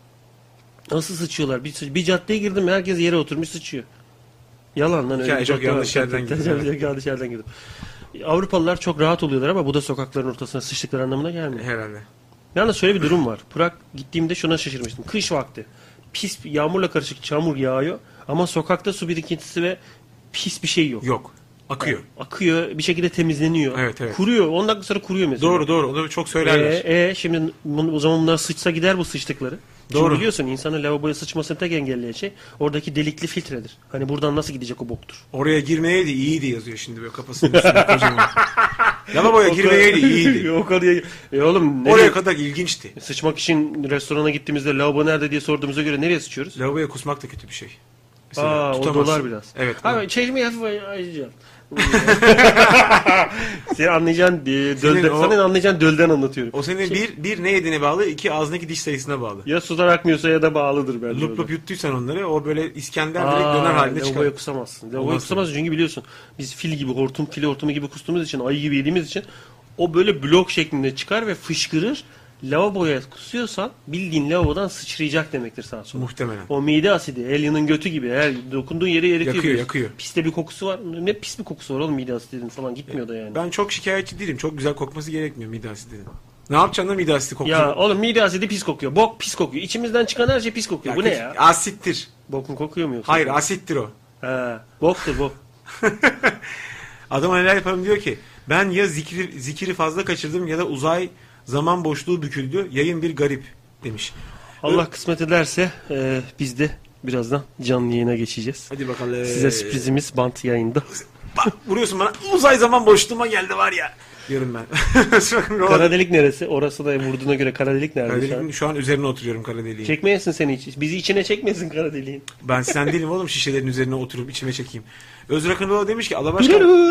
Nasıl sıçıyorlar? Bir, bir caddeye girdim herkes yere oturmuş sıçıyor. Yalan lan öyle Hikaye bir çok cadde yanlış var. yerden girdin, Tabii, evet. yanlış yerden girdim. Avrupalılar çok rahat oluyorlar ama bu da sokakların ortasına sıçtıkları anlamına gelmiyor. Herhalde. Yalnız şöyle bir durum var. Prag gittiğimde şuna şaşırmıştım. Kış vakti. Pis yağmurla karışık çamur yağıyor ama sokakta su birikintisi ve pis bir şey yok. Yok. Akıyor. Akıyor bir şekilde temizleniyor. Evet, evet. Kuruyor. on dakika sonra kuruyor mesela. Doğru doğru. Onu çok söylerler. Ee, e, şimdi bunu, o zaman bunlar sıçsa gider bu sıçtıkları. Doğru. Çünkü biliyorsun insanın lavaboya sıçmasını tek engelleyen şey oradaki delikli filtredir. Hani buradan nasıl gidecek o boktur. Oraya girmeyeydi iyiydi yazıyor şimdi böyle kafasının üstünde kocaman. Lavaboya girmeyeydi iyiydi. o kadar. E oğlum nereye? Oraya kadar ilginçti. Sıçmak için restorana gittiğimizde lavabo nerede diye sorduğumuza göre nereye sıçıyoruz? Lavaboya kusmak da kötü bir şey. Mesela Aa, o tutamazsın. dolar biraz. Evet. Abi çeşmeyi hafif ayıracağım. Senin anlayacağın e, dölden, o- senin anlayacağın dölden anlatıyorum. O senin bir, bir ne yediğine bağlı, iki ağzındaki diş sayısına bağlı. Ya sudan akmıyorsa ya da bağlıdır bence. Lup lup yuttuysan onları o böyle İskender Aa, direkt döner haline çıkar. lavaboya kusamazsın. Lavaboya Olmaz kusamazsın çünkü biliyorsun biz fil gibi hortum fil hortumu gibi kustuğumuz için ayı gibi yediğimiz için o böyle blok şeklinde çıkar ve fışkırır. Lavaboya kusuyorsan bildiğin lavabodan sıçrayacak demektir sağa sola. Muhtemelen. O mide asidi, alien'ın götü gibi her dokunduğun yeri eritiyor. Yakıyor, biliyorsun. yakıyor. Pis de bir kokusu var. Ne pis bir kokusu var oğlum mide asidinin falan gitmiyor da yani. Ben çok şikayetçi değilim. Çok güzel kokması gerekmiyor mide asidinin. Ne yapacaksın da mide asidi kokuyor? Ya oğlum mide asidi pis kokuyor. Bok pis kokuyor. İçimizden çıkan her şey pis kokuyor. Bu ne kötü- ya? Asittir. Bokun kokuyor mu yoksa? Hayır, asittir o. He, boktur bok. Adama neler yapalım diyor ki ben ya zikri, zikiri fazla kaçırdım ya da uzay zaman boşluğu büküldü. Yayın bir garip demiş. Allah kısmet ederse e, biz de birazdan canlı yayına geçeceğiz. Hadi bakalım. Size sürprizimiz bant yayında. Bak vuruyorsun bana uzay zaman boşluğuma geldi var ya. Diyorum ben. Kara delik neresi? Orası da vurduğuna göre kara delik nerede Kara şu an? deliğin şu an üzerine oturuyorum kara deliğin. Çekmeyesin seni hiç. Bizi içine çekmesin kara deliğin. Ben sen değilim oğlum şişelerin üzerine oturup içime çekeyim. Özür Akınlıoğlu demiş ki Alabaşka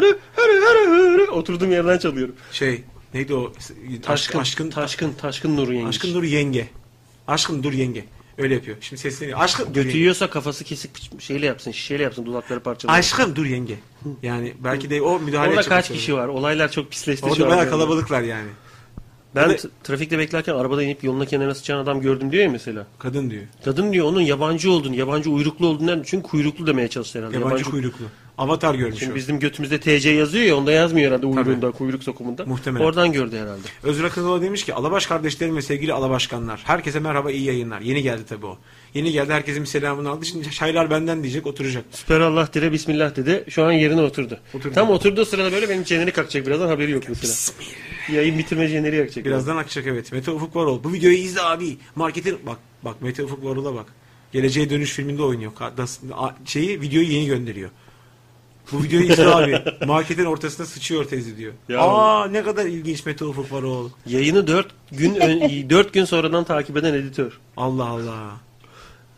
Oturduğum yerden çalıyorum. şey neydi o? Taşkın, aşkın, taşkın, taşkın Nuru yenge. aşkın dur yenge. Aşkın dur yenge. Öyle yapıyor. Şimdi sesleniyor. Aşkın dur Götü yenge. yiyorsa kafası kesik şeyle yapsın, şişeyle yapsın, dudakları parçalasın. Aşkım dur yenge. Yani belki de o müdahale Orada edecek kaç o kişi sırada. var? Olaylar çok pisleşti şu Orada an. bayağı kalabalıklar yani. Ben Orada- t- trafikte beklerken arabada inip yoluna kenarına sıçan adam gördüm diyor ya mesela. Kadın diyor. Kadın diyor onun yabancı olduğunu, yabancı uyruklu olduğunu çünkü kuyruklu demeye çalıştı herhalde. Yabancı, kuyruklu. Avatar görmüş Şimdi o. bizim götümüzde T C yazıyor ya onda yazmıyor herhalde uyruğunda, kuyruk sokumunda. Muhtemelen. Oradan gördü herhalde. Özür Akınlıoğlu demiş ki Alabaş kardeşlerim ve sevgili Alabaşkanlar. Herkese merhaba iyi yayınlar. Yeni geldi tabii o. Yeni geldi herkesin bir selamını aldı. Şimdi çaylar benden diyecek oturacak. Süper Allah dire Bismillah dedi. Şu an yerine oturdu. Oturdu. Tam oturduğu sırada böyle benim çeneni kalkacak birazdan haberi yok mesela. Bismillah. Yayın bitirme jeneri yakacak. Birazdan akacak evet. Mete Ufuk Varol. Bu videoyu izle abi. Marketin bak bak Mete Ufuk Varol'a bak. Geleceğe Dönüş filminde oynuyor. Das- a- Şeyi videoyu yeni gönderiyor. Bu videoyu izle abi. Marketin ortasına sıçıyor teyze diyor. Ya. Aa ne kadar ilginç Mete Ufuk Varol. Yayını dört gün ön- dört gün sonradan takip eden editör. Allah Allah.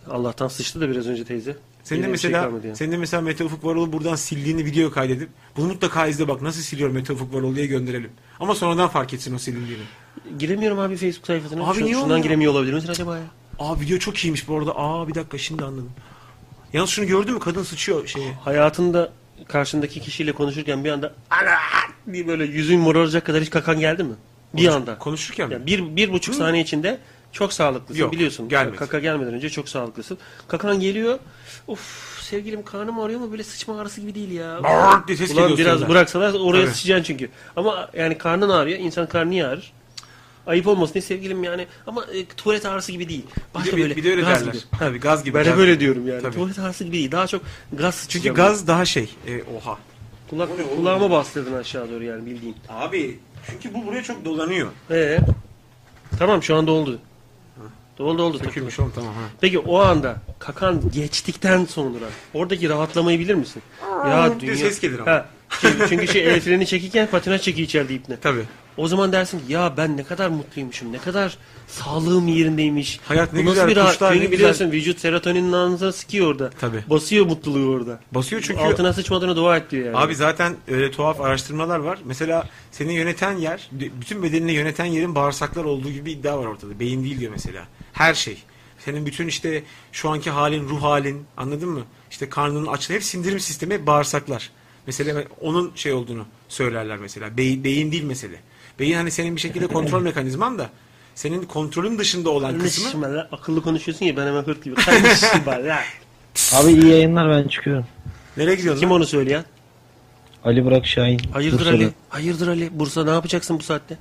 Allah'tan sıçtı da biraz önce teyze. Senin de Yine bir şey mesela kalmadı yani. senin de mesela Mete Ufuk Varol'u buradan sildiğini video kaydedip bunu mutlaka izle bak nasıl siliyor Mete Ufuk Varol diye gönderelim. Ama sonradan fark etsin o silindiğini. Giremiyorum abi Facebook sayfasına. Abi Şu- niye şundan olmuyor? giremiyor olabilir misin acaba ya? Aa video çok iyiymiş bu arada. Aa bir dakika şimdi anladım. Yalnız şunu gördün mü? Kadın sıçıyor şeye. Hayatında karşındaki kişiyle konuşurken bir anda ana diye böyle yüzün moraracak kadar hiç kakan geldi mi? Bir Konuş- anda. Konuşurken mi? Yani bir, bir buçuk saniye içinde çok sağlıklısın Yok, biliyorsun. gelmedi. Kaka gelmeden önce çok sağlıklısın. Kakan geliyor. Of sevgilim karnım ağrıyor ama böyle sıçma ağrısı gibi değil ya. Brrr diye ses Ulan geliyor biraz sonra. bıraksalar oraya Tabii. sıçacaksın çünkü. Ama yani karnın ağrıyor. İnsan karnı niye ağrır? Ayıp olmasın diye sevgilim yani. Ama e, tuvalet ağrısı gibi değil. Bir Başka de, böyle bir de öyle gaz derler. gibi. Tabii gaz gibi. Ben de gaz böyle gibi. diyorum yani. Tabii. Tuvalet ağrısı gibi değil. Daha çok gaz Çünkü sıçacağım. gaz daha şey. E, oha. Kulak, kulağıma bastırdın aşağı doğru yani bildiğin. Abi çünkü bu buraya çok dolanıyor. Ee, tamam şu anda oldu. Oldu oldu. Sökülmüş oğlum tamam ha. Peki o anda kakan geçtikten sonra oradaki rahatlamayı bilir misin? Ya diye ses gelir ama. Ha, çünkü, çünkü şey el freni çekirken patinaj çekiyor içeride ipne. Tabii. O zaman dersin ki ya ben ne kadar mutluymuşum, ne kadar sağlığım yerindeymiş. Hayat ne Bu nasıl güzel, bir rahat- kuşlar ne Çünkü güzel. biliyorsun vücut serotoninin ağzına sıkıyor orada. Tabii. Basıyor mutluluğu orada. Basıyor çünkü Altına sıçmadığını dua et diyor yani. abi zaten öyle tuhaf araştırmalar var. Mesela seni yöneten yer, bütün bedenini yöneten yerin bağırsaklar olduğu gibi bir iddia var ortada. Beyin değil diyor mesela. Her şey. Senin bütün işte şu anki halin, ruh halin, anladın mı? İşte karnının açlığı hep sindirim sistemi, hep bağırsaklar. Mesela onun şey olduğunu söylerler mesela. Beyin, beyin değil mesele. Beyin hani senin bir şekilde kontrol mekanizman da senin kontrolün dışında olan kısmı. Kardeşim lan, akıllı konuşuyorsun ya ben hemen hırt gibi. Kardeşim lan. Abi iyi yayınlar, ben çıkıyorum. Nereye gidiyorsun? Kim lan? onu söyleyen? Ali Burak Şahin. Hayırdır Bursalı. Ali? Hayırdır Ali? Bursa ne yapacaksın bu saatte?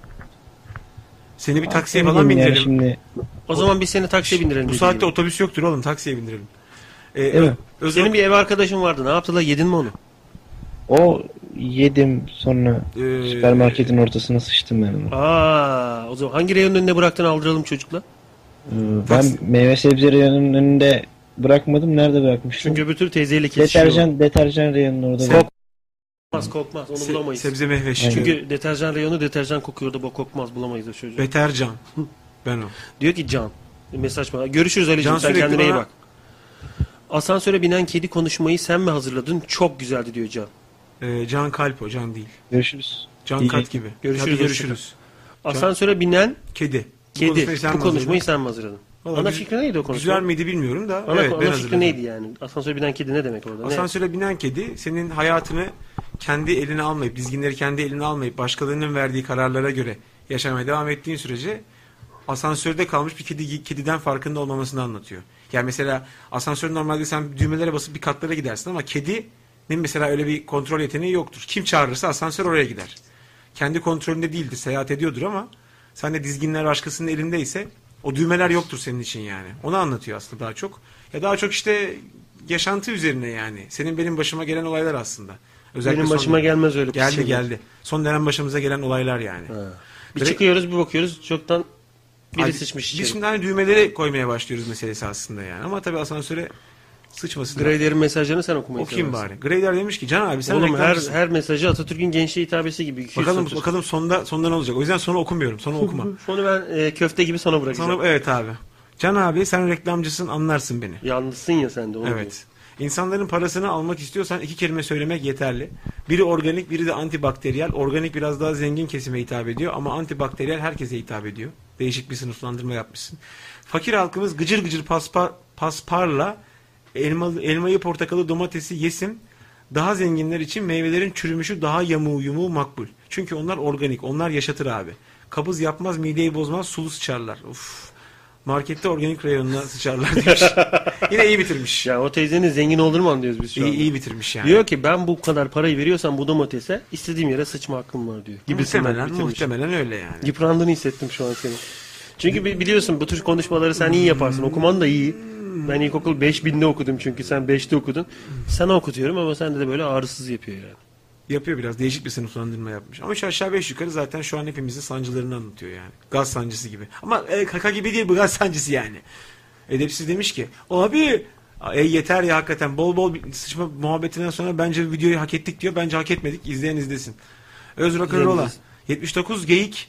Seni bir taksiye Ne falan bileyim ya, bindirelim. Şimdi O zaman biz seni taksiye bindirelim. Bu dediğin saatte gibi. otobüs yoktur oğlum, taksiye bindirelim. Ee, Değil mi? Öz- Senin bir ev arkadaşın vardı. Ne yaptılar? Yedin mi onu? o yedim, sonra Ee, süpermarketin ortasına sıçtım ben onu. Aa, o zaman hangi reyonun önüne bıraktın aldıralım çocukla? Ee, ben meyve sebze reyonunun önünde bırakmadım. Nerede bırakmıştım? Çünkü öbür türlü teyzeyle kesişiyor. Deterjan, deterjan reyonunun orada. Sen- bırak- Kokmaz kokmaz onu Se- bulamayız. sebze mehveş. Aynen. Çünkü deterjan reyonu deterjan kokuyordu, bu kokmaz, bulamayız o çocuğu. Betercan. Ben o. Diyor ki Can. Mesaj bana. Görüşürüz Ali'cim, Can sen sürekli kendine iyi bana- bak. Asansöre binen kedi konuşmayı sen mi hazırladın? Çok güzeldi diyor Can. Ee, Can Kalp o, Can değil. Görüşürüz. Can İyi Kat gibi. Görüşürüz, Hadi görüşürüz. Asansöre binen Kedi. Bu kedi. konuşmayı sen Bu mi konuşmayı hazırladın? sen mi hazırladın? Vallahi Ana güz- fikri neydi o konuşma? Güzel miydi bilmiyorum da. Ana, evet, ana ben fikri hazırladım. neydi yani? Asansöre binen kedi ne demek orada? Ne? Asansöre binen kedi senin hayatını kendi eline almayıp, dizginleri kendi eline almayıp başkalarının verdiği kararlara göre yaşamaya devam ettiğin sürece asansörde kalmış bir kedi kediden farkında olmamasını anlatıyor. Yani mesela asansör normalde sen düğmelere basıp bir katlara gidersin ama kedinin mesela öyle bir kontrol yeteneği yoktur. Kim çağırırsa asansör oraya gider. Kendi kontrolünde değildir, seyahat ediyordur ama sen de dizginler başkasının elindeyse o düğmeler yoktur senin için yani. Onu anlatıyor aslında daha çok. Ya daha çok işte yaşantı üzerine yani. Senin benim başıma gelen olaylar aslında. Özellikle Benim son- başıma gelmez öyle. Geldi şeyler. geldi. Son dönem başımıza gelen olaylar yani. Ha. Bir Direkt- çıkıyoruz bir bakıyoruz çoktan biri Hadi, sıçmış Biz içeri. şimdi hani düğmeleri koymaya başlıyoruz meselesi aslında yani. Ama tabii asansöre sıçmasın. Grader'in mesajlarını sen okumayı Okuyayım seversin. bari. Grader demiş ki Can abi sen Oğlum her reklamcısın. her mesajı Atatürk'ün gençliğe hitabesi gibi. iki yüz Bakalım satır. bakalım sonda sonda ne olacak. O yüzden sonu okumuyorum. Sonu okuma. Sonu ben e, köfte gibi sona bırakacağım. Sonra evet abi. Can abi sen reklamcısın, anlarsın beni. Yalnızsın ya sen de. Onu Evet. İnsanların parasını almak istiyorsan iki kelime söylemek yeterli. Biri organik, biri de antibakteriyel. Organik biraz daha zengin kesime hitap ediyor ama antibakteriyel herkese hitap ediyor. Değişik bir sınıflandırma yapmışsın. Fakir halkımız gıcır gıcır paspar, pasparla elmalı, elmayı, portakalı, domatesi yesin. Daha zenginler için meyvelerin çürümüşü daha yamuğu yumuğu makbul. Çünkü onlar organik. Onlar yaşatır abi. Kabız yapmaz, mideyi bozmaz, sulu sıçarlar. Uf. Markette organik reyonuna sıçarlar demiş. Yine iyi bitirmiş. Ya o teyzenin zengin olduğunu mu anlıyoruz biz şu İyi, an? iyi bitirmiş yani. Diyor ki ben bu kadar parayı veriyorsam bu domatese istediğim yere sıçma hakkım var diyor. Gibisinden Muhtemelen, bitirmiş. muhtemelen öyle yani. Yıprandığını hissettim şu an senin. Çünkü bi- biliyorsun bu tür konuşmaları sen iyi yaparsın. Okuman da iyi. Ben ilkokul beş binde okudum çünkü sen beşte okudun. Sana okutuyorum ama sende de böyle ağrısız yapıyor yani. Yapıyor biraz. Değişik bir sınıflandırma yapmış. Ama üç aşağı beş yukarı zaten şu an hepimizin sancılarını anlatıyor yani. Gaz sancısı gibi. Ama e, kaka gibi değil bu, gaz sancısı yani. Edepsiz demiş ki abi e, yeter ya hakikaten bol bol bir sıçma muhabbetinden sonra bence videoyu hak ettik diyor. Bence hak etmedik. İzleyen izlesin. Öz Rock'n'Roll'a İzleyen yetmiş dokuz geyik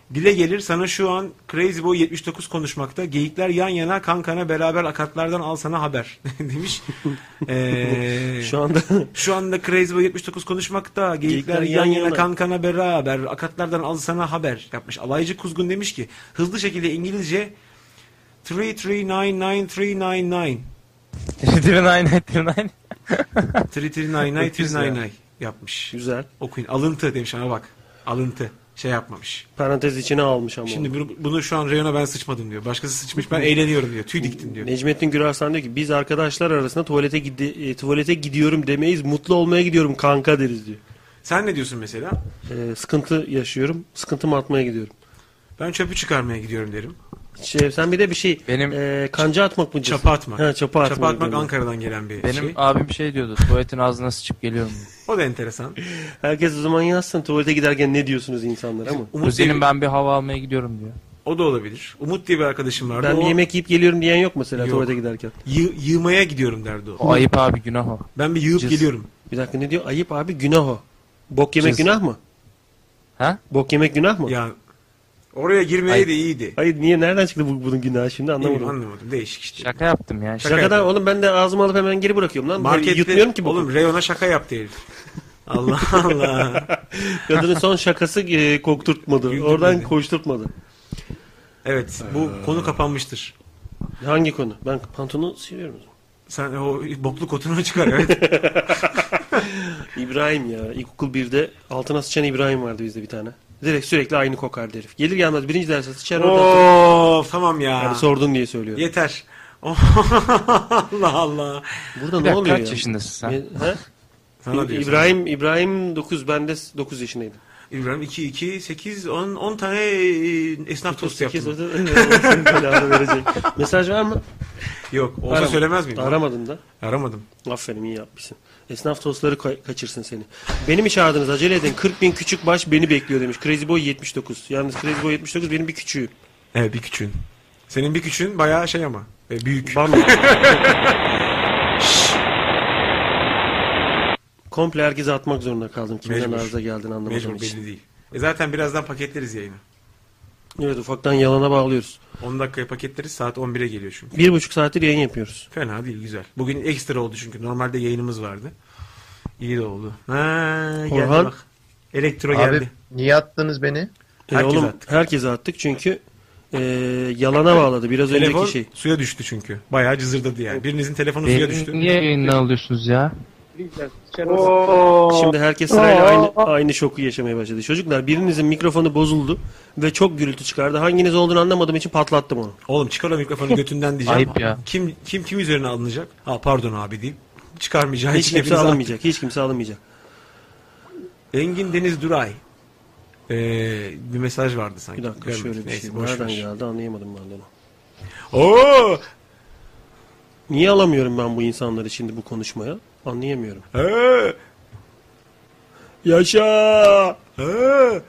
Dile gelir sana şu an Crazy Boy yetmiş dokuz konuşmakta. Geyikler yan yana kankana beraber akatlardan al sana haber demiş. Ee, Şu anda şu anda Crazy Boy yetmiş dokuz konuşmakta. Geyikler, Geyikler yan yan yana yana. kankana beraber akatlardan al sana haber yapmış. Alaycı Kuzgun demiş ki hızlı şekilde İngilizce üç üç dokuz dokuz üç dokuz dokuz. Tırnayın, tırnayın. üç üç dokuz dokuz üç dokuz dokuz yapmış. güzel. Okuyun. Alıntı demiş ama bak. Alıntı. Şey yapmamış. Parantez içine almış ama. Şimdi bunu, bunu şu an reyona ben sıçmadım diyor. Başkası sıçmış ben eğleniyorum diyor. Tüy diktim diyor. Necmettin Gürarsan diyor ki biz arkadaşlar arasında tuvalete gidi e, tuvalete gidiyorum demeyiz. Mutlu olmaya gidiyorum kanka deriz diyor. Sen ne diyorsun mesela? Ee, sıkıntı yaşıyorum. Sıkıntımı atmaya gidiyorum. Ben çöpü çıkarmaya gidiyorum derim. Şey, sen bir de bir şey Benim- e, kanca atmak mı? Çapa atmak. Ha, çapa atmak. Çapa atmak diyorum. Ankara'dan gelen bir Benim şey. abim şey diyordu. Tuvaletin ağzına sıçıp geliyorum diyor. O da enteresan. Herkes o zaman yazsın tuvalete giderken ne diyorsunuz insanlar ama. Umut diye Kuzenim bir- ben bir hava almaya gidiyorum diyor. O da olabilir. Umut diye bir arkadaşım vardı. Ben bir o yemek yiyip geliyorum diyen yok mesela Yok. tuvalete giderken. yı- yığmaya gidiyorum derdi o. O ayıp abi, günah o. Ben bir yığıp Cız. geliyorum. Bir dakika ne diyor? Ayıp abi günah o. Bok yemek Cız. günah mı? Ha? Bok yemek günah mı? Ya oraya girmeye Ayıp. de iyiydi. Hayır niye nereden çıktı bu, bunun günahı şimdi anlamadım. Anlamadım. anlamadım. Değişik işte. Şaka yaptım ya. Şaka Şakadan yapıyorum. oğlum ben de ağzıma alıp hemen geri bırakıyorum lan. Markette, Yutmuyorum ki bu. oğlum reyona şaka yaptı herif. Allah Allah. Kadının son şakası e, kokturtmadı. Güldürmedi. Oradan koşturtmadı. Evet bu konu kapanmıştır. Hangi konu? Ben pantolonu siliyorum. Sen o boklu kotunu çıkar evet. İbrahim ya. İlkokul birde altına sıçan İbrahim vardı bizde bir tane. Direkt sürekli aynı kokardı herif. Gelir gelmez birinci derse sıçar orada. Of tamam ya. Yani sordun diye söylüyorum. Yeter. Allah Allah. Burada Bir ne dakika, oluyor kaç ya? yaşındasın sen? Ne- He? Sana diyor, İbrahim İbrahim dokuz ben de dokuz yaşındaydım. sana. İbrahim iki iki sekiz on on tane e, esnaf tostu sekiz yaptım. senin belanı verecek. Mesaj var mı? Yok. Olsa Arama. söylemez miyim? Aramadın da. Aramadım. Aferin iyi yapmışsın. Esnaf tostları ka- kaçırsın seni. Beni mi çağırdınız? Acele edin. kırk bin küçük baş beni bekliyor demiş. Crazy Boy yetmiş dokuz. Yalnız Crazy Boy yetmiş dokuz benim bir küçüğüm. Evet bir küçüğün. Senin bir küçüğün bayağı şey ama. E, büyük. Bam. Komple herkese atmak zorunda kaldım. Kimden Mecbur. arıza geldiğini anlamadığım Mecbur için. belli değil. E zaten birazdan paketleriz yayını. Evet ufaktan yalana bağlıyoruz. on dakikaya paketleriz saat on bire geliyor çünkü. Bir buçuk saattir yayın yapıyoruz. Fena değil güzel. Bugün ekstra oldu çünkü normalde yayınımız vardı. İyi de oldu. Ha, geldi Orhan. bak. Elektro Abi geldi. niye attınız beni? E Herkese oğlum attık. herkese attık çünkü e, yalana bağladı. Biraz Telefon önceki şey. suya düştü çünkü. Bayağı cızırdadı yani. Birinizin telefonu suya Beni düştü. niye yayından alıyorsunuz ya? Şimdi herkes sırayla aynı, aynı şoku yaşamaya başladı. Çocuklar birinizin mikrofonu bozuldu ve çok gürültü çıkardı. Hanginiz olduğunu anlamadığım için patlattım onu. Oğlum çıkar o mikrofonu götünden diyeceğim. Ayıp ya. Kim kim kim üzerine alınacak? Ha pardon abi deyip çıkarmayacağı Hiç için kimse hepiniz alınmayacak. Hiç kimse alınmayacak. Engin Deniz Duray. Ee, bir mesaj vardı sanki. Bir dakika Görmedim. şöyle bir Neyse, şey. boş Nereden ver. geldi anlayamadım ben de onu. Oo! Niye alamıyorum ben bu insanları şimdi bu konuşmaya? Anlayamıyorum. He! Yaşa! He!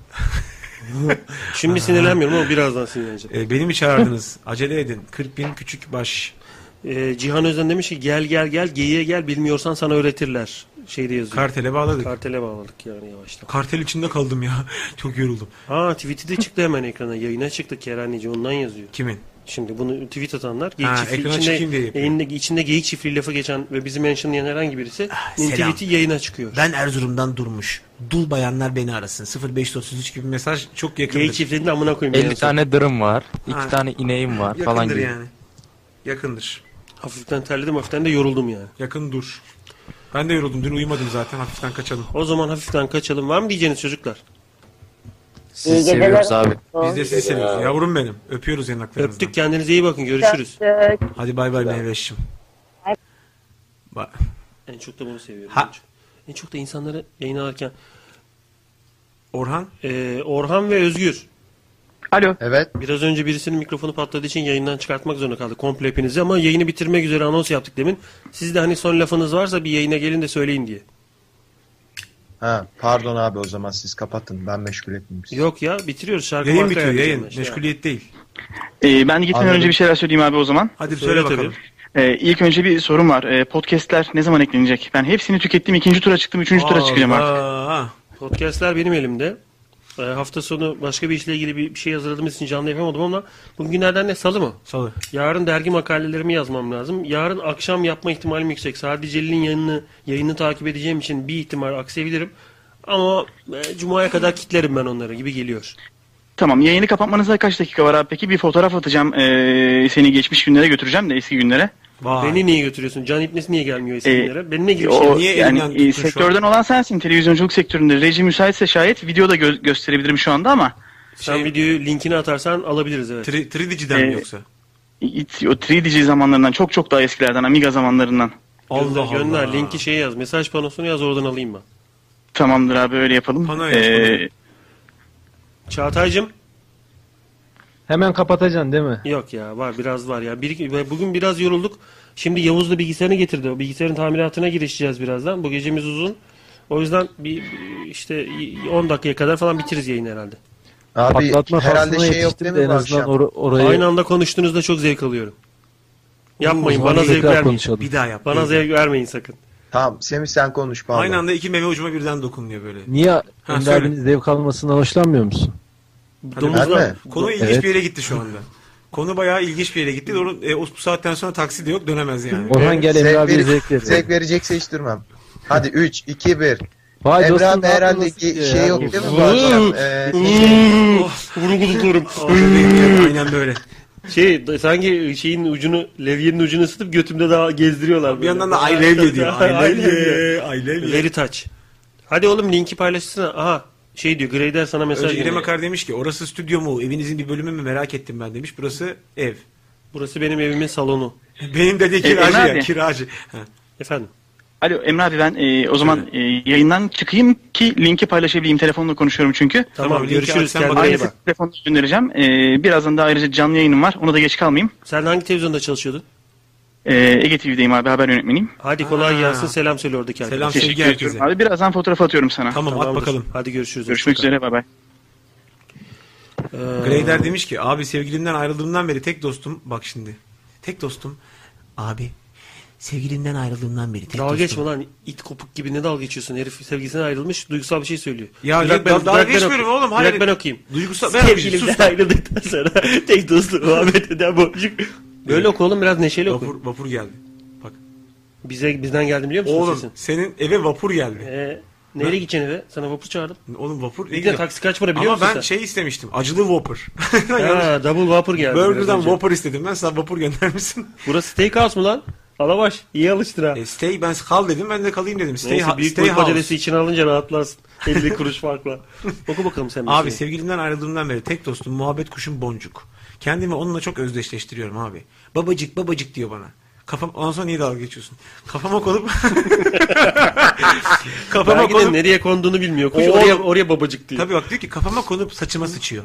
Şimdi sinirlenmiyorum ama birazdan sinirleneceğim. Ee, beni mi çağırdınız? Acele edin. kırk bin küçük baş. Ee, Cihan Özen demiş ki gel gel gel geyiğe gel bilmiyorsan sana öğretirler. Şeyde yazıyor. Kartele bağladık. Kartele bağladık yani yavaştan. Kartel içinde kaldım ya. Çok yoruldum. Ha tweet'i de çıktı hemen ekrana. Yayına çıktı Keranici ondan yazıyor. Kimin? Şimdi bunu tweet atanlar geyik Ha, çiftliği ekrana çıkayım diye içinde, yapıyor. yayında, içinde geyik çiftliği lafı geçen ve bizi mentionlayan herhangi birisi selam. tweet'i yayına çıkıyor. Ben Erzurum'dan Durmuş. Dul bayanlar beni arasın. sıfır beş otuz üç gibi mesaj çok yakındır. Geyik çiftliğinin de amına koyayım. elli yani. tane dırım var. iki Ha. tane ineğim var Yakındır falan gibi. yani. Yakındır. Hafiften terledim hafiften de yoruldum yani. Yakın dur. Ben de yoruldum. Dün uyumadım zaten. Hafiften kaçalım. O zaman hafiften kaçalım. Var mı diyeceğiniz çocuklar? Sizi seviyoruz abi. Biz de sizi seviyoruz. Yavrum benim. Öpüyoruz yanaklarınızdan. Öptük kendinize iyi bakın görüşürüz. Hadi bay bay Meyveş'cim. Ba- En çok da bunu seviyorum. Ha. En çok da insanları yayın alırken Orhan. Ee, Orhan ve Özgür. Alo. Evet. Biraz önce birisinin mikrofonu patladığı için yayından çıkartmak zorunda kaldık komple hepinizi ama yayını bitirmek üzere anons yaptık demin. Siz de hani son lafınız varsa bir yayına gelin de söyleyin diye. Ha, pardon abi o zaman siz kapatın. Ben meşgul etmeyeyim sizi. Yok ya bitiriyoruz şarkı Yayın marka bitiyor ayarlayacağım yayın. ben. Meşguliyet değil. Ee, ben de gitmeden Anladım. önce bir şeyler söyleyeyim abi o zaman. Hadi bir Söyle söyle tabii. bakalım. Ee, ilk önce bir sorum var. Ee, podcastler ne zaman eklenecek? Ben hepsini tükettim. İkinci tura çıktım. Üçüncü tura çıkacağım artık. Aa, Podcastler benim elimde. Ee, hafta sonu başka bir işle ilgili bir bir şey hazırladığımız için canlı yapamadım ama bugün günlerden ne? Salı mı? Salı. Yarın dergi makalelerimi yazmam lazım. Yarın akşam yapma ihtimalim yüksek. Sadece Celil'in yayını, yayını takip edeceğim için bir ihtimal aksayabilirim. Ama e, Cuma'ya kadar kitlerim ben onları gibi geliyor. Tamam, yayını kapatmanıza kaç dakika var abi peki? Bir fotoğraf atacağım. Ee, seni geçmiş günlere götüreceğim de, eski günlere. Vay. Beni niye götürüyorsun? Can İbnesi niye gelmiyor eski Ee, günlere? Benimle ilgili bir şey O, yok. Niye yani elinden e, tuttun şu sektörden olan sensin, televizyonculuk sektöründe. Reji müsaitse şayet video da gö- gösterebilirim şu anda ama Sen Şey- videoyu linkini atarsan alabiliriz evet. Tri- üç D'den mi Ee, yoksa? it- o üç D zamanlarından, çok çok daha eskilerden, Amiga zamanlarından. Allah gönder, gönder. Allah. Linki şey yaz. Mesaj panosunu yaz, oradan alayım ben. Tamamdır abi, öyle yapalım. Pano yaz, Ee, Çağatay'cığım. Hemen kapatacaksın değil mi? Yok ya, var biraz var ya. Bir, bugün biraz yorulduk. Şimdi Yavuz da bilgisayarını getirdi. O bilgisayarın tamiratına girişeceğiz birazdan. Bu gecemiz uzun. O yüzden bir işte on dakikaya kadar falan bitiririz yayını herhalde. Abi Patlatma herhalde faslına şey yok yetiştim değil de mi en bu azından akşam? or- orayı Aynı anda konuştuğunuzda çok zevk alıyorum. Yapmayın, O bana zaman zevk tekrar vermeyin. konuşalım. Bir daha yap. Bana Bir- zevk vermeyin sakın. Tamam Semih sen konuş pardon. Aynı anda iki meme ucuma birden dokunuyor böyle. Niye Ha, Emre söyle. abinin zevk almasından hoşlanmıyor musun? Hadi Domuzlar. ben mi? Konu ilginç Evet. bir yere gitti şu anda. Konu bayağı ilginç bir yere gitti. Doğru, e, o, bu saatten sonra taksi de yok, dönemez yani. Orhan gel Emre Zevk, abiye veri- zevk ver. zevk verecekse hiç durmam. Hadi üç, iki, bir. Vay Emre dostum, abi ne herhalde yapıyorsun ki- ya? şey yok değil mi bu Vuu. akşam? Ee, şey- Vurguluklarım. Aynen böyle. Şey sanki şeyin ucunu, levyenin ucunu ısıtıp götümde daha gezdiriyorlar. Bir yandan da I love you diyor. I love you. I love you. Very touch. Hadi oğlum linki paylaşsana. Aha şey diyor, Grader sana mesaj Önce İrem geliyor. Akar demiş ki orası stüdyo mu? Evinizin bir bölümü mü merak ettim ben demiş. Burası ev. Burası benim evimin salonu. Benim dediği E, kiracı Emre ya, abi. kiracı. Ha. Efendim. Alo Emre abi, ben e, o zaman e, yayından çıkayım ki linki paylaşabileyim. Telefonla konuşuyorum çünkü. Tamam, Tamam, linki görüşürüz. at, sen Kendine bak. iyi Aynısı bak. telefonla göndereceğim. E, birazdan da ayrıca canlı yayınım var. Ona da geç kalmayayım. Sen hangi televizyonda çalışıyordun? E, Ege T V'deyim abi, haber yönetmeniyim. Hadi kolay Aa. gelsin. Selam söyle oradaki Selam arkadaşa. sevgi Teşekkür herkese. ediyorum abi. Birazdan fotoğraf atıyorum sana. Tamam at Tamamdır. bakalım. Hadi görüşürüz. Görüşmek Hoşça kal. üzere, bay bay. Ee, Grader demiş ki abi sevgilimden ayrıldığımdan beri tek dostum, bak şimdi. Tek dostum abi sevgilimden ayrıldığımdan beri tek Dalga dostum. geçme lan, it kopuk gibi, ne dalga geçiyorsun? Herif sevgilisinden ayrılmış, duygusal bir şey söylüyor. Ya Bırak dalga bırak geçmiyorum okuyayım. oğlum, Bırak hayır. ben okuyayım. Duygusal ben okuyayım, sus. Sevgilimden ayrıldıktan sonra tek dostum Muhammed eden boncuk. Böyle oku oğlum, biraz neşeli oku. Vapur, vapur geldi. Bak. Bize bizden geldi biliyor musun Oğlum sesin? senin eve vapur geldi. Ee, neyle gideceksin eve? Sana vapur çağırdım. Oğlum vapur ne Bir de güzel. taksi kaç para biliyor Ama musun ben sen? şey istemiştim. Acılı vapur. Ha, double vapur geldi. biraz Burger'dan önce. vapur istedim. Ben sana vapur göndermişsin. Burası steakhouse mu lan? Alabaş. İyi alıştır ha. E, stay ben kal dedim. Ben de kalayım dedim. Stay, Neyse, ha- büyük stay boy house. patatesi içine alınca rahatlarsın. elli kuruş farkla. Oku bakalım sen. bir Abi şey. sevgilimden ayrıldığımdan beri tek dostum muhabbet kuşum Boncuk. Kendimi onunla çok özdeşleştiriyorum abi. Babacık babacık diyor bana. Kafam, ondan sonra niye dalga geçiyorsun? Kafama konup kafama Belki de konup nereye konduğunu bilmiyor. Kuş Oğlum. oraya, oraya babacık diyor. tabii bak diyor ki kafama konup saçıma sıçıyor.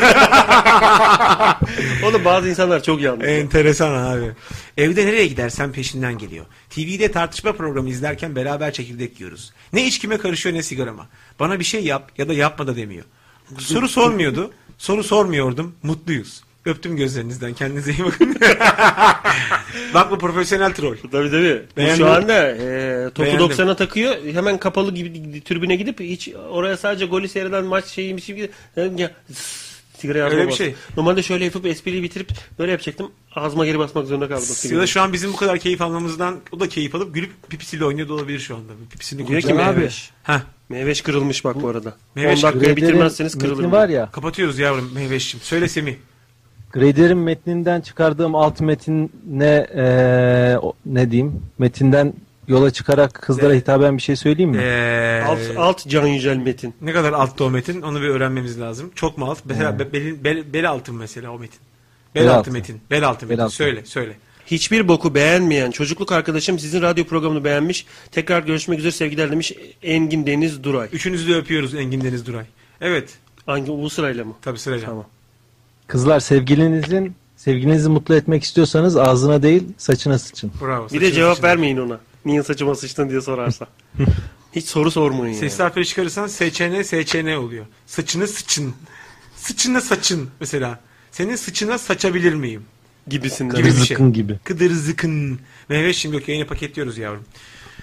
Oğlum bazı insanlar çok yanlış. Enteresan abi. Evde nereye gidersen peşinden geliyor. T V'de tartışma programı izlerken beraber çekirdek yiyoruz. Ne içkime karışıyor ne sigarama. Bana bir şey yap ya da yapma da demiyor. Soru sormuyordu. Soru sormuyordum. Mutluyuz. Öptüm gözlerinizden. Kendinize iyi bakın. Bak bu profesyonel troll. Tabii tabii. Bu Beğendim. şu anda e, topu Beğendim. doksana takıyor. Hemen kapalı gibi tribüne gidip hiç oraya sadece golü seyreden maç şeyiymiş gibi ya, sigara yazma Öyle bir bas. şey. Normalde şöyle yapıp espriyi bitirip böyle yapacaktım. Ağzıma geri basmak zorunda kaldım. Ya da şu an bizim bu kadar keyif almamızdan o da keyif alıp gülüp pipisiyle oynuyor da olabilir şu anda. Pipisini Diyor ki kurtarıyor. abi. meyveş. Heh. Meyveş kırılmış bak bu arada. Meyveş on dakikaya Grader'in bitirmezseniz kırılır. metni var ya. Kapatıyoruz yavrum Meyveş'cim. Söyle Semih. Grader'in metninden çıkardığım alt metinle eee, o- ne diyeyim? Metinden yola çıkarak kızlara Evet. hitaben bir şey söyleyeyim mi? Ee, Alt, alt Can Yücel Metin. Ne kadar altta o metin onu bir öğrenmemiz lazım. Çok mu alt? Mesela be- belin, bel, bel altı mı mesela o metin? Bel, Bel altı altı. metin. Bel altı metin. Bel altı. Söyle söyle. Hiçbir boku beğenmeyen çocukluk arkadaşım sizin radyo programını beğenmiş. Tekrar görüşmek üzere sevgiler demiş Engin Deniz Duray. Üçünüzü de öpüyoruz Engin Deniz Duray. Evet. Hangi bu sırayla mı? Tabii sırayla. Tamam. Kızlar sevgilinizin sevgilinizi mutlu etmek istiyorsanız ağzına değil saçına sıçın. Bravo. Bir Saçını de cevap saçını. vermeyin ona. Niye saçıma sıçtın diye sorarsa. Hiç soru sormayın ya. Sesli harfleri çıkarırsan S Ç N S Ç N oluyor. Sıçını sıçın. Sıçına saçın mesela. Senin sıçına saçabilir miyim? Gibisinden. Gibi bir şey. Zıkkın gibi. Kıdır zıkın. Mehmet şimdi yok yayını paketliyoruz yavrum.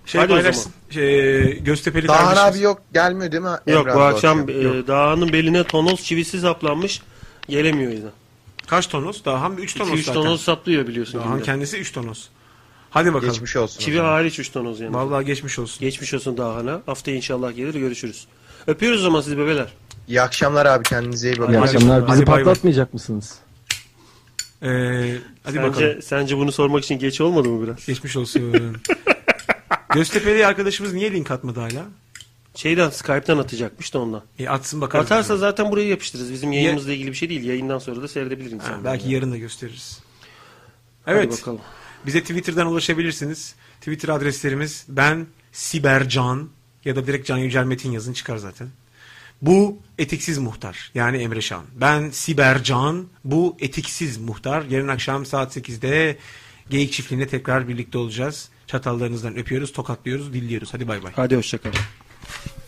Şey Hadi o paylaşsın. Şey, Göztepe'li Dahan kardeşimiz. abi yok, gelmiyor değil mi? Yok Emre bu abi akşam e, Yok. Dağhan'ın beline tonoz çivisi saplanmış. Gelemiyor yüzden. Kaç tonoz? Dahan üç tonoz iki üç zaten. tonoz saplıyor biliyorsun. Dahan günde. kendisi üç tonoz. Hadi bakalım. Geçmiş olsun. Çivi o zaman. hariç üç tonoz yani. Vallahi geçmiş olsun. Geçmiş olsun Dağhan'a. Haftaya inşallah gelir, görüşürüz. Öpüyoruz o zaman sizi bebeler. İyi akşamlar abi, kendinize iyi bakın. İyi Hadi akşamlar. bakalım. Bizi Hadi bay bay. patlatmayacak mısınız? Ee, hadi Sence, bakalım. sence bunu sormak için geç olmadı mı biraz? Geçmiş olsun. Göztepe'li arkadaşımız niye link atmadı hala? Şeyden Skype'tan atacakmış da ondan. E, atsın bakalım. Atarsa zaten buraya yapıştırırız. Bizim yayınımızla ilgili bir şey değil. Yayından sonra da seyredebilir insan. Ha, belki yarın da gösteririz. Hadi Evet. bakalım. Bize Twitter'dan ulaşabilirsiniz. Twitter adreslerimiz ben Sibercan ya da direkt Can Yücel Metin yazın, çıkar zaten. Bu etiksiz muhtar, yani Emre Şan. Ben Sibercan, bu etiksiz muhtar. Yarın akşam saat sekizde Geyik Çiftliği'nde tekrar birlikte olacağız. Çatallarınızdan öpüyoruz, tokatlıyoruz, dilliyoruz. Hadi bay bay. Hadi hoşçakalın.